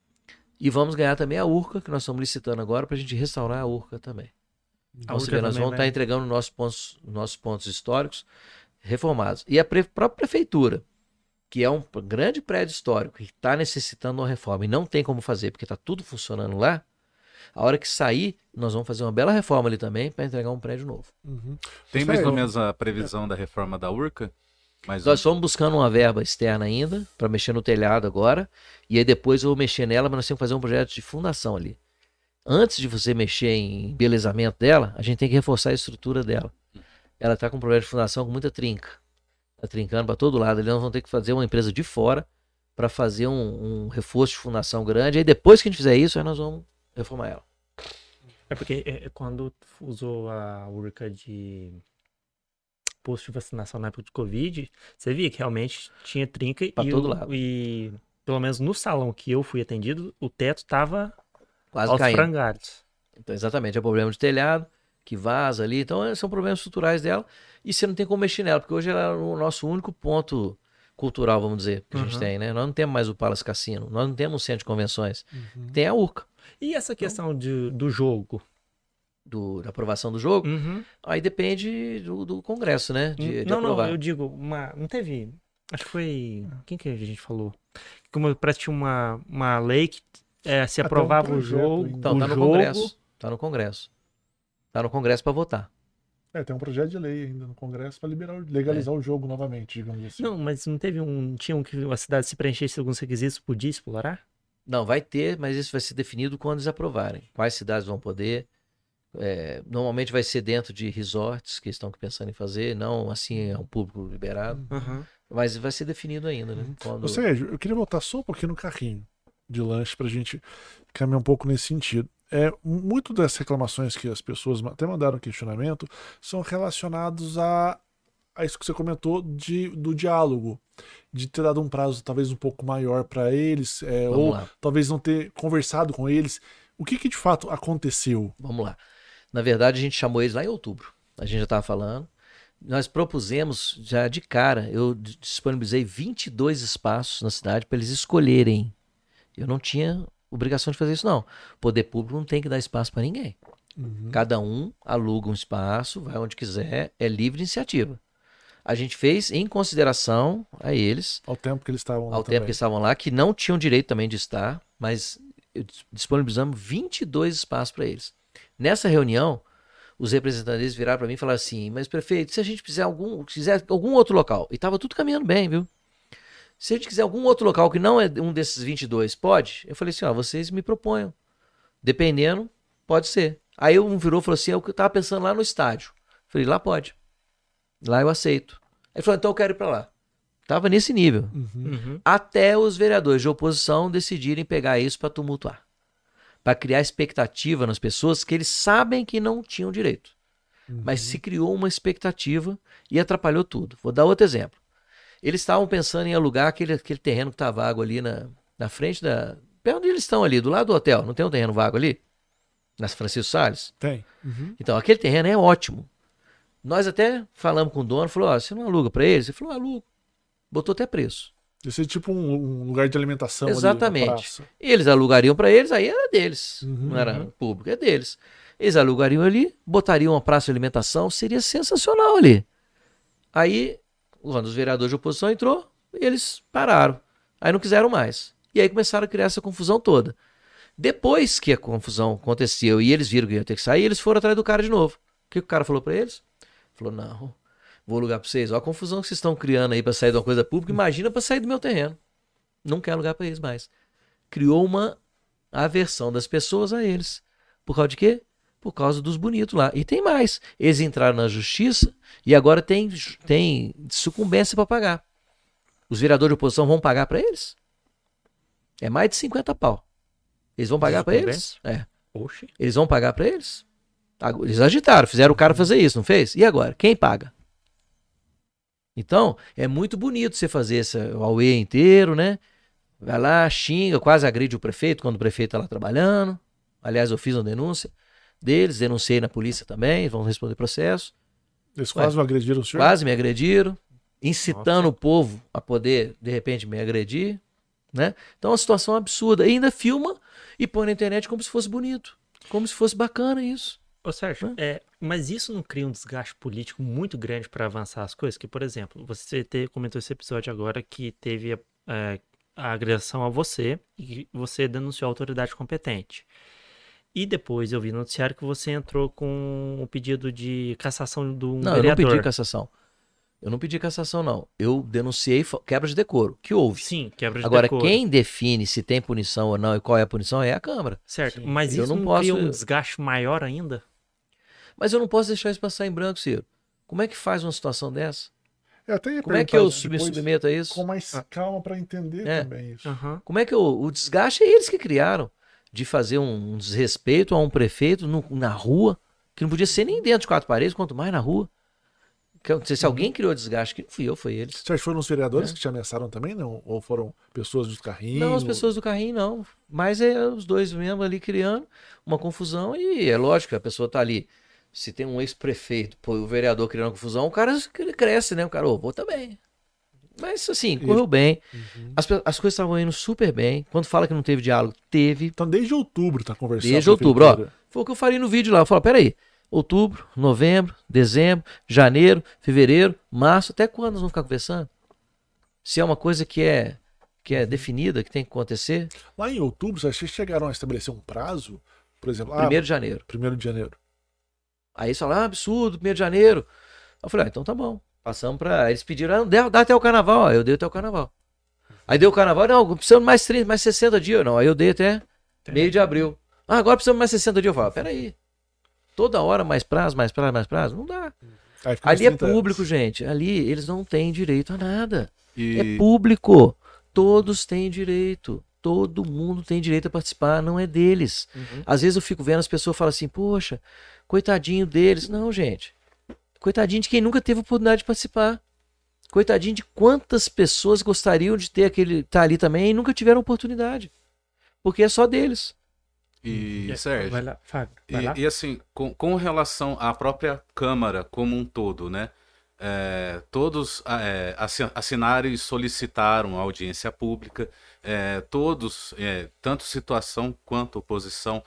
E vamos ganhar também a Urca, que nós estamos licitando agora para a gente restaurar a Urca também. Então, você vê, nós vamos estar entregando nossos pontos históricos reformados. E a própria prefeitura, que é um grande prédio histórico, que está necessitando uma reforma e não tem como fazer, porque está tudo funcionando lá, a hora que sair, nós vamos fazer uma bela reforma ali também para entregar um prédio novo. Tem mais ou menos a previsão da reforma da Urca? Nós estamos buscando uma verba externa ainda, para mexer no telhado agora, e aí depois eu vou mexer nela, mas nós temos que fazer um projeto de fundação ali. Antes de você mexer em embelezamento dela, a gente tem que reforçar a estrutura dela. Ela está com um projeto de fundação com muita trinca. Está trincando para todo lado. Ali nós vamos ter que fazer uma empresa de fora para fazer um reforço de fundação grande. Aí depois que a gente fizer isso, aí nós vamos reformar ela. É porque quando usou a Urca de posto de vacinação na época de Covid, você via que realmente tinha trinca Pra todo lado. E pelo menos no salão que eu fui atendido, o teto estava Quase aos caindo. frangalhos. Então, exatamente, é problema de telhado, que vaza ali. Então, são problemas estruturais dela. E você não tem como mexer nela, porque hoje ela é o nosso único ponto cultural, vamos dizer, que a gente tem, né? Nós não temos mais o Palace Cassino, nós não temos um centro de convenções. Tem a Urca. E essa questão do jogo? Da aprovação do jogo, aí depende do Congresso, né? De aprovar. Não, eu digo, não teve. Acho que foi. Quem que a gente falou? Parece que tinha uma lei que se aprovava o jogo. Então, tá no Congresso. Tá no Congresso. Tá no Congresso para votar. Tem um projeto de lei ainda no Congresso para legalizar o jogo novamente, digamos assim. Não, mas não teve tinha que a cidade se preenchesse alguns requisitos, podia explorar? Não, vai ter, mas isso vai ser definido quando eles aprovarem. Quais cidades vão poder. Normalmente vai ser dentro de resorts que estão pensando em fazer, não assim é um público liberado. Mas vai ser definido ainda, né? Ô Sérgio, eu queria voltar só um pouquinho no carrinho de lanche pra gente caminhar um pouco nesse sentido. Muito das reclamações que as pessoas até mandaram questionamento são relacionados a isso que você comentou do diálogo, de ter dado um prazo talvez um pouco maior para eles, ou talvez não ter conversado com eles. O que de fato aconteceu? Vamos lá. Na verdade, a gente chamou eles lá em outubro. A gente já estava falando. Nós propusemos, já de cara, eu disponibilizei 22 espaços na cidade para eles escolherem. Eu não tinha obrigação de fazer isso, não. O poder público não tem que dar espaço para ninguém. Cada um aluga um espaço, vai onde quiser, é livre iniciativa. A gente fez em consideração a eles. Ao tempo que eles estavam lá. Ao tempo que estavam lá, que não tinham direito também de estar, mas disponibilizamos 22 espaços para eles. Nessa reunião, os representantes deles viraram para mim e falaram assim, mas prefeito, se a gente quiser algum outro local, e estava tudo caminhando bem, viu? Se a gente quiser algum outro local que não é um desses 22, pode? Eu falei assim, vocês me proponham. Dependendo, pode ser. Aí um virou e falou assim, eu estava pensando lá no estádio. Eu falei, lá pode. Lá eu aceito. Aí ele falou, então eu quero ir para lá. Tava nesse nível. Até os vereadores de oposição decidirem pegar isso para tumultuar. Para criar expectativa nas pessoas que eles sabem que não tinham direito. Mas se criou uma expectativa e atrapalhou tudo. Vou dar outro exemplo. Eles estavam pensando em alugar aquele terreno que está vago ali na frente perto onde eles estão ali, do lado do hotel. Não tem um terreno vago ali? Na Francisco Salles? Tem. Então, aquele terreno é ótimo. Nós até falamos com o dono, falou, você não aluga para eles? Ele falou, alugo. Botou até preço. Esse é tipo um lugar de alimentação. Exatamente. Ali, eles alugariam para eles, aí era deles. Não era público, é deles. Eles alugariam ali, botariam uma praça de alimentação, seria sensacional ali. Aí, quando os vereadores de oposição entrou, eles pararam. Aí não quiseram mais. E aí começaram a criar essa confusão toda. Depois que a confusão aconteceu e eles viram que ia ter que sair, eles foram atrás do cara de novo. O que o cara falou para eles? Falou, não, vou alugar para vocês. Olha a confusão que vocês estão criando aí para sair de uma coisa pública. Imagina para sair do meu terreno. Não quer alugar para eles mais. Criou uma aversão das pessoas a eles. Por causa de quê? Por causa dos bonitos lá. E tem mais. Eles entraram na justiça e agora tem sucumbência para pagar. Os vereadores de oposição vão pagar para eles? É mais de 50 pau. Eles vão pagar para eles? Oxe. Eles vão pagar para eles? Eles agitaram, fizeram o cara fazer isso, não fez? E agora? Quem paga? Então, é muito bonito você fazer esse auê inteiro, né? Vai lá, xinga, quase agride o prefeito quando o prefeito está lá trabalhando. Aliás, eu fiz uma denúncia deles, denunciei na polícia também, vão responder processo. Eles quase agrediram o senhor? Quase me agrediram, incitando o povo a poder, de repente, me agredir, né? Então, é uma situação absurda. E ainda filma e põe na internet como se fosse bonito, como se fosse bacana isso. Ô, Sérgio, mas isso não cria um desgaste político muito grande para avançar as coisas? Que, por exemplo, você comentou esse episódio agora que teve a agressão a você e você denunciou a autoridade competente. E depois eu vi no noticiário que você entrou com o pedido de cassação do Não, vereador. eu não pedi cassação. Eu não pedi cassação, não. Eu denunciei quebra de decoro, que houve. Sim, quebra de Agora, decoro. quem define se tem punição ou não e qual é a punição é a Câmara. Certo, Sim. mas Eu isso não não posso- cria um desgaste maior ainda? Mas eu não posso deixar isso passar em branco, Ciro. Como é que faz uma situação dessa? Eu até ia Como é que perguntar eu isso me depois, submeto a isso? com mais calma para entender É. também isso. Aham. Como é que o desgaste é eles que criaram de fazer um desrespeito a um prefeito na rua, que não podia ser nem dentro de quatro paredes, quanto mais na rua. Se alguém criou desgaste, que não fui eu, foi eles. Você acha que foram os vereadores que te ameaçaram também, não? Ou foram pessoas dos carrinhos? Não, as pessoas do carrinho não. Mas é os dois mesmo ali criando uma confusão e é lógico, a pessoa tá ali. Se tem um ex-prefeito, pô, o vereador criando confusão, o cara cresce, né? O cara, vou também. Mas assim, correu bem. As coisas estavam indo super bem. Quando fala que não teve diálogo, teve. Então, desde outubro tá conversando. Desde com a outubro, ó. prefeitura. Foi o que eu falei no vídeo lá. Eu falo, peraí. Outubro, novembro, dezembro, janeiro, fevereiro, março. Até quando nós vamos ficar conversando? Se é uma coisa que é definida, que tem que acontecer, Lá em outubro, vocês chegaram a estabelecer um prazo? Por exemplo, 1º de janeiro. 1º de janeiro. Aí eles falaram, absurdo, 1º de janeiro. Eu falei, então tá bom. Passamos pra... Eles pediram, dá até o carnaval. Ó, eu dei até o carnaval. Aí deu o carnaval, não, precisamos de mais 30, mais 60 dias. Não, aí eu dei até meio de abril. Ah, agora precisamos de mais 60 dias. Eu falo, peraí. Toda hora mais prazo, mais prazo, mais prazo? Não dá. Aí fica uns Ali é 30 público, anos. gente. Ali eles não têm direito a nada. É E, público. Todos têm direito. Todo mundo tem direito a participar, não é deles. Às vezes eu fico vendo as pessoas falam assim, poxa, coitadinho deles. Não, gente. Coitadinho de quem nunca teve oportunidade de participar. Coitadinho de quantas pessoas gostariam de ter tá ali também e nunca tiveram oportunidade. Porque é só deles. Sérgio, Vai lá, Fábio. Vai lá. e assim, com relação à própria Câmara como um todo, né? Todos assinaram e solicitaram a audiência pública, todos, tanto situação quanto oposição,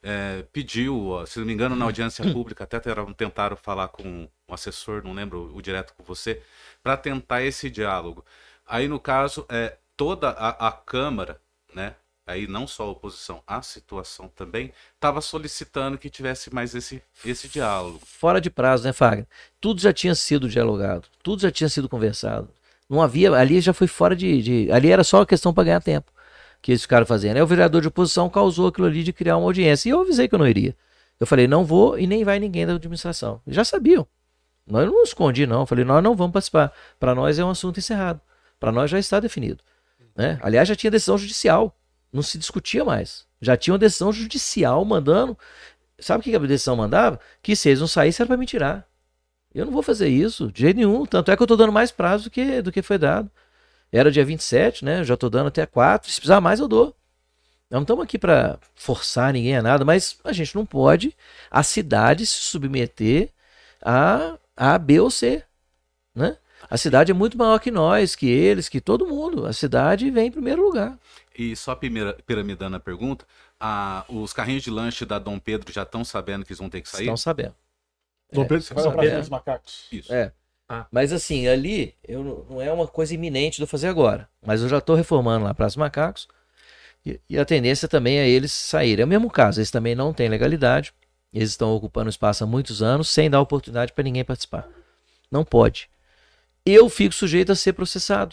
pediu, ó, se não me engano, na audiência pública, até tentaram falar com um assessor, não lembro o direto com você, para tentar esse diálogo. Aí, no caso, toda a Câmara, né? Aí não só a oposição, a situação também, estava solicitando que tivesse mais esse diálogo. Fora de prazo, né, Fagner? Tudo já tinha sido dialogado, tudo já tinha sido conversado. Não havia, ali já foi fora ali era só uma questão para ganhar tempo que eles ficaram fazendo. Aí o vereador de oposição causou aquilo ali de criar uma audiência. E eu avisei que eu não iria. Eu falei, não vou e nem vai ninguém da administração. Eles já sabiam. Eu não escondi, não. Eu falei, nós não vamos participar. Para nós é um assunto encerrado. Para nós já está definido. Né? Aliás, já tinha decisão judicial. Não se discutia mais. Já tinha uma decisão judicial mandando. Sabe o que a decisão mandava? Que se eles não saíssem era para me tirar. Eu não vou fazer isso, de jeito nenhum. Tanto é que eu estou dando mais prazo do que foi dado. Era dia 27, né? Eu já estou dando até 4. Se precisar mais, eu dou. Nós não estamos aqui para forçar ninguém a nada, mas a gente não pode a cidade se submeter a A, B ou C. Né? A cidade é muito maior que nós, que eles, que todo mundo. A cidade vem em primeiro lugar. E só piramidando a pergunta, os carrinhos de lanche da Dom Pedro já estão sabendo que eles vão ter que sair? Estão sabendo. Dom Pedro, você vai na Praça dos Macacos. Isso. Mas assim, ali não é uma coisa iminente de eu fazer agora. Mas eu já estou reformando lá para os macacos. E a tendência também é eles saírem. É o mesmo caso, eles também não têm legalidade. Eles estão ocupando o espaço há muitos anos sem dar oportunidade para ninguém participar. Não pode. Eu fico sujeito a ser processado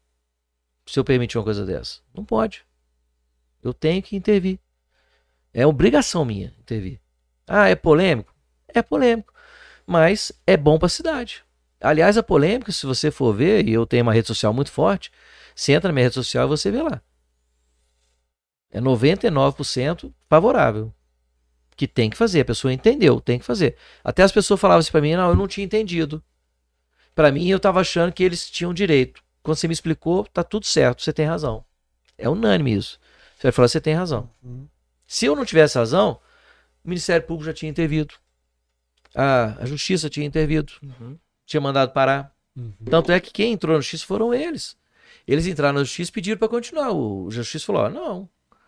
se eu permitir uma coisa dessa. Não pode. Eu tenho que intervir. É obrigação minha intervir. Ah, é polêmico? É polêmico. Mas é bom para a cidade. Aliás, a polêmica, se você for ver, e eu tenho uma rede social muito forte, você entra na minha rede social e você vê lá. É 99% favorável. Que tem que fazer, a pessoa entendeu, tem que fazer. Até as pessoas falavam assim pra mim, não, eu não tinha entendido. Pra mim, eu tava achando que eles tinham direito. Quando você me explicou, tá tudo certo, você tem razão. É unânime isso. Você vai falar, você tem razão. Se eu não tivesse razão, o Ministério Público já tinha intervido. A Justiça tinha intervido. Tinha mandado parar. Tanto é que quem entrou na Justiça foram eles. Eles entraram na Justiça e pediram para continuar. O Justiça falou, não.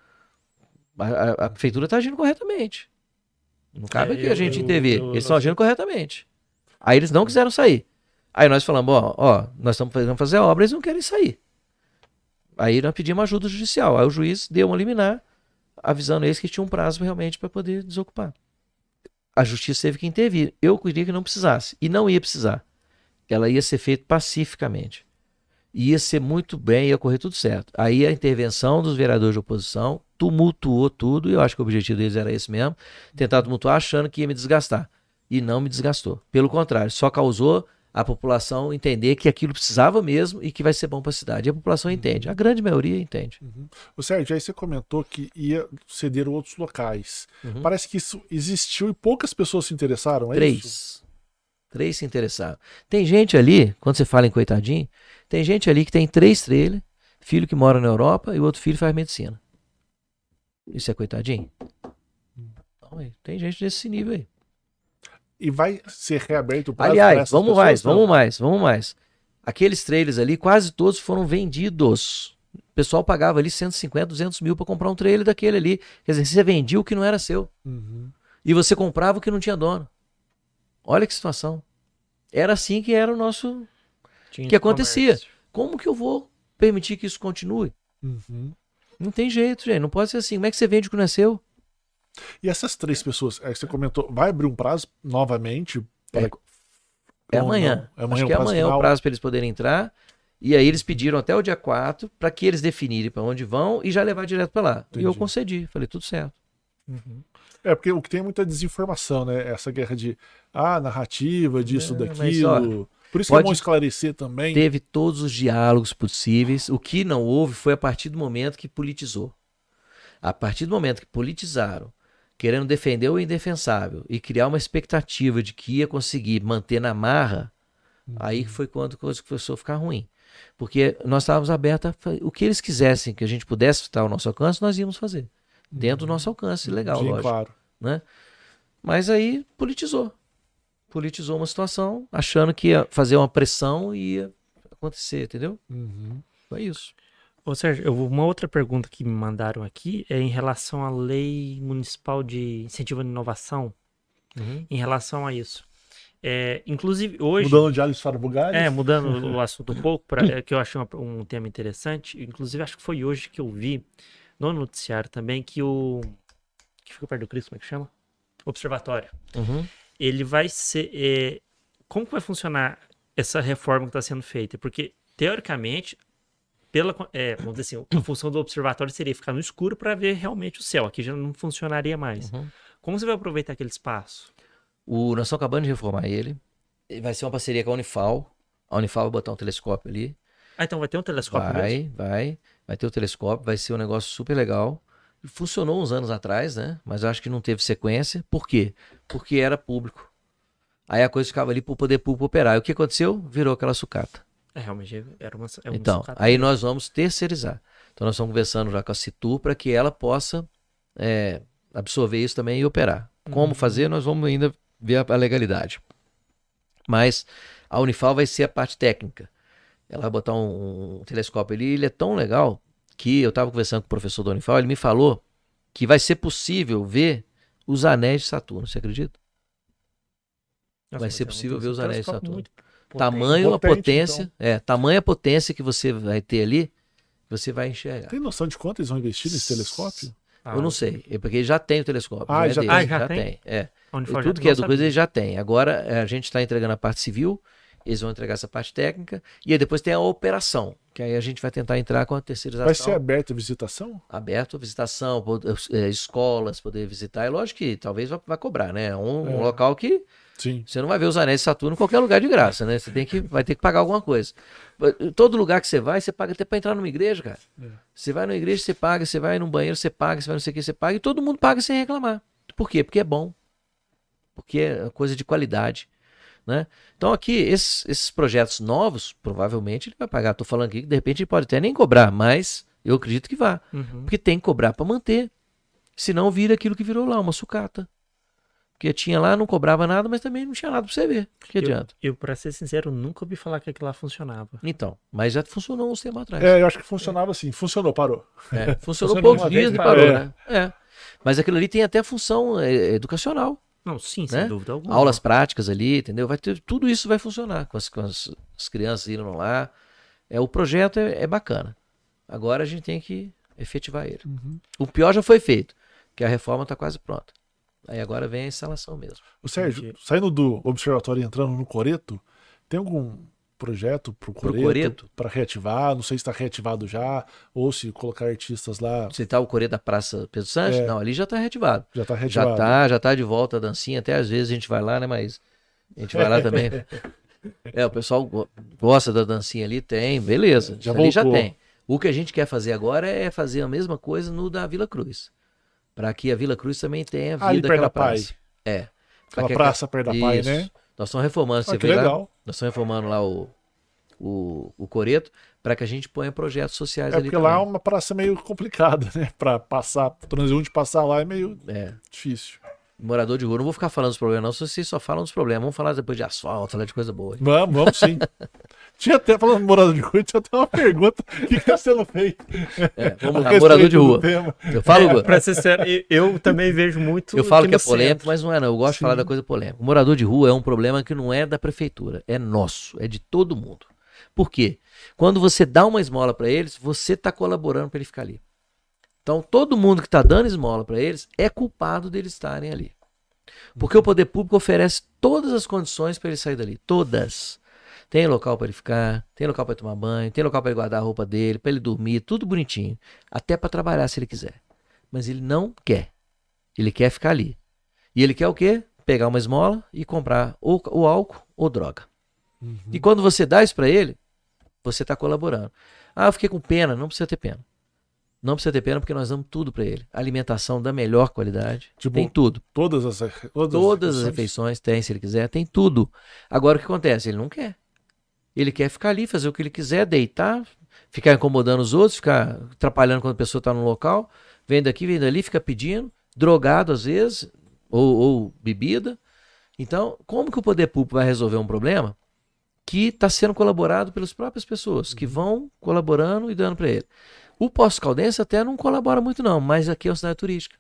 A Prefeitura está agindo corretamente. Não cabe aqui a gente intervir. Eles estão agindo corretamente. Aí eles não quiseram sair. Aí nós falamos, nós estamos fazer a obra, eles não querem sair. Aí nós pedimos ajuda judicial. Aí o juiz deu uma liminar, avisando eles que tinha um prazo realmente para poder desocupar. A Justiça teve que intervir. Eu queria que não precisasse. E não ia precisar. Ela ia ser feita pacificamente. Ia ser muito bem, ia correr tudo certo. Aí a intervenção dos vereadores de oposição tumultuou tudo, e eu acho que o objetivo deles era esse mesmo, tentar tumultuar achando que ia me desgastar. E não me desgastou. Pelo contrário, só causou a população entender que aquilo precisava mesmo e que vai ser bom para a cidade. E a população entende. A grande maioria entende. O Sérgio, aí você comentou que ia ceder outros locais. Parece que isso existiu e poucas pessoas se interessaram, é isso? Três se interessaram. Tem gente ali, quando você fala em coitadinho, tem gente ali que tem 3 trailers, filho que mora na Europa e o outro filho faz medicina. Isso é coitadinho? Não, tem gente desse nível aí. E vai ser reaberto o prazo. Aliás, vamos mais. Aqueles trailers ali, quase todos foram vendidos. O pessoal pagava ali 150, 200 mil para comprar um trailer daquele ali. Quer dizer, você vendia o que não era seu. E você comprava o que não tinha dono. Olha que situação. Era assim que era o nosso... que acontecia. Comércio. Como que eu vou permitir que isso continue? Não tem jeito, gente. Não pode ser assim. Como é que você vende o que não é seu? E essas 3 pessoas, é que você comentou, vai abrir um prazo novamente? É amanhã. Acho que é amanhã o prazo para eles poderem entrar. E aí eles pediram até o dia 4 para que eles definirem para onde vão e já levar direto para lá. Entendi. E eu concedi. Falei, tudo certo. É, porque o que tem é muita desinformação, né? Essa guerra de narrativa, disso, daquilo. Por isso que é bom esclarecer também. Teve todos os diálogos possíveis. O que não houve foi a partir do momento que politizou. A partir do momento que politizaram, querendo defender o indefensável e criar uma expectativa de que ia conseguir manter na marra, aí foi quando a coisa começou a ficar ruim. Porque nós estávamos abertos a o que eles quisessem que a gente pudesse estar ao nosso alcance, nós íamos fazer. Dentro do nosso alcance, legal, sim, lógico. Claro. Né? Mas aí politizou. Politizou uma situação, achando que ia fazer uma pressão e ia acontecer, entendeu? Foi isso. Ô Sérgio, uma outra pergunta que me mandaram aqui é em relação à lei municipal de incentivo à inovação, em relação a isso. Inclusive, hoje... Mudando de alhos para bugalhos. Mudando o assunto um pouco, que eu achei um tema interessante. Inclusive, acho que foi hoje que eu vi no noticiário também que que fica perto do Cristo, como é que chama? Observatório. Ele vai ser... como que vai funcionar essa reforma que está sendo feita? Porque, teoricamente, vamos dizer assim, a função do observatório seria ficar no escuro para ver realmente o céu. Aqui já não funcionaria mais. Como você vai aproveitar aquele espaço? Nós estamos acabando de reformar ele. Vai ser uma parceria com a Unifal. A Unifal vai botar um telescópio ali. Então vai ter um telescópio mesmo? Vai ter o telescópio. Vai ser um negócio super legal. Funcionou uns anos atrás, né? Mas eu acho que não teve sequência. Por quê? Porque era público. Aí a coisa ficava ali para o poder público operar. E o que aconteceu? Virou aquela sucata. Realmente era uma então, sucata aí mesmo. nós vamos terceirizar. Então nós estamos conversando já com a Citur para que ela possa absorver isso também e operar. Como fazer, nós vamos ainda ver a legalidade. Mas a Unifal vai ser a parte técnica. Ela vai botar um telescópio ali, ele é tão legal que eu estava conversando com o professor da Unifal, ele me falou que vai ser possível ver os anéis de Saturno, você acredita? Vai ser possível ver os anéis de Saturno. Tamanho, a potência, então. Tamanho a potência que você vai ter ali, você vai enxergar. Tem noção de quanto eles vão investir nesse telescópio? Eu não sei, porque ele já tem o telescópio. Já tem? E tudo que é do coisa ele já tem. Agora a gente está entregando a parte civil, eles vão entregar essa parte técnica, e aí depois tem a operação, que aí a gente vai tentar entrar com a terceirização. Vai ser aberta a visitação? Aberto a visitação, escolas poder visitar. É lógico que talvez vai cobrar, né? Um local que sim. Você não vai ver os anéis de Saturno em qualquer lugar de graça, né? Você vai ter que pagar alguma coisa. Todo lugar que você paga até para entrar numa igreja, cara. Você vai numa igreja, você paga, você vai num banheiro, você paga, você vai não sei o que, você paga, e todo mundo paga sem reclamar. Por quê? Porque é bom. Porque é coisa de qualidade. Né? Então aqui, esses projetos novos, provavelmente ele vai pagar. Estou falando aqui que de repente ele pode até nem cobrar, mas eu acredito que vá. Porque tem que cobrar para manter. Senão vira aquilo que virou lá, uma sucata. Porque tinha lá, não cobrava nada, mas também não tinha nada para você ver. Que adianta? Eu, pra ser sincero, nunca ouvi falar que aquilo lá funcionava. Então, mas já funcionou uns tempos atrás. Eu acho que funcionava assim. Funcionou, parou. Funcionou Funcionou poucos uma dias vez, e parou, parou. né? Mas aquilo ali tem até função educacional. Não, sim, Né? sem dúvida alguma. Aulas práticas ali, entendeu? Vai ter, tudo isso vai funcionar com as crianças indo lá. O projeto é bacana. Agora a gente tem que efetivar ele. O pior já foi feito, que a reforma está quase pronta. Aí agora vem a instalação mesmo. O Sérgio, saindo do observatório e entrando no Coreto, tem algum projeto pro Coreto para reativar? Não sei se está reativado já, ou se colocar artistas lá. Você tá o Coreto da Praça Pedro Sanches? Não, ali já está reativado. Já está reativado. Já tá de volta a dancinha. Até às vezes a gente vai lá, né? Mas a gente vai lá também. O pessoal gosta da dancinha ali, tem, beleza. Já ali já voltou. tem. O que a gente quer fazer agora é fazer a mesma coisa no da Vila Cruz. Para que a Vila Cruz também tenha vida Ali perto daquela da Pai. praça. Pra Aquela que praça perto da Pai, Isso. né? Nós estamos reformando, você Que vê lá. legal. Nós estamos reformando lá o Coreto para que a gente ponha projetos sociais ali Porque também. lá é uma praça meio complicada, né? Para passar, o transeunte passar lá é meio difícil. Morador de rua, não vou ficar falando dos problemas, não. Vocês só falam dos problemas. Vamos falar depois de asfalto, falar de coisa boa. Vamos sim. Tinha até, falando de morador de rua, tinha até uma pergunta: o que está sendo feito? Vamos A lá, morador de respeito do rua. tema. Eu falo, Pra ser sincero, eu também vejo muito. eu falo aqui que é no polêmico, centro. mas não é não. Eu gosto de falar da coisa polêmica. O morador de rua é um problema que não é da prefeitura, é nosso, é de todo mundo. Por quê? Quando você dá uma esmola para eles, você está colaborando para ele ficar ali. Então, todo mundo que está dando esmola para eles é culpado deles estarem ali. Porque o poder público oferece todas as condições para ele sair dali. Todas. Tem local para ele ficar, tem local para tomar banho, tem local para ele guardar a roupa dele, para ele dormir, tudo bonitinho. Até para trabalhar se ele quiser. Mas ele não quer. Ele quer ficar ali. E ele quer o quê? Pegar uma esmola e comprar ou álcool ou droga. E quando você dá isso para ele, você está colaborando. Ah, eu fiquei com pena. Não precisa ter pena. Não precisa ter pena porque nós damos tudo para ele. Alimentação da melhor qualidade. Tipo, tem tudo. Todas as Refeições tem, se ele quiser. Tem tudo. Agora o que acontece? Ele não quer. Ele quer ficar ali, fazer o que ele quiser, deitar, ficar incomodando os outros, ficar atrapalhando quando a pessoa está no local. Vem daqui, vem dali, fica pedindo. Drogado às vezes. Ou bebida. Então, como que o poder público vai resolver um problema que está sendo colaborado pelas próprias pessoas, que vão colaborando e dando para ele? O Poços Caldense até não colabora muito não, mas aqui é uma cidade turística.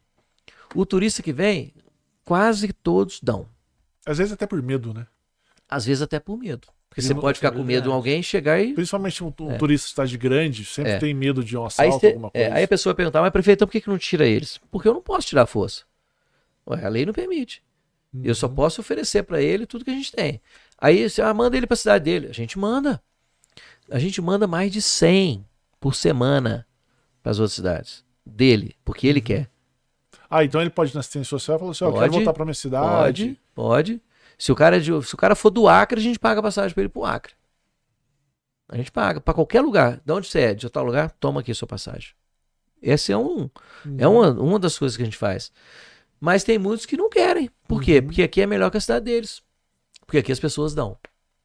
O turista que vem, quase todos dão. Às vezes até por medo, né? Às vezes até por medo. Porque E você não- pode ficar com medo de alguém chegar e... Principalmente um turista de cidade grande, sempre tem medo de um Aí, assalto, alguma coisa. aí a pessoa vai perguntar, mas prefeito, então por que não tira eles? Porque eu não posso tirar a força. Ué, a lei não permite. Eu só posso oferecer para ele tudo que a gente tem. Aí você manda ele para a cidade dele. A gente manda. A gente manda mais de 100 por semana para as outras cidades. Dele, porque ele quer. Então ele pode ir na assistência social e falar assim: eu quero voltar pra minha cidade. Pode. Se o cara for do Acre, a gente paga a passagem para ele pro Acre. A gente paga para qualquer lugar. De onde você é? De tal lugar? Toma aqui a sua passagem. Esse é uma das coisas que a gente faz. Mas tem muitos que não querem. Por quê? Porque aqui é melhor que a cidade deles. Porque aqui as pessoas dão.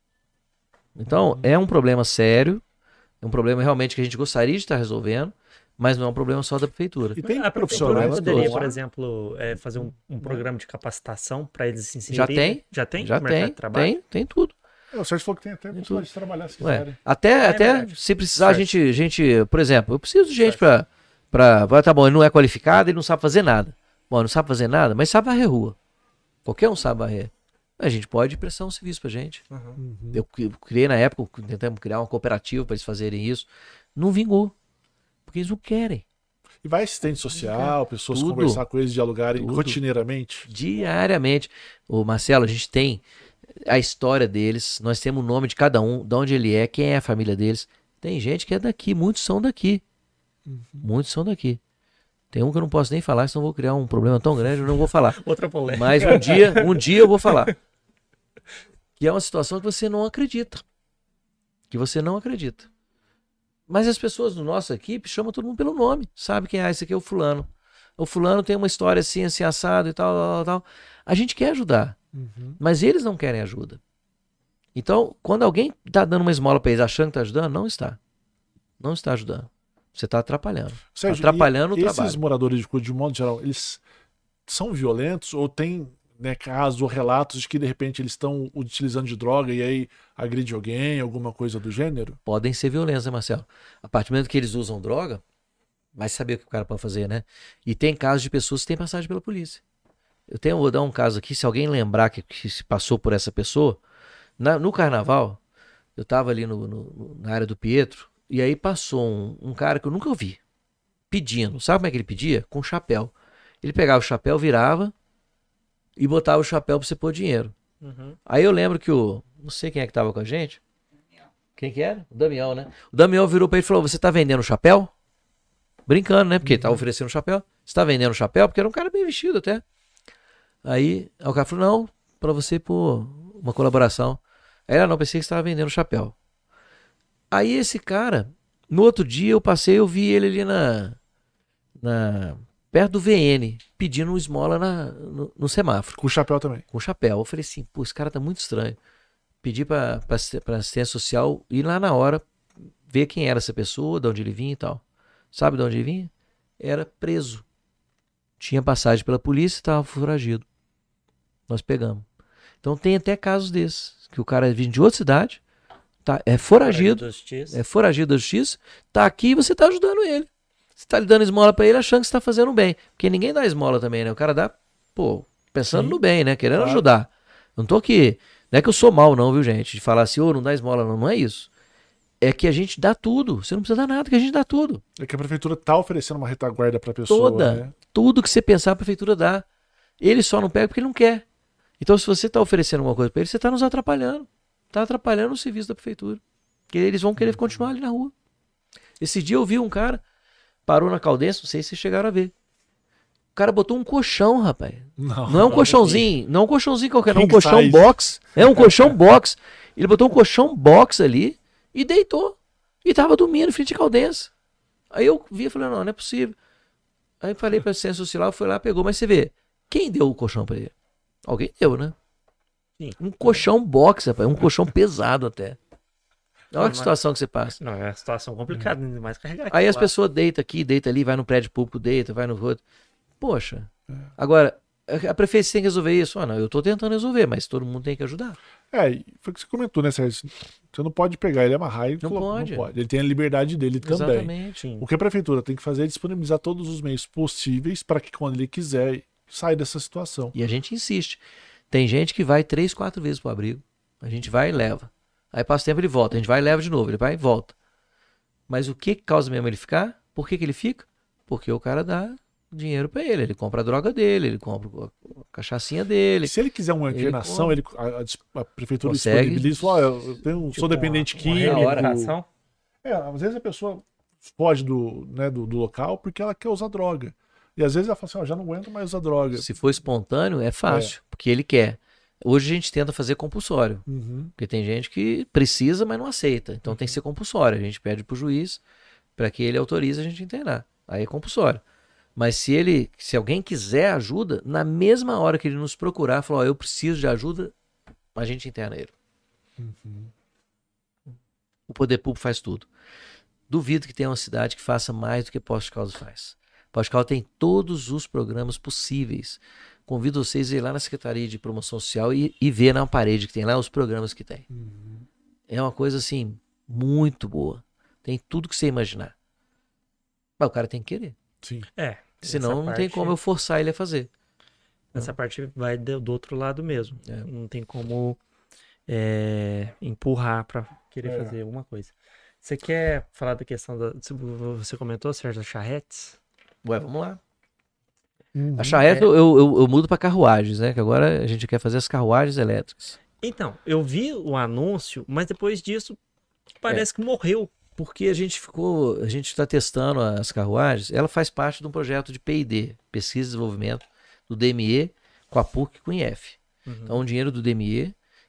Então, é um problema sério. É um problema realmente que a gente gostaria de estar resolvendo. Mas não é um problema só da prefeitura. E tem A prefeitura profissionais poderia, todos por lá. exemplo, fazer um programa de capacitação para eles se inserirem. Já tem? Já tem? Já no mercado tem, de trabalho? tem tudo. O Sérgio falou que tem até pessoas de trabalhar se Ué, quiserem. até verdade. se precisar, a gente, por exemplo, eu preciso de gente pra. Tá bom, ele não é qualificado, ele não sabe fazer nada. Bom, não sabe fazer nada, mas sabe varrer rua. Qualquer um sabe varrer. A gente pode prestar um serviço pra gente. Eu criei na época, tentamos criar uma cooperativa para eles fazerem isso. Não vingou. Porque eles não querem. E vai assistente social, pessoas Tudo. conversar com eles, dialogarem Tudo. rotineiramente. Diariamente. Ô Marcelo, a gente tem a história deles, nós temos o nome de cada um, de onde ele é, quem é a família deles. Tem gente que é daqui, muitos são daqui. Muitos são daqui. Tem um que eu não posso nem falar, senão eu vou criar um problema tão grande, eu não vou falar. Outra polêmica. Mas um dia eu vou falar. Que é uma situação que você não acredita. Que você não acredita. Mas as pessoas do nossa equipe chamam todo mundo pelo nome. Sabe quem é? Esse aqui é o fulano. O fulano tem uma história assim, assim, assado e tal, tal, tal. A gente quer ajudar, mas eles não querem ajuda. Então, quando alguém tá dando uma esmola para eles achando que tá ajudando, não está. Não está ajudando. Você está atrapalhando. Sérgio, Tá atrapalhando o esses trabalho. moradores de rua, de modo geral, eles são violentos ou tem, né, casos ou relatos de que de repente eles estão utilizando de droga e aí agride alguém, alguma coisa do gênero? Podem ser violentos, né, Marcelo? A partir do momento que eles usam droga, vai saber o que o cara pode fazer, né? E tem casos de pessoas que têm passagem pela polícia. Vou dar um caso aqui, se alguém lembrar que se passou por essa pessoa, no carnaval, eu tava ali na área do Pietro, e aí passou um cara que eu nunca ouvi, pedindo. Sabe como é que ele pedia? Com chapéu. Ele pegava o chapéu, virava e botava o chapéu pra você pôr dinheiro. Aí eu lembro que não sei quem é que tava com a gente. Quem que era? O Damião, né? O Damião virou pra ele e falou: você tá vendendo chapéu? Brincando, né? Porque ele tava oferecendo chapéu. Você tá vendendo chapéu? Porque era um cara bem vestido até. Aí o cara falou: não, pra você pôr uma colaboração. Aí ela: não, pensei que você tava vendendo chapéu. Aí esse cara, no outro dia eu passei, eu vi ele ali perto do VN, pedindo uma esmola no semáforo. Com o chapéu também. Com chapéu. Eu falei assim: pô, esse cara tá muito estranho. Pedi pra assistência social ir lá na hora, ver quem era essa pessoa, de onde ele vinha e tal. Sabe de onde ele vinha? Era preso. Tinha passagem pela polícia e estava foragido. Nós pegamos. Então tem até casos desses, que o cara vindo de outra cidade, é foragido da justiça, tá aqui e você tá ajudando ele. Você tá lhe dando esmola pra ele achando que você tá fazendo bem. Porque ninguém dá esmola também, né? O cara dá, pô, pensando no bem, né? Querendo ajudar. Eu não tô aqui, não é que eu sou mal não, viu, gente? De falar assim, não dá esmola não, não é isso. É que a gente dá tudo. Você não precisa dar nada, que a gente dá tudo. É que a prefeitura tá oferecendo uma retaguarda pra pessoa, né? Tudo que você pensar, a prefeitura dá. Ele só não pega porque ele não quer. Então, se você tá oferecendo alguma coisa pra ele, você tá nos atrapalhando. Tá atrapalhando o serviço da prefeitura. Porque eles vão querer continuar ali na rua. Esse dia eu vi um cara, parou na Caldense, não sei se vocês chegaram a ver. O cara botou um colchão, rapaz. Não é um colchãozinho, não é um colchãozinho qualquer, não é um colchão box. É um colchão box. Ele botou um colchão box ali e deitou. E tava dormindo em frente à Caldense. Aí eu vi e falei: não é possível. Aí falei pra assistência social, foi lá, pegou. Mas você vê, quem deu o colchão pra ele? Alguém deu, né? Sim. Um colchão box, rapaz. Um colchão pesado até. Olha que situação que você passa. Não, é uma situação complicada, ainda mais carregar. Aí as pessoas deitam aqui, deitam ali, vai no prédio público, deita, vai no outro. Poxa. Agora, a prefeitura tem que resolver isso. Não, eu tô tentando resolver, mas todo mundo tem que ajudar. Foi o que você comentou, né, Sérgio? Você não pode pegar ele, amarrar e Não pode. Ele tem a liberdade dele também. Exatamente. Sim. O que a prefeitura tem que fazer é disponibilizar todos os meios possíveis para que quando ele quiser saia dessa situação. E a gente insiste. Tem gente que vai 3, 4 vezes pro abrigo. A gente vai e leva. Aí passa o tempo, ele volta. A gente vai e leva de novo. Ele vai e volta. Mas o que causa mesmo ele ficar? Por que ele fica? Porque o cara dá dinheiro pra ele. Ele compra a droga dele, ele compra a cachaçinha dele. Se ele quiser uma internação, a prefeitura consegue disponibiliza e fala: eu sou dependente químico. Às vezes a pessoa foge do local porque ela quer usar droga. E às vezes ela fala assim: já não aguento mais usar droga. Se for espontâneo, é fácil, porque ele quer. Hoje a gente tenta fazer compulsório, porque tem gente que precisa, mas não aceita. Então tem que ser compulsório. A gente pede pro juiz para que ele autorize a gente internar. Aí é compulsório. Mas se alguém quiser ajuda, na mesma hora que ele nos procurar, falar: eu preciso de ajuda, a gente interna ele. O poder público faz tudo. Duvido que tenha uma cidade que faça mais do que Poços de Caldas faz. Poços de Caldas tem todos os programas possíveis. Convido vocês a ir lá na Secretaria de Promoção Social e ver na parede que tem lá os programas que tem. É uma coisa assim, muito boa. Tem tudo que você imaginar. Mas o cara tem que querer. Sim. Senão não tem como eu forçar ele a fazer. Essa parte vai do outro lado mesmo. Não tem como empurrar pra querer fazer alguma coisa. Você quer falar da questão você comentou, Sérgio, das charretes? Ué, vamos lá. A charrete eu mudo para carruagens, né? Que agora a gente quer fazer as carruagens elétricas. Então, eu vi o anúncio, mas depois disso parece que morreu. Porque a gente está testando as carruagens, ela faz parte de um projeto de P&D, Pesquisa e Desenvolvimento, do DME, com a PUC e com o IF. Então, o dinheiro do DME,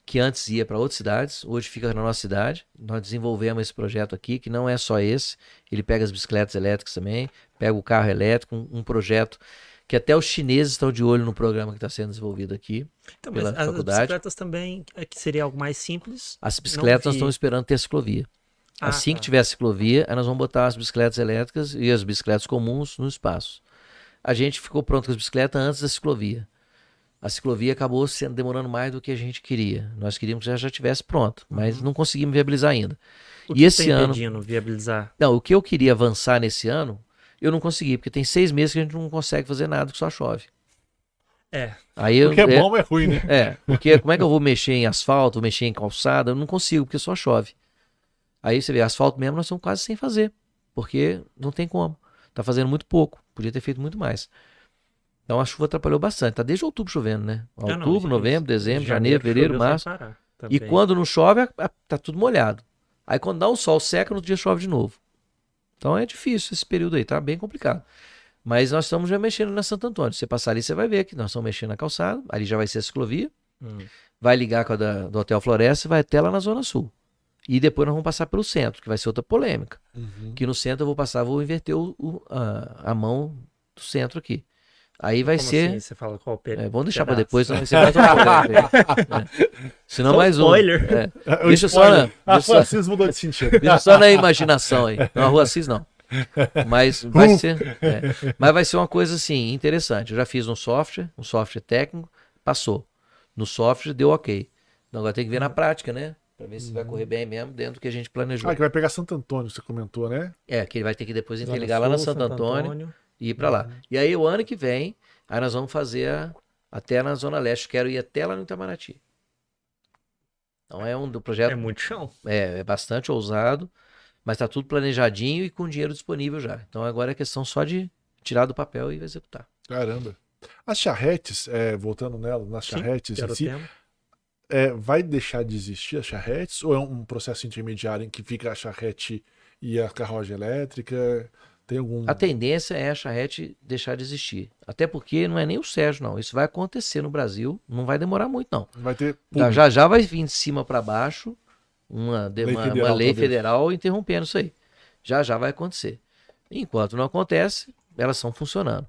que antes ia para outras cidades, hoje fica na nossa cidade. Nós desenvolvemos esse projeto aqui, que não é só esse, ele pega as bicicletas elétricas também, pega o carro elétrico, um projeto que até os chineses estão de olho no programa que está sendo desenvolvido aqui Então, pela mas as faculdade. bicicletas também, que seria algo mais simples. As bicicletas nós vi. estamos esperando ter ciclovia. Ah, Assim tá. que tiver ciclovia, aí nós vamos botar as bicicletas elétricas e as bicicletas comuns no espaço. A gente ficou pronto com as bicicletas antes da ciclovia. A ciclovia acabou demorando mais do que a gente queria. Nós queríamos que já estivesse pronto, mas não conseguimos viabilizar ainda. O E que esse tá ano, impedindo viabilizar? não, o que eu queria avançar nesse ano, eu não consegui, porque tem 6 meses que a gente não consegue fazer nada, que só chove. É. Aí O que é bom é ruim, né? porque como é que eu vou mexer em asfalto, mexer em calçada? Eu não consigo, porque só chove. Aí você vê, asfalto mesmo nós estamos quase sem fazer, porque não tem como. Tá fazendo muito pouco, podia ter feito muito mais. Então a chuva atrapalhou bastante. Tá desde outubro chovendo, né? Outubro, novembro, dezembro, janeiro, fevereiro, choveu sem março. parar E também. quando não chove, tá tudo molhado. Aí quando dá um sol, seca, no outro dia chove de novo. Então é difícil esse período aí, tá bem complicado. Mas nós estamos já mexendo na Santo Antônio. Se você passar ali, você vai ver que nós estamos mexendo na calçada. Ali já vai ser a ciclovia. Vai ligar com a do Hotel Floresta e vai até lá na Zona Sul. E depois nós vamos passar pelo centro, que vai ser outra polêmica. Que no centro eu vou inverter a mão do centro aqui. Aí vai Como ser. assim? Você fala qual Vamos deixar para pedaço? depois, senão vai ser mais uma polêmica aí. Senão Só mais um. spoiler. Deixa só na, A deixa só- Francis mudou de sentido. deixa só na imaginação aí. Não, a Rua Assis não. Mas vai ser. Mas vai ser uma coisa assim, interessante. Eu já fiz um software técnico, passou. No software deu ok. Então agora tem que ver na prática, né? Pra ver se vai correr bem mesmo dentro do que a gente planejou. Ah, que vai pegar Santo Antônio, você comentou, né? Que ele vai ter que depois Zona interligar lá na Sul, Santo Santo Antônio e ir pra lá. E aí o ano que vem, aí nós vamos fazer até na Zona Leste. Quero ir até lá no Itamaraty. Então é um do projeto. É muito chão. É bastante ousado, mas tá tudo planejadinho e com dinheiro disponível já. Então agora é questão só de tirar do papel e executar. Caramba. As charretes, voltando nela, nas charretes Que era em o si, tema. vai deixar de existir as charretes? Ou é um processo intermediário em que fica a charrete e a carruagem elétrica? Tem algum. A tendência é a charrete deixar de existir. Até porque não é nem o Sérgio, não. Isso vai acontecer no Brasil, não vai demorar muito, não. Vai ter público. Já vai vir de cima para baixo uma federal, lei talvez. federal interrompendo isso aí. Já vai acontecer. Enquanto não acontece, elas estão funcionando.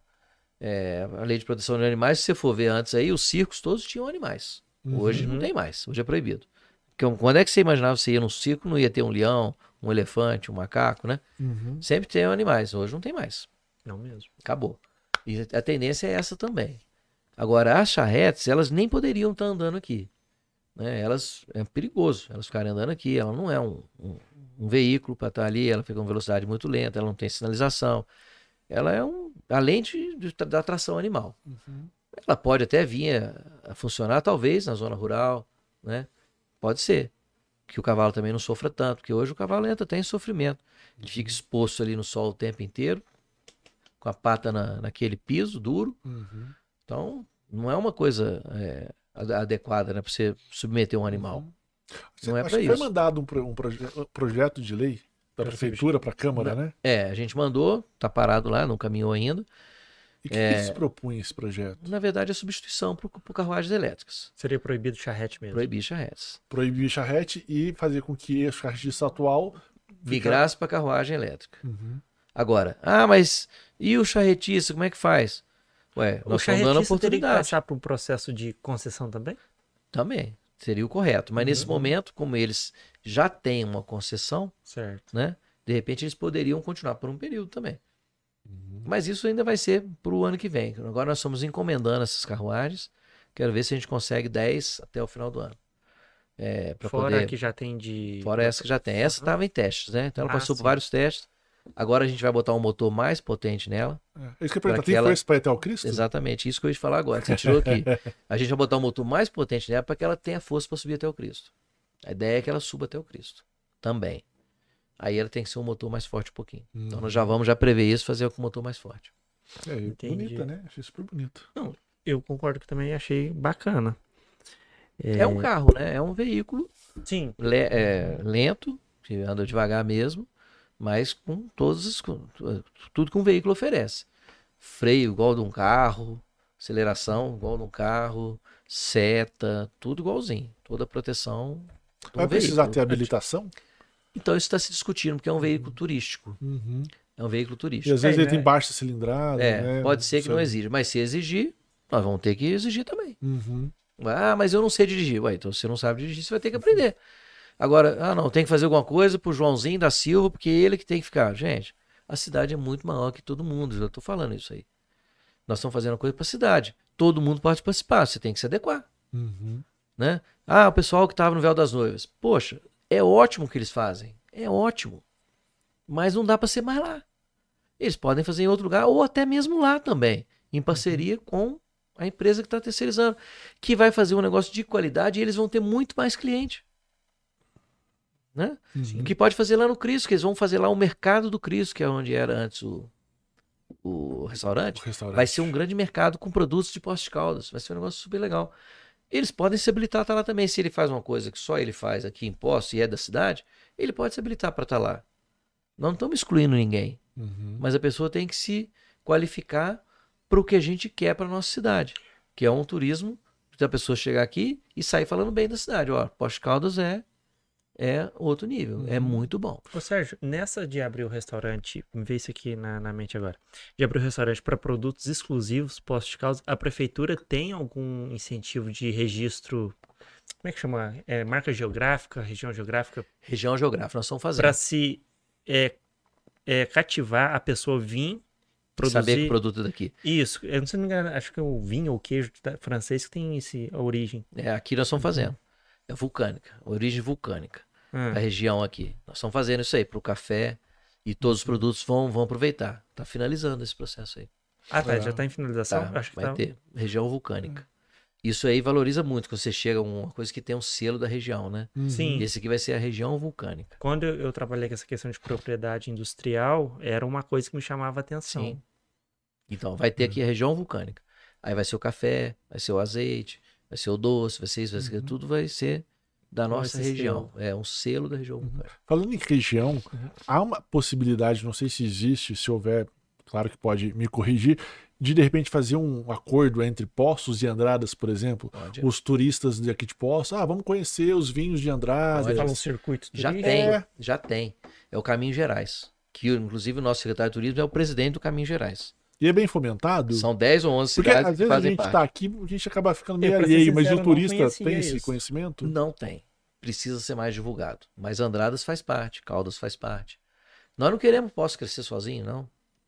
A lei de proteção de animais, se você for ver antes aí, os circos todos tinham animais. Hoje não tem mais, hoje é proibido. Porque quando é que você imaginava que você ia num circo, não ia ter um leão, um elefante, um macaco, né? Sempre tem animais, hoje não tem mais. Não mesmo. Acabou. E a tendência é essa também. Agora, as charretes, elas nem poderiam estar andando aqui. Né? É perigoso elas ficarem andando aqui. Ela não é um veículo para estar ali, ela fica com velocidade muito lenta, ela não tem sinalização. Ela é além da atração animal. Ela pode até vir a funcionar, talvez, na zona rural, né? Pode ser. Que o cavalo também não sofra tanto, porque hoje o cavalo entra até em sofrimento. Ele fica exposto ali no sol o tempo inteiro, com a pata naquele piso duro. Então, não é uma coisa adequada, né, para você submeter um animal. Não é Acho para que foi isso. mandado um projeto de lei da prefeitura para a Câmara, né? A gente mandou, tá parado lá, não caminhou ainda. E o que se propunha esse projeto? Na verdade, é substituição por carruagens elétricas. Seria proibido charrete mesmo. Proibir charretes. Proibir charrete e fazer com que o charretista atual Migrasse para carruagem elétrica. Agora, mas e o charretista, como é que faz? Ué, O nós estamos dando charretista teria que oportunidade. passar por um processo de concessão também? Também, seria o correto. Mas nesse momento, como eles já têm uma concessão, Certo. né? De repente eles poderiam continuar por um período também. Mas isso ainda vai ser para o ano que vem. Agora nós estamos encomendando essas carruagens. Quero ver se a gente consegue 10 até o final do ano. Fora que já tem de... Fora essa que já tem. Essa estava em testes, né? Então ela passou por sim. vários testes. Agora a gente vai botar um motor mais potente nela. Isso que eu perguntei, que ela- foi esse para até o Cristo? Exatamente, isso que eu ia te falar agora. Você tirou aqui. A gente vai botar um motor mais potente nela para que ela tenha força para subir até o Cristo. A ideia é que ela suba até o Cristo. Também. Aí ela tem que ser um motor mais forte um pouquinho. Então nós já vamos prever isso, fazer com um motor mais forte. Entendi. Bonita, né? Achei super bonito. Eu concordo que também achei bacana. É um carro, né? É um veículo Sim. lento, que anda devagar mesmo, mas com tudo que um veículo oferece. Freio igual de um carro, aceleração igual de um carro, seta, tudo igualzinho. Toda a proteção. de um Vai precisar veículo. ter habilitação? Então isso está se discutindo, porque é um veículo turístico. Uhum. É um veículo E turístico. às vezes É, ele tem né? baixa cilindrada, né? Pode ser que não Sabe? exija, mas se exigir, nós vamos ter que exigir também. Uhum. Ah, mas eu não sei dirigir. Ué, então se você não sabe dirigir, você vai ter que aprender. Agora, não, tem que fazer alguma coisa pro Joãozinho da Silva, porque ele que tem que ficar. Gente, a cidade é muito maior que todo mundo, já tô falando isso aí. Nós estamos fazendo coisa pra cidade. Todo mundo pode participar, você tem que se adequar, Uhum. né? Ah, o pessoal que tava no Véu das Noivas. Poxa, é ótimo o que eles fazem. É ótimo. Mas não dá pra ser mais lá. Eles podem fazer em outro lugar ou até mesmo lá também, em parceria com a empresa que está terceirizando, que vai fazer um negócio de qualidade e eles vão ter muito mais cliente. Né? Uhum. O que pode fazer lá no Cristo, que eles vão fazer lá o mercado do Cristo, que é onde era antes o restaurante, O restaurante. vai ser um grande mercado com produtos de Poços de Caldas. Vai ser um negócio super legal. Eles podem se habilitar a estar lá também. Se ele faz uma coisa que só ele faz aqui em Poços e é da cidade, ele pode se habilitar para estar lá. Nós não estamos excluindo ninguém. Uhum. Mas a pessoa tem que se qualificar para o que a gente quer para nossa cidade, que é um turismo da pessoa chegar aqui e sair falando bem da cidade. Ó, Poços de Caldas é outro nível, é muito bom. Ô Sérgio, nessa de abrir o restaurante, me veio isso aqui na mente agora, de abrir o restaurante para produtos exclusivos, Poços de Caldas, a prefeitura tem algum incentivo de registro, como é que chama? Marca geográfica, região geográfica, Região geográfica, nós estamos para fazendo. se cativar a pessoa vir Saber que o produzir produto é daqui. isso. Eu não sei, não me engano, acho que é o vinho ou o queijo francês que tem a origem. Aqui nós estamos fazendo. É vulcânica, origem vulcânica. Ah, A região aqui. Nós estamos fazendo isso aí para o café e todos os produtos vão aproveitar. Tá finalizando esse processo aí. tá, já tá em finalização? Tá, Acho que vai tá. ter. Região vulcânica. Isso aí valoriza muito quando você chega a uma coisa que tem um selo da região, né? Sim. Esse aqui vai ser a região vulcânica. Quando eu trabalhei com essa questão de propriedade industrial, era uma coisa que me chamava a atenção. Sim. Então, vai ter aqui a região vulcânica. Aí vai ser o café, vai ser o azeite, vai ser o doce, vai ser isso, vai ser aquilo, tudo vai ser da Com nossa esse região. É um selo da região vulcânica. Falando em região, há uma possibilidade, não sei se existe, se houver, claro que pode me corrigir, de repente fazer um acordo entre Poços e Andradas, por exemplo. Pode. Os turistas de aqui de Poços, vamos conhecer os vinhos de Andradas. Você fala um circuito Já turístico? tem, já tem. É o Caminho Gerais. Que, inclusive, o nosso secretário de turismo é o presidente do Caminho Gerais. E é bem fomentado. São 10 ou 11 Porque cidades às que vezes a fazem gente parte. tá aqui, a gente acaba ficando meio pra ser alheio, mas sincero, o eu não turista conhecia tem esse isso. conhecimento? Não tem. Precisa ser mais divulgado. Mas Andradas faz parte, Caldas faz parte. Nós não queremos Poços crescer sozinho, não.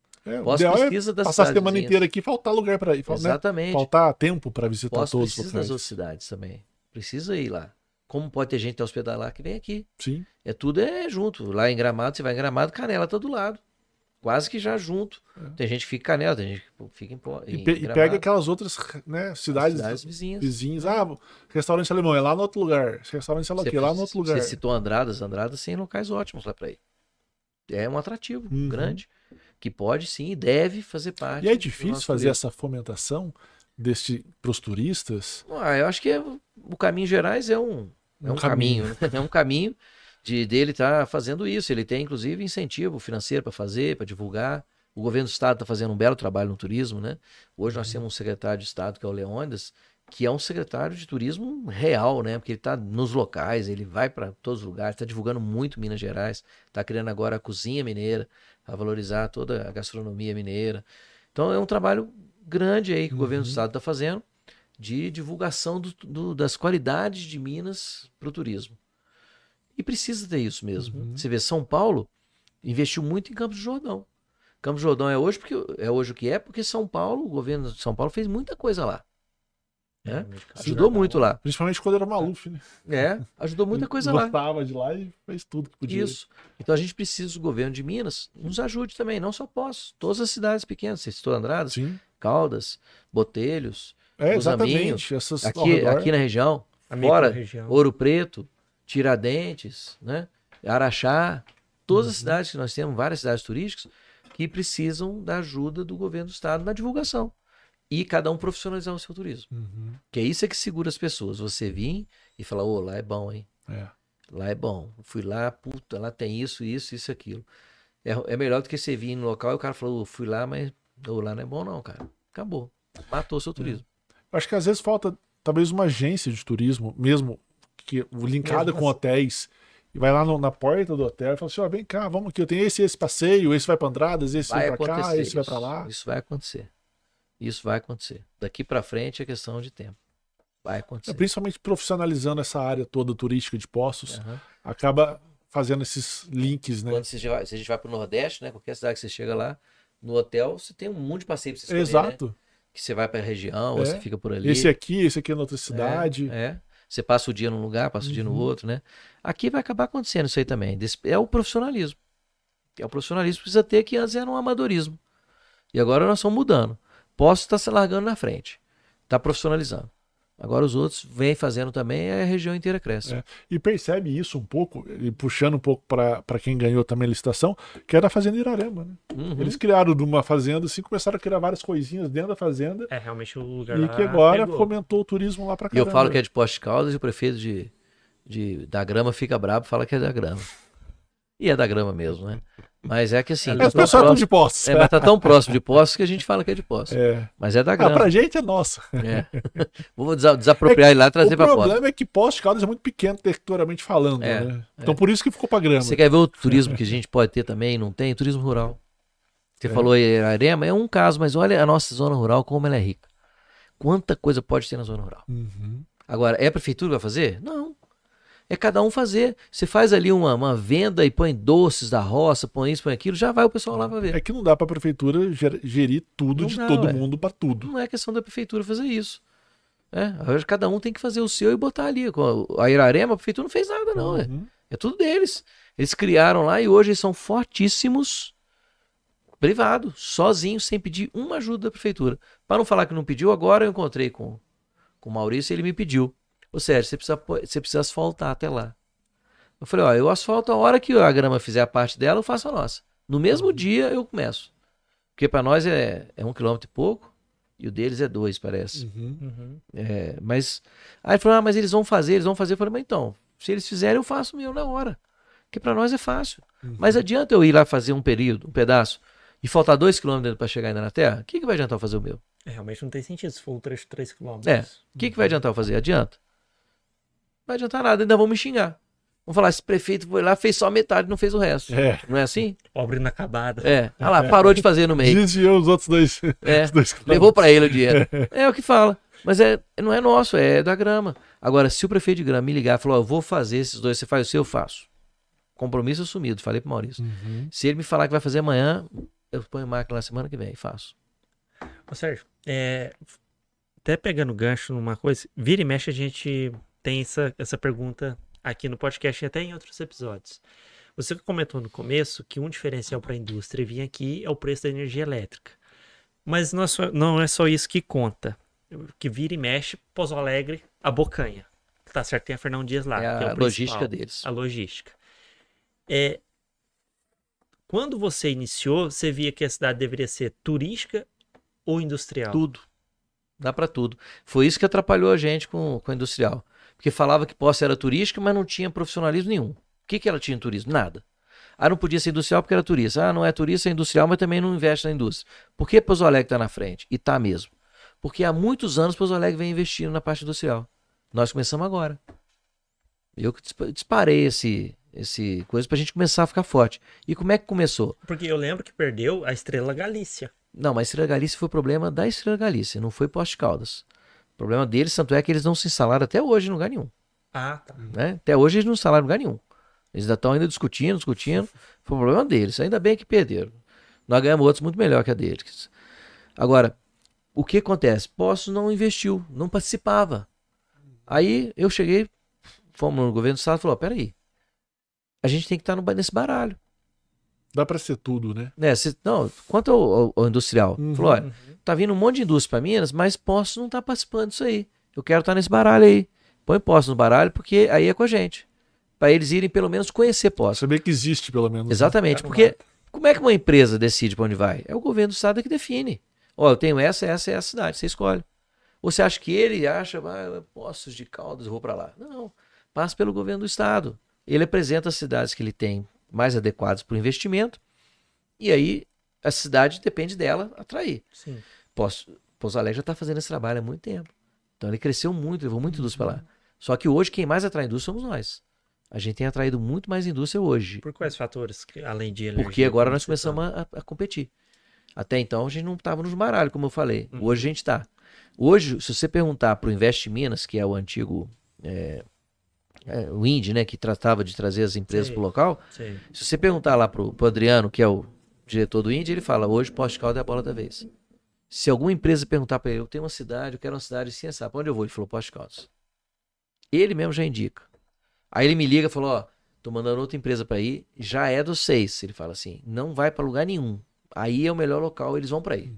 O Poços ideal precisa das passar a cidades semana vizinhas. inteira aqui e faltar lugar para ir. Né? Exatamente. Faltar tempo para visitar Poços todos os precisa locais. das outras cidades também. Precisa ir lá. Como pode ter gente hospedar lá que vem aqui? Sim. Tudo é junto. Lá em Gramado, você vai em Gramado, Canela tá do lado. Quase que já junto. Tem gente que fica em Canela, tem gente que fica em E Gramado. pega aquelas outras, né, cidades vizinhas. vizinhas. Ah, restaurante alemão é lá no outro lugar. Restaurante sei lá o quê, lá no outro lugar. Você citou Andradas tem locais ótimos lá para ir. É um atrativo grande que pode sim e deve fazer parte. E é do difícil nosso fazer turismo. essa fomentação para os turistas. Eu acho que o Caminho Gerais é um caminho. Né? É um caminho dele estar fazendo isso. Ele tem, inclusive, incentivo financeiro para fazer, para divulgar. O governo do estado está fazendo um belo trabalho no turismo, né? Hoje nós temos um secretário de estado, que é o Leônidas, que é um secretário de turismo real, né? Porque ele está nos locais, ele vai para todos os lugares, está divulgando muito Minas Gerais, está criando agora a cozinha mineira, para valorizar toda a gastronomia mineira. Então é um trabalho grande aí que o governo do estado está fazendo de divulgação das qualidades de Minas para o turismo. E precisa ter isso mesmo. Você vê, São Paulo investiu muito em Campos do Jordão. Campos do Jordão é hoje o que é, porque São Paulo, o governo de São Paulo fez muita coisa lá. Né? Ajudou muito lá. Principalmente quando era o Maluf, né? Ajudou muita coisa lá. Gostava de lá e fez tudo que podia. Isso. Então a gente precisa, o governo de Minas nos ajude também, não só Poços, todas as cidades pequenas. Você citou Andradas, Sim. Caldas, Botelhos, exatamente. Essas aqui na região, fora Ouro Preto, Tiradentes, né? Araxá, todas as cidades que nós temos, várias cidades turísticas, que precisam da ajuda do governo do estado na divulgação. E cada um profissionalizar o seu turismo. Que é isso que segura as pessoas. Você vir e falar, lá é bom, hein? Lá é bom. Fui lá, puta, lá tem isso, aquilo. É melhor do que você vir no local e o cara falou, fui lá, mas lá não é bom não, cara. Acabou. Matou o seu turismo. Eu acho que às vezes falta talvez uma agência de turismo, mesmo que linkada Mesmo com hotéis, e vai lá na porta do hotel e fala assim, ó, vem cá, vamos aqui, eu tenho esse passeio, esse vai para Andradas, esse vai Vai para cá, acontecer esse vai para isso. lá. Isso vai acontecer. Isso vai acontecer. Daqui para frente é questão de tempo. Vai acontecer. Principalmente profissionalizando essa área toda turística de Poços, Aham. acaba fazendo esses links, né? Quando se a gente vai para o Nordeste, né? Qualquer cidade que você chega lá, no hotel, você tem um monte de passeio para você escolher, né? Exato. Que você vai para a região, ou É. você fica por ali. Esse aqui é na outra cidade. É. Você passa o dia num lugar, passa o dia no Uhum. outro, né? Aqui vai acabar acontecendo isso aí também. É o profissionalismo. É o profissionalismo que precisa ter, que antes era um amadorismo. E agora nós estamos mudando. Posso estar se largando na frente. Está profissionalizando. Agora os outros vêm fazendo também, a região inteira cresce. É. E percebe isso um pouco, e puxando um pouco para quem ganhou também a licitação, que era a Fazenda Irarema, né? Uhum. Eles criaram de uma fazenda, assim, começaram a criar várias coisinhas dentro da fazenda, É, realmente o lugar e lá que agora pegou. fomentou o turismo lá pra E caramba. eu falo que é de Poços de Caldas e o prefeito da Grama fica brabo, fala que é da Grama. E é da Grama mesmo, né? Mas é que assim. É, Mas o pessoal é tudo de Poços. Mas tá tão próximo de Poços que a gente fala que é de Poços. É. Mas é da Grama. Pra gente é nossa. É. Vou desapropriar ele lá e trazer O pra Poços. problema é que Poços de Caldas é muito pequeno territorialmente falando, É, né? Então por isso que ficou pra Grama. Você quer ver o turismo que a gente pode ter também? Não tem? Turismo rural. Você falou aí, Arema é um caso, mas olha a nossa zona rural, como ela é rica. Quanta coisa pode ter na zona rural. Uhum. Agora, é a prefeitura que vai fazer? Não. É cada um fazer. Você faz ali uma venda e põe doces da roça, põe isso, põe aquilo, já vai o pessoal lá pra ver. É que não dá pra prefeitura gerir tudo Não de dá, todo ué. mundo pra tudo. Não é questão da prefeitura fazer isso. Agora cada um tem que fazer o seu e botar ali. A Irarema, a prefeitura não fez nada, não. Uhum. É tudo deles. Eles criaram lá e hoje eles são fortíssimos, privados, sozinhos, sem pedir uma ajuda da prefeitura. Para não falar que não pediu, agora eu encontrei com o Maurício e ele me pediu. Ô Sérgio, você precisa asfaltar até lá. Eu falei, ó, eu asfalto a hora que a Grama fizer a parte dela, eu faço a nossa. No mesmo dia eu começo. Porque para nós é 1 quilômetro e pouco, e o deles é 2, parece. Uhum. Uhum. Mas aí ele falou, mas eles vão fazer. Eu falei, mas então, se eles fizerem, eu faço o meu na hora. Porque para nós é fácil. Mas adianta eu ir lá fazer um pedaço, e faltar 2 quilômetros para chegar ainda na terra? O que vai adiantar eu fazer o meu? Realmente não tem sentido se for um trecho de 3 km. O que vai adiantar eu fazer? Adianta? Não vai adiantar nada, ainda vão me xingar. Vão falar, esse prefeito foi lá, fez só metade, não fez o resto. É. Não é assim? Obra inacabada. Olha lá, parou de fazer no meio. Desviou os outros dois. os dois Levou para ele o dinheiro. É o que fala. Mas não é nosso, é da Grama. Agora, se o prefeito de Grama me ligar e falar, eu vou fazer esses dois, você faz o seu, eu faço. Compromisso assumido, falei pro Maurício. Uhum. Se ele me falar que vai fazer amanhã, eu ponho máquina na semana que vem e faço. Ô, Sérgio, até pegando gancho numa coisa, vira e mexe a gente tem essa pergunta aqui no podcast e até em outros episódios. Você comentou no começo que um diferencial para a indústria vir aqui é o preço da energia elétrica. Mas não é só isso que conta. Que vira e mexe, Pouso Alegre, a bocanha. Tá certo, tem a Fernão Dias lá. É que é a o logística principal, deles. A logística. Quando você iniciou, você via que a cidade deveria ser turística ou industrial? Tudo. Dá para tudo. Foi isso que atrapalhou a gente com a industrial. Porque falava que Poços era turística, mas não tinha profissionalismo nenhum. O que ela tinha em turismo? Nada. Não podia ser industrial porque era turista. Não é turista, é industrial, mas também não investe na indústria. Por que Pouso Alegre está na frente? E está mesmo. Porque há muitos anos Pouso Alegre vem investindo na parte industrial. Nós começamos agora. Eu que disparei esse coisa pra gente começar a ficar forte. E como é que começou? Porque eu lembro que perdeu a Estrela Galícia. Não, mas a Estrela Galícia foi problema da Estrela Galícia, não foi Poços de Caldas. O problema deles, tanto é que eles não se instalaram até hoje em lugar nenhum. Ah, tá. Né? Até hoje eles não instalaram em lugar nenhum. Eles ainda estão discutindo. Foi o problema deles. Ainda bem que perderam. Nós ganhamos outros muito melhor que a deles. Agora, o que acontece? Poços não investiu, não participava. Aí eu cheguei, fomos no governo do estado e falou, peraí, a gente tem que estar nesse baralho. Dá pra ser tudo, né? Não, quanto ao industrial, falou, olha, Uhum. tá vindo um monte de indústria para Minas, mas Poços não tá participando disso aí. Eu quero estar nesse baralho aí. Põe Poços no baralho, porque aí é com a gente. Para eles irem pelo menos conhecer Poços. Saber que existe, pelo menos. Exatamente, porque como é que uma empresa decide para onde vai? É o governo do estado que define. Ó, eu tenho essa é a cidade, você escolhe. Ou você acha que ele acha, Poços de Caldas, eu vou para lá. Não, passa pelo governo do estado. Ele apresenta as cidades que ele tem mais adequadas para o investimento, e aí a cidade depende dela atrair. Sim. Pouso Alegre já está fazendo esse trabalho há muito tempo. Então ele cresceu muito, levou muita indústria para lá. Só que hoje quem mais atrai indústria somos nós. A gente tem atraído muito mais indústria hoje. Por quais fatores, além de energia? Porque agora como nós você começamos a competir. Até então a gente não estava nos baralhos, como eu falei. Uhum. Hoje a gente está. Hoje, se você perguntar para o Invest Minas, que é o antigo o Indy, né, que tratava de trazer as empresas Sei. para o local, Sei. se você perguntar lá pro Adriano, que é o diretor do Indy, ele fala, hoje Poste Caldas é a bola da vez. Se alguma empresa perguntar para ele, eu tenho uma cidade, eu quero uma cidade assim, sabe, para onde eu vou? Ele falou, Poste Caldas. Ele mesmo já indica. Aí ele me liga e falou, ó, tô mandando outra empresa para ir, já é dos 6. Ele fala assim, não vai para lugar nenhum. Aí é o melhor local, eles vão para aí.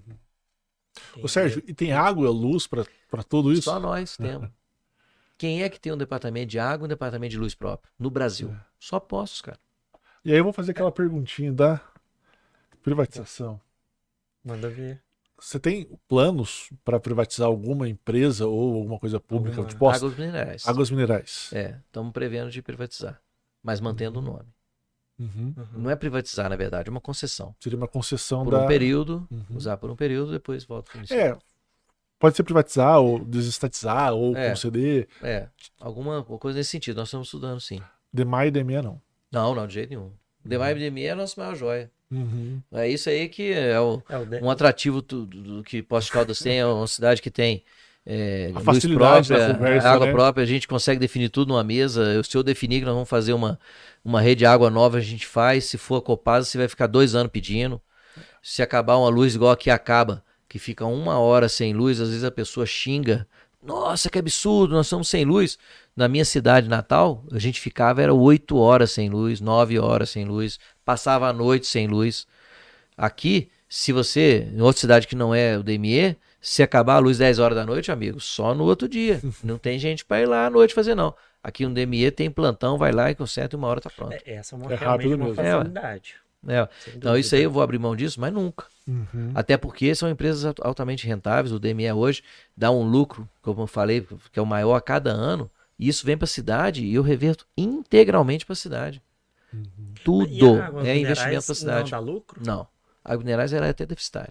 Ô Sérgio, e tem água, luz pra tudo isso? Só nós temos. Quem é que tem um departamento de água e um departamento de luz próprio? No Brasil. Só Poços, cara. E aí eu vou fazer aquela perguntinha da privatização. Manda ver. Você tem planos para privatizar alguma empresa ou alguma coisa pública? Alguma- Tipo, Águas minerais. águas minerais. Estamos prevendo de privatizar. Mas mantendo o nome. Uhum. Não é privatizar, na verdade, é uma concessão. Seria uma concessão Por da... um período, Uhum. usar por um período, depois volta para o município. É, pode ser privatizar ou desestatizar ou É. conceder. Alguma coisa nesse sentido. Nós estamos estudando, sim. DEMAI e DME não. Não, de jeito nenhum. O DMI e DME é a nossa maior joia. Uhum. É isso aí que é É um atrativo do que Poços de Caldas tem. É uma cidade que tem A luz facilidade da própria, conversa, água né? própria. A gente consegue definir tudo numa mesa. Se eu definir que nós vamos fazer uma rede de água nova, a gente faz. Se for acopada, você vai ficar 2 anos pedindo. Se acabar uma luz igual aqui acaba, que fica 1 hora sem luz, às vezes a pessoa xinga. Nossa, que absurdo, nós estamos sem luz. Na minha cidade natal, a gente ficava, era 8 horas sem luz, 9 horas sem luz, passava a noite sem luz. Aqui, se você, em outra cidade que não é o DME, se acabar a luz 10 horas da noite, amigo, só no outro dia. Não tem gente para ir lá à noite fazer, não. Aqui no DME tem plantão, vai lá e conserta, 1 hora tá pronto. Essa é É realmente rápido uma mesmo. facilidade. Sem Então, dúvida. isso aí eu vou abrir mão disso, mas nunca. Uhum. Até porque são empresas altamente rentáveis. O DME hoje dá um lucro, como eu falei, que é o maior a cada ano. E isso vem para a cidade e eu reverto integralmente para a cidade. Tudo E a águas é minerais investimento para a cidade. Não dá lucro? Não. A água minerais ela é até deficitária.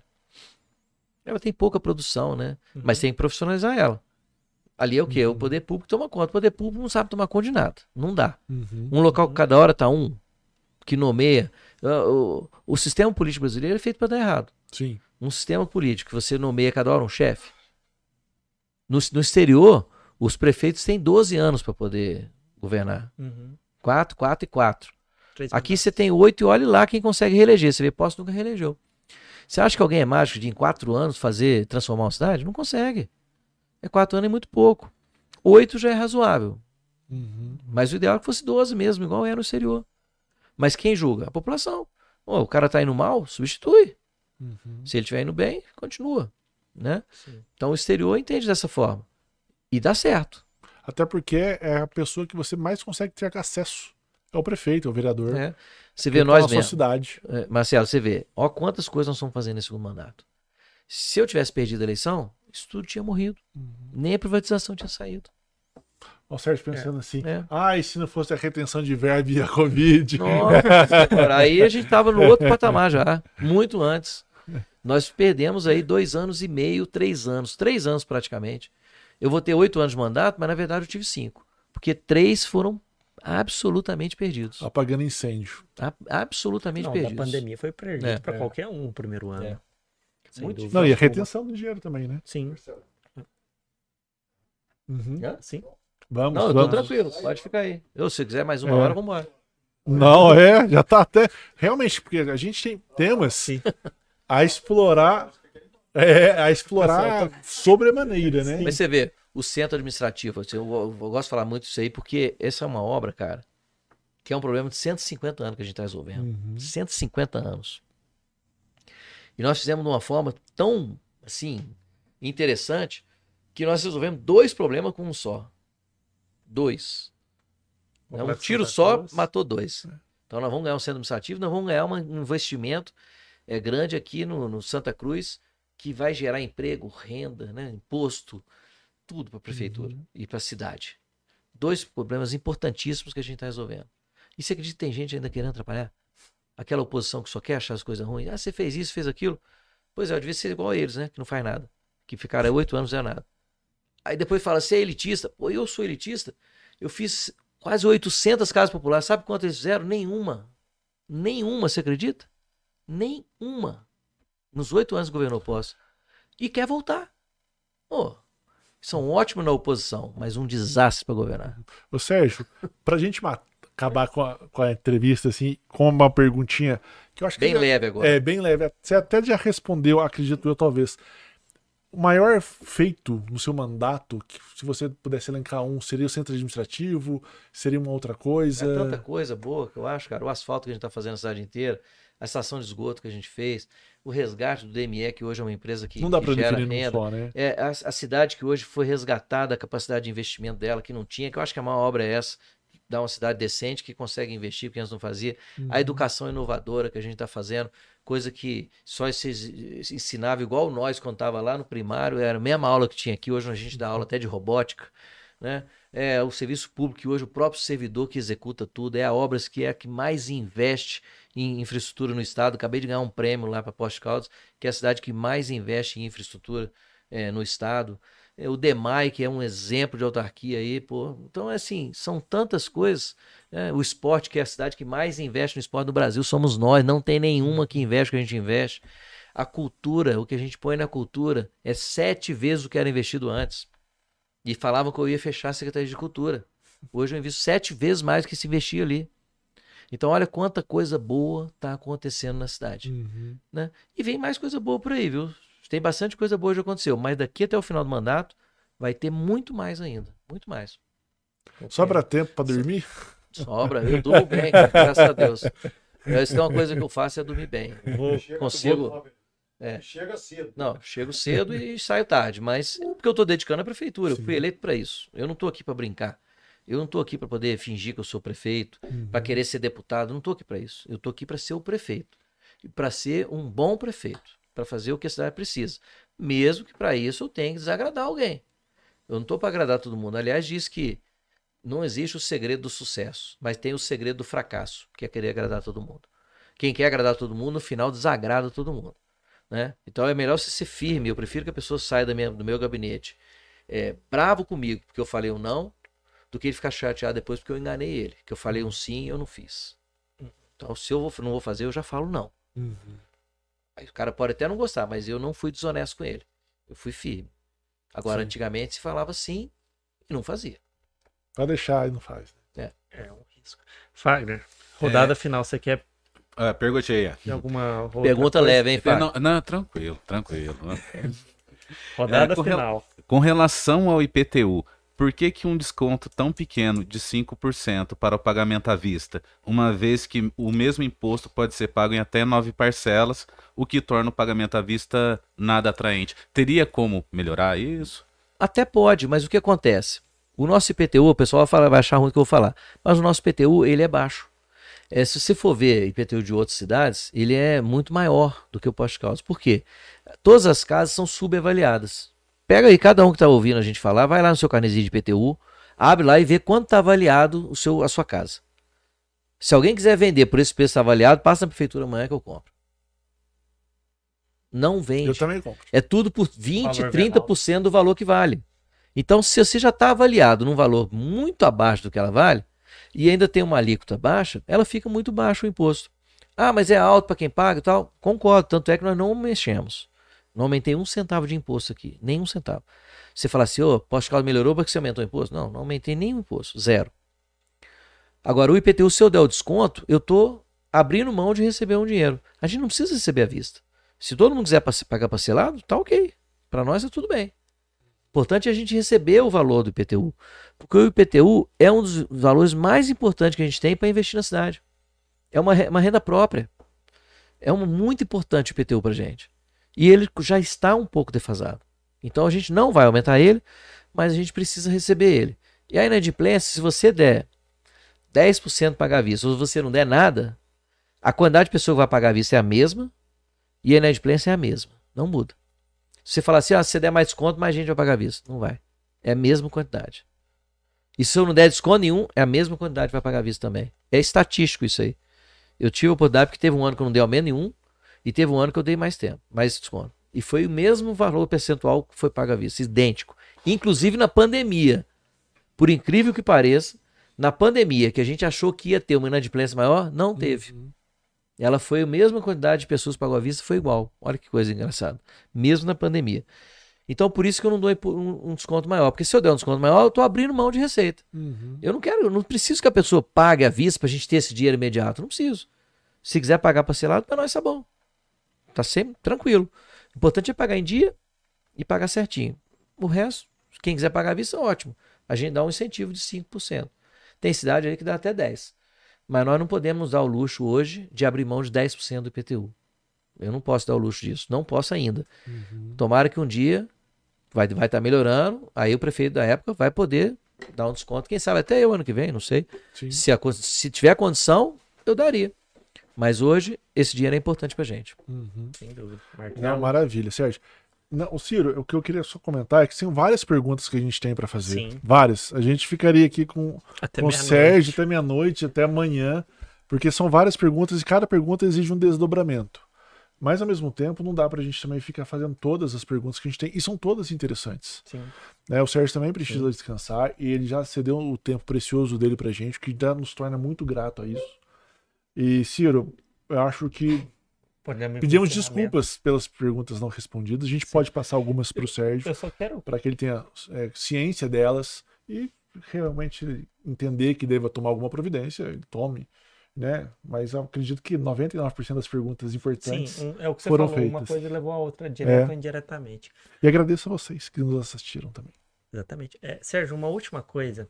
Ela tem pouca produção, né? Mas tem que profissionalizar ela. Ali é o quê? O poder público toma conta. O poder público não sabe tomar conta de nada. Não dá. Uhum. Um local que cada hora tá que nomeia. O sistema político brasileiro é feito para dar errado. Sim. Um sistema político que você nomeia cada hora um chefe. No exterior, os prefeitos têm 12 anos para poder governar. 4, 4 e 4. Aqui você tem 8 e olhe lá quem consegue reeleger. Você vê, Poços nunca reelegeu. Você acha que alguém é mágico de em 4 anos transformar uma cidade? Não consegue. 4 anos é muito pouco. 8 já é razoável. Uhum. Mas o ideal é que fosse 12 mesmo, igual é no exterior. Mas quem julga? A população. O cara tá indo mal, substitui. Uhum. Se ele estiver indo bem, continua. Né? Sim. Então o exterior entende dessa forma. E dá certo. Até porque é a pessoa que você mais consegue ter acesso. É o prefeito, é o vereador. Né? Você que vê tá nós na sua mesmo. cidade. Marcelo, você vê. Ó quantas coisas nós estamos fazendo nesse segundo mandato. Se eu tivesse perdido a eleição, isso tudo tinha morrido. Nem a privatização tinha saído. O Sérgio pensando assim, É. e se não fosse a retenção de verba e a Covid? Nossa, senhora, aí a gente estava no outro patamar já, muito antes. Nós perdemos aí 2 anos e meio, 3 anos, 3 anos praticamente. Eu vou ter 8 anos de mandato, mas na verdade eu tive 5. Porque 3 foram absolutamente perdidos. Apagando incêndio. Absolutamente Não, perdidos. da pandemia foi perdido para É. qualquer um no primeiro ano. É. Sem Muito dúvida Não, e a alguma. retenção do dinheiro também, né? Sim. Uhum. Sim. Vamos, Não, eu tô vamos. tranquilo, pode ficar aí. Se quiser mais 1 É. hora, vamos embora. Não, já tá até... Realmente, porque a gente tem temas a explorar... sobremaneira, né? Mas você vê, o centro administrativo, assim, eu gosto de falar muito disso aí, porque essa é uma obra, cara, que é um problema de 150 anos que a gente está resolvendo. Uhum. 150 anos. E nós fizemos de uma forma tão, assim, interessante, que nós resolvemos 2 problemas com um só. 2. Um tiro só matou 2. Então nós vamos ganhar um centro administrativo, nós vamos ganhar um investimento grande aqui no Santa Cruz, que vai gerar emprego, renda, né, imposto, tudo para a prefeitura e para a cidade. 2 problemas importantíssimos que a gente está resolvendo. E você acredita que tem gente ainda querendo atrapalhar? Aquela oposição que só quer achar as coisas ruins. Você fez isso, fez aquilo. Pois é, eu devia ser igual a eles, né? Que não faz nada. Que ficaram 8 anos não é nada. Aí depois fala, você é elitista? Pô, eu sou elitista. Eu fiz quase 800 casas populares. Sabe quanto eles fizeram? Nenhuma. Nenhuma, você acredita? Nenhuma. Nos 8 anos que governou Posse. E quer voltar. Pô, são ótimos na oposição, mas um desastre para governar. Ô Sérgio, pra gente acabar com a entrevista, assim, com uma perguntinha que eu acho que Bem leve agora. É, bem leve. Você até já respondeu, acredito eu, talvez. O maior feito no seu mandato, que se você pudesse elencar um, seria o centro administrativo? Seria uma outra coisa? É tanta coisa boa que eu acho, cara. O asfalto que a gente está fazendo na cidade inteira, a estação de esgoto que a gente fez, o resgate do DME, que hoje é uma empresa que não dá pra gera definir num renda. só, né? É, a cidade que hoje foi resgatada, a capacidade de investimento dela, que não tinha, que eu acho que a maior obra é essa, dar uma cidade decente que consegue investir, porque antes não fazia. A educação inovadora que a gente está fazendo, coisa que só se ensinava igual nós quando estava lá no primário, era a mesma aula que tinha aqui, hoje a gente dá aula até de robótica, né? É o serviço público, que hoje o próprio servidor que executa tudo, é a Obras que é a que mais investe em infraestrutura no estado. Acabei de ganhar um prêmio lá para Poços de Caldas, que é a cidade que mais investe em infraestrutura no estado. O DEMAI, que é um exemplo de autarquia aí, pô. Então, assim, são tantas coisas. O esporte, que é a cidade que mais investe no esporte do Brasil, somos nós. Não tem nenhuma que investe o que a gente investe. A cultura, o que a gente põe na cultura, é 7 vezes o que era investido antes. E falavam que eu ia fechar a Secretaria de Cultura. Hoje eu invisto 7 vezes mais do que se investia ali. Então, olha quanta coisa boa está acontecendo na cidade. Né? E vem mais coisa boa por aí, viu? Tem bastante coisa boa que já aconteceu, mas daqui até o final do mandato vai ter muito mais ainda. Muito mais. Sobra tempo pra dormir? Sobra. Eu durmo bem, cara, graças a Deus. Isso é uma coisa que eu faço, é dormir bem. Consigo. Chega cedo. Não, chego cedo e saio tarde, mas porque eu estou dedicando à prefeitura, eu fui eleito para isso. Eu não estou aqui para brincar. Eu não estou aqui para poder fingir que eu sou prefeito, para querer ser deputado. Eu não estou aqui para isso. Eu estou aqui para ser o prefeito. E para ser um bom prefeito. Para fazer o que a cidade precisa. Mesmo que para isso eu tenha que desagradar alguém. Eu não estou para agradar todo mundo. Aliás, diz que não existe o segredo do sucesso, mas tem o segredo do fracasso, que é querer agradar todo mundo. Quem quer agradar todo mundo, no final desagrada todo mundo. Né? Então é melhor você ser firme. Eu prefiro que a pessoa saia do meu gabinete bravo comigo porque eu falei um não, do que ele ficar chateado depois porque eu enganei ele, que eu falei um sim e eu não fiz. Então se eu não vou fazer, eu já falo não. Aí o cara pode até não gostar, mas eu não fui desonesto com ele, eu fui firme. Agora, antigamente se falava sim e não fazia. Vai deixar e não faz. É um risco. Fagner, rodada final, você quer Perguntei. tem alguma outra Pergunta coisa? leve, hein, Fábio? Não, tranquilo. Rodada final. Com relação ao IPTU, por que um desconto tão pequeno de 5% para o pagamento à vista, uma vez que o mesmo imposto pode ser pago em até 9 parcelas, o que torna o pagamento à vista nada atraente? Teria como melhorar isso? Até pode, mas o que acontece? O nosso IPTU, o pessoal vai achar ruim o que eu vou falar, mas o nosso IPTU, ele é baixo. Se você for ver IPTU de outras cidades, ele é muito maior do que o Poços de Caldas. Por quê? Todas as casas são subavaliadas. Pega aí, cada um que está ouvindo a gente falar, vai lá no seu carnezinho de IPTU, abre lá e vê quanto está avaliado a sua casa. Se alguém quiser vender por esse preço avaliado, passa na prefeitura amanhã que eu compro. Não vende. Eu também compro. É tudo por 20%, 30% do valor que vale. Então, se você já está avaliado num valor muito abaixo do que ela vale, e ainda tem uma alíquota baixa, ela fica muito baixo o imposto. Ah, mas é alto para quem paga e tal? Concordo, tanto é que nós não mexemos. Não aumentei 1 centavo de imposto aqui, nem 1 centavo. Você fala assim, Poços de Caldas melhorou porque você aumentou o imposto? Não, não aumentei nenhum imposto, 0. Agora, o IPTU, se eu der o desconto, eu estou abrindo mão de receber um dinheiro. A gente não precisa receber à vista. Se todo mundo quiser pagar parcelado, tá ok. Para nós é tudo bem. Importante é a gente receber o valor do IPTU. Porque o IPTU é um dos valores mais importantes que a gente tem para investir na cidade. É uma renda própria. É muito importante o IPTU para a gente. E ele já está um pouco defasado. Então a gente não vai aumentar ele, mas a gente precisa receber ele. E a inadimplência, se você der 10% pagar à vista, ou se você não der nada, a quantidade de pessoas que vai pagar à vista é a mesma e a inadimplência é a mesma. Não muda. Se você falar assim, se você der mais desconto, mais gente vai pagar à vista. Não vai. É a mesma quantidade. E se eu não der desconto nenhum, é a mesma quantidade que vai pagar à vista também. É estatístico isso aí. Eu tive a oportunidade porque teve um ano que eu não dei aumento nenhum e teve um ano que eu dei mais tempo, mais desconto. E foi o mesmo valor percentual que foi pago à vista, idêntico. Inclusive na pandemia. Por incrível que pareça, na pandemia, que a gente achou que ia ter uma inadimplência maior, não teve. Ela foi a mesma quantidade de pessoas que pagou à vista, foi igual. Olha que coisa engraçada. Mesmo na pandemia. Então, por isso que eu não dou um desconto maior. Porque se eu der um desconto maior, eu estou abrindo mão de receita. Eu não quero, eu não preciso que a pessoa pague à vista para a gente ter esse dinheiro imediato. Não preciso. Se quiser pagar parcelado, para nós tá bom. Tá sempre tranquilo. O importante é pagar em dia e pagar certinho. O resto, quem quiser pagar à vista, ótimo. A gente dá um incentivo de 5%. Tem cidade aí que dá até 10%. Mas nós não podemos dar o luxo hoje de abrir mão de 10% do IPTU. Eu não posso dar o luxo disso. Não posso ainda. Tomara que um dia vai estar melhorando. Aí o prefeito da época vai poder dar um desconto. Quem sabe até eu ano que vem, não sei. Se tiver condição, eu daria. Mas hoje, esse dinheiro é importante pra gente. Sem dúvida. Não, maravilha, Sérgio. Não, Ciro, o que eu queria só comentar é que são várias perguntas que a gente tem para fazer. Sim. Várias. A gente ficaria aqui com o Sérgio até meia-noite, até amanhã, porque são várias perguntas e cada pergunta exige um desdobramento. Mas, ao mesmo tempo, não dá pra gente também ficar fazendo todas as perguntas que a gente tem, e são todas interessantes. Sim. Né? O Sérgio também precisa descansar, e ele já cedeu o tempo precioso dele pra gente, que já nos torna muito grato a isso. E, Ciro, eu acho que pedimos desculpas pelas perguntas não respondidas. A gente pode passar algumas para o Sérgio, Eu só quero... para que ele tenha ciência delas e realmente entender que deva tomar alguma providência, ele tome, né? Mas eu acredito que 99% das perguntas importantes é o que você foram falou, feitas. uma coisa levou a outra, direto ou indiretamente. E agradeço a vocês que nos assistiram também. Exatamente. Sérgio, uma última coisa.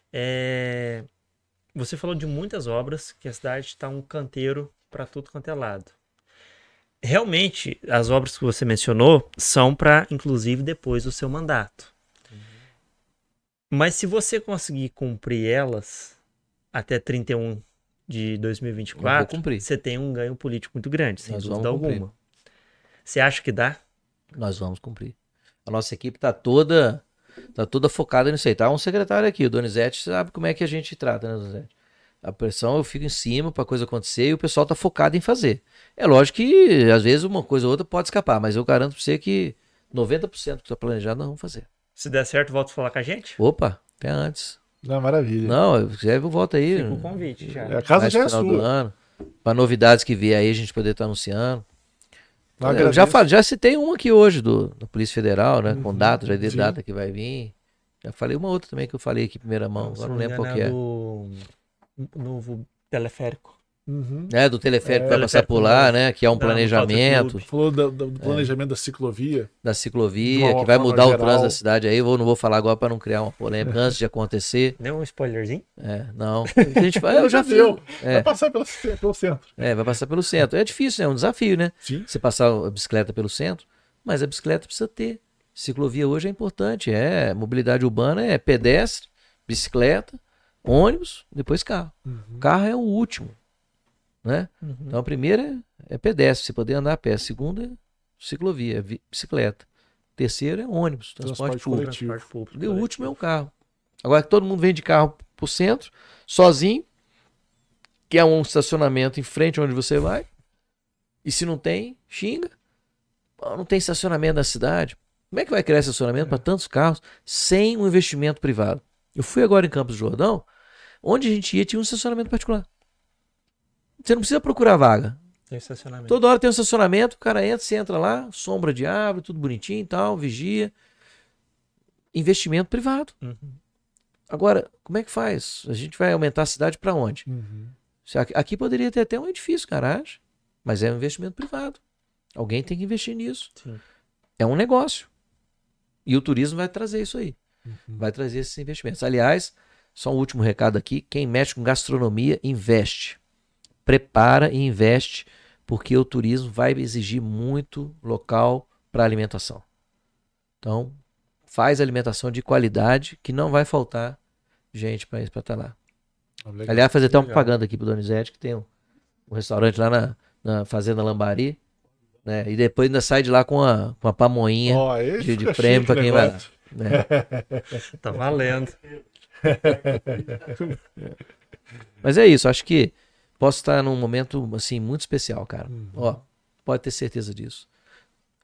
Você falou de muitas obras, que a cidade está um canteiro para tudo quanto é lado. Realmente, as obras que você mencionou são para, inclusive, depois do seu mandato. Mas se você conseguir cumprir elas até 31 de 2024, você tem um ganho político muito grande, sem dúvida alguma. Você acha que dá? Nós vamos cumprir. A nossa equipe está toda focada nisso aí. Tá um secretário aqui, o Donizete, sabe como é que a gente trata, né, Donizete? A pressão, eu fico em cima para a coisa acontecer e o pessoal tá focado em fazer. É lógico que, às vezes, uma coisa ou outra pode escapar, mas eu garanto para você que 90% que está planejado nós vamos fazer. Se der certo, volta a falar com a gente? Opa, até antes. Não, maravilha. Não, se quiser eu volto aí. Fica o convite já. A casa já é sua. Para novidades que vier aí, a gente poder estar anunciando. Eu já citei uma aqui hoje da Polícia Federal, né? Com data, já dei data que vai vir. Já falei uma outra também que eu falei aqui em primeira mão, agora não lembro qual que é. Do novo teleférico. Do teleférico que vai passar por lá, né? Que é um planejamento. Falou do planejamento da ciclovia. Da ciclovia, que vai mudar o trânsito da cidade aí. Não vou falar agora para não criar uma polêmica antes de acontecer. Deu um spoilerzinho? Não. A gente vai, eu já fiz. Vai passar pelo centro. Vai passar pelo centro. É difícil, é um desafio, né? Sim. Você passar a bicicleta pelo centro, mas a bicicleta precisa ter. Ciclovia hoje é importante. Mobilidade urbana é pedestre, bicicleta, ônibus, depois carro. Carro é o último. Né? Então a primeira é pedestre, você poder andar a pé. A segunda é ciclovia, bicicleta. A terceira é ônibus, transporte público. E o último é o carro. Agora que todo mundo vem de carro pro centro, sozinho, que é um estacionamento em frente onde você vai, e se não tem, xinga. Não tem estacionamento na cidade. Como é que vai criar estacionamento para tantos carros sem um investimento privado? Eu fui agora em Campos do Jordão, onde a gente ia tinha um estacionamento particular. Você não precisa procurar vaga. Tem estacionamento. Toda hora tem um estacionamento, o cara entra, você entra lá, sombra de árvore, tudo bonitinho e tal, vigia. Investimento privado. Agora, como é que faz? A gente vai aumentar a cidade para onde? Aqui poderia ter até um edifício, garagem, mas é um investimento privado. Alguém tem que investir nisso. Sim. É um negócio. E o turismo vai trazer isso aí. Vai trazer esses investimentos. Aliás, só um último recado aqui, quem mexe com gastronomia, investe. Prepara e investe, porque o turismo vai exigir muito local para alimentação. Então, faz alimentação de qualidade, que não vai faltar gente para estar lá. Legal. Aliás, fazer até uma propaganda aqui pro Donizete, que tem um restaurante lá na Fazenda Lambari, né? E depois ainda sai de lá com a pamonhinha de prêmio para quem vai lá. Né? Tá valendo. Mas é isso, acho que posso estar num momento assim muito especial, cara. Pode ter certeza disso.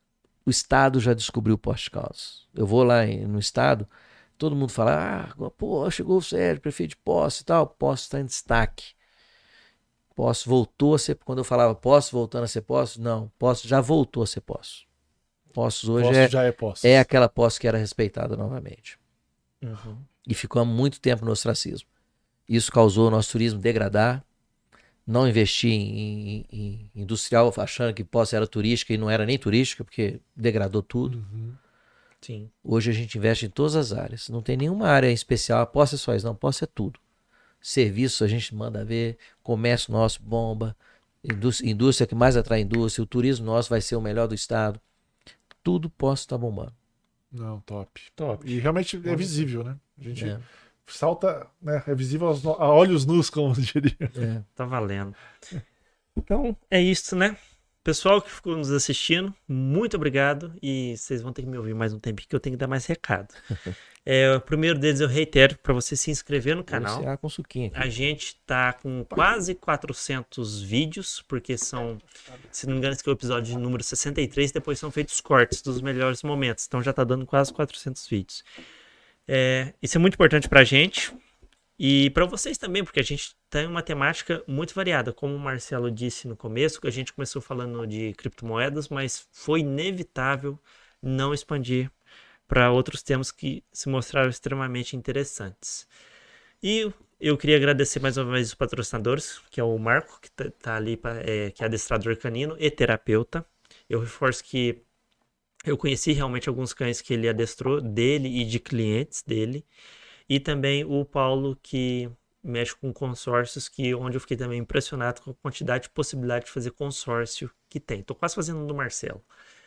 o Estado já descobriu o Poste-Caldas. Eu vou lá no Estado, todo mundo fala, pô, chegou o Sérgio, prefeito de Poços e tal. Poços está em destaque. Poços voltou a ser, quando eu falava Poços voltando a ser Poços, não, Poços já voltou a ser Poços. Poços hoje Poços já é Poços. é aquela Poços que era respeitada novamente. Uhum. E ficou há muito tempo no ostracismo. Isso causou o nosso turismo degradar, não investir em industrial, achando que Poços era turística e não era nem turística, porque degradou tudo. Uhum. Sim. Hoje a gente investe em todas as áreas. Não tem nenhuma área em especial. Poços é só isso, não. Poços é tudo. Serviço a gente manda ver, comércio nosso bomba, indústria que mais atrai indústria, o turismo nosso vai ser o melhor do estado. Tudo Poços tá bombando. Não, top. Top. E realmente é visível, né? A gente É. salta, né? É visível a olhos nus, como diria. É. Tá valendo. Então, é isso, né? Pessoal que ficou nos assistindo, muito obrigado. E vocês vão ter que me ouvir mais um tempo que eu tenho que dar mais recado. O primeiro deles eu reitero para você se inscrever no canal. Vou com suquinho aqui. A gente tá com quase 400 vídeos, porque são, se não me engano, esse aqui é o episódio número 63, depois são feitos cortes dos melhores momentos. Então já tá dando quase 400 vídeos. Isso é muito importante pra gente e para vocês também, porque a gente tem uma temática muito variada. Como o Marcelo disse no começo, que a gente começou falando de criptomoedas, mas foi inevitável não expandir para outros temas que se mostraram extremamente interessantes. E eu queria agradecer mais uma vez os patrocinadores, que é o Marco, que tá ali, que é adestrador canino e terapeuta. Eu reforço que eu conheci realmente alguns cães que ele adestrou, dele e de clientes dele. E também o Paulo, que mexe com consórcios, onde eu fiquei também impressionado com a quantidade de possibilidade de fazer consórcio que tem. Tô quase fazendo do Marcelo.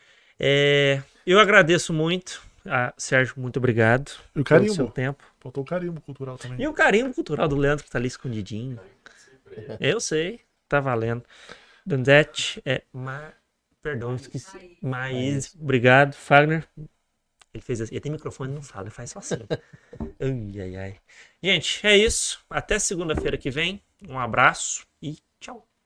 Eu agradeço muito. Sérgio, muito obrigado E o pelo seu carimbo. tempo. Faltou o carimbo cultural também. E o carinho cultural do Leandro, que tá ali escondidinho. Eu sei, tá valendo. Donzete, perdão, esqueci. Maís, obrigado. Fagner, ele fez assim. Ele tem microfone e não fala, ele faz só assim. Ai, ai, ai. Gente, é isso. Até segunda-feira que vem. Um abraço e tchau.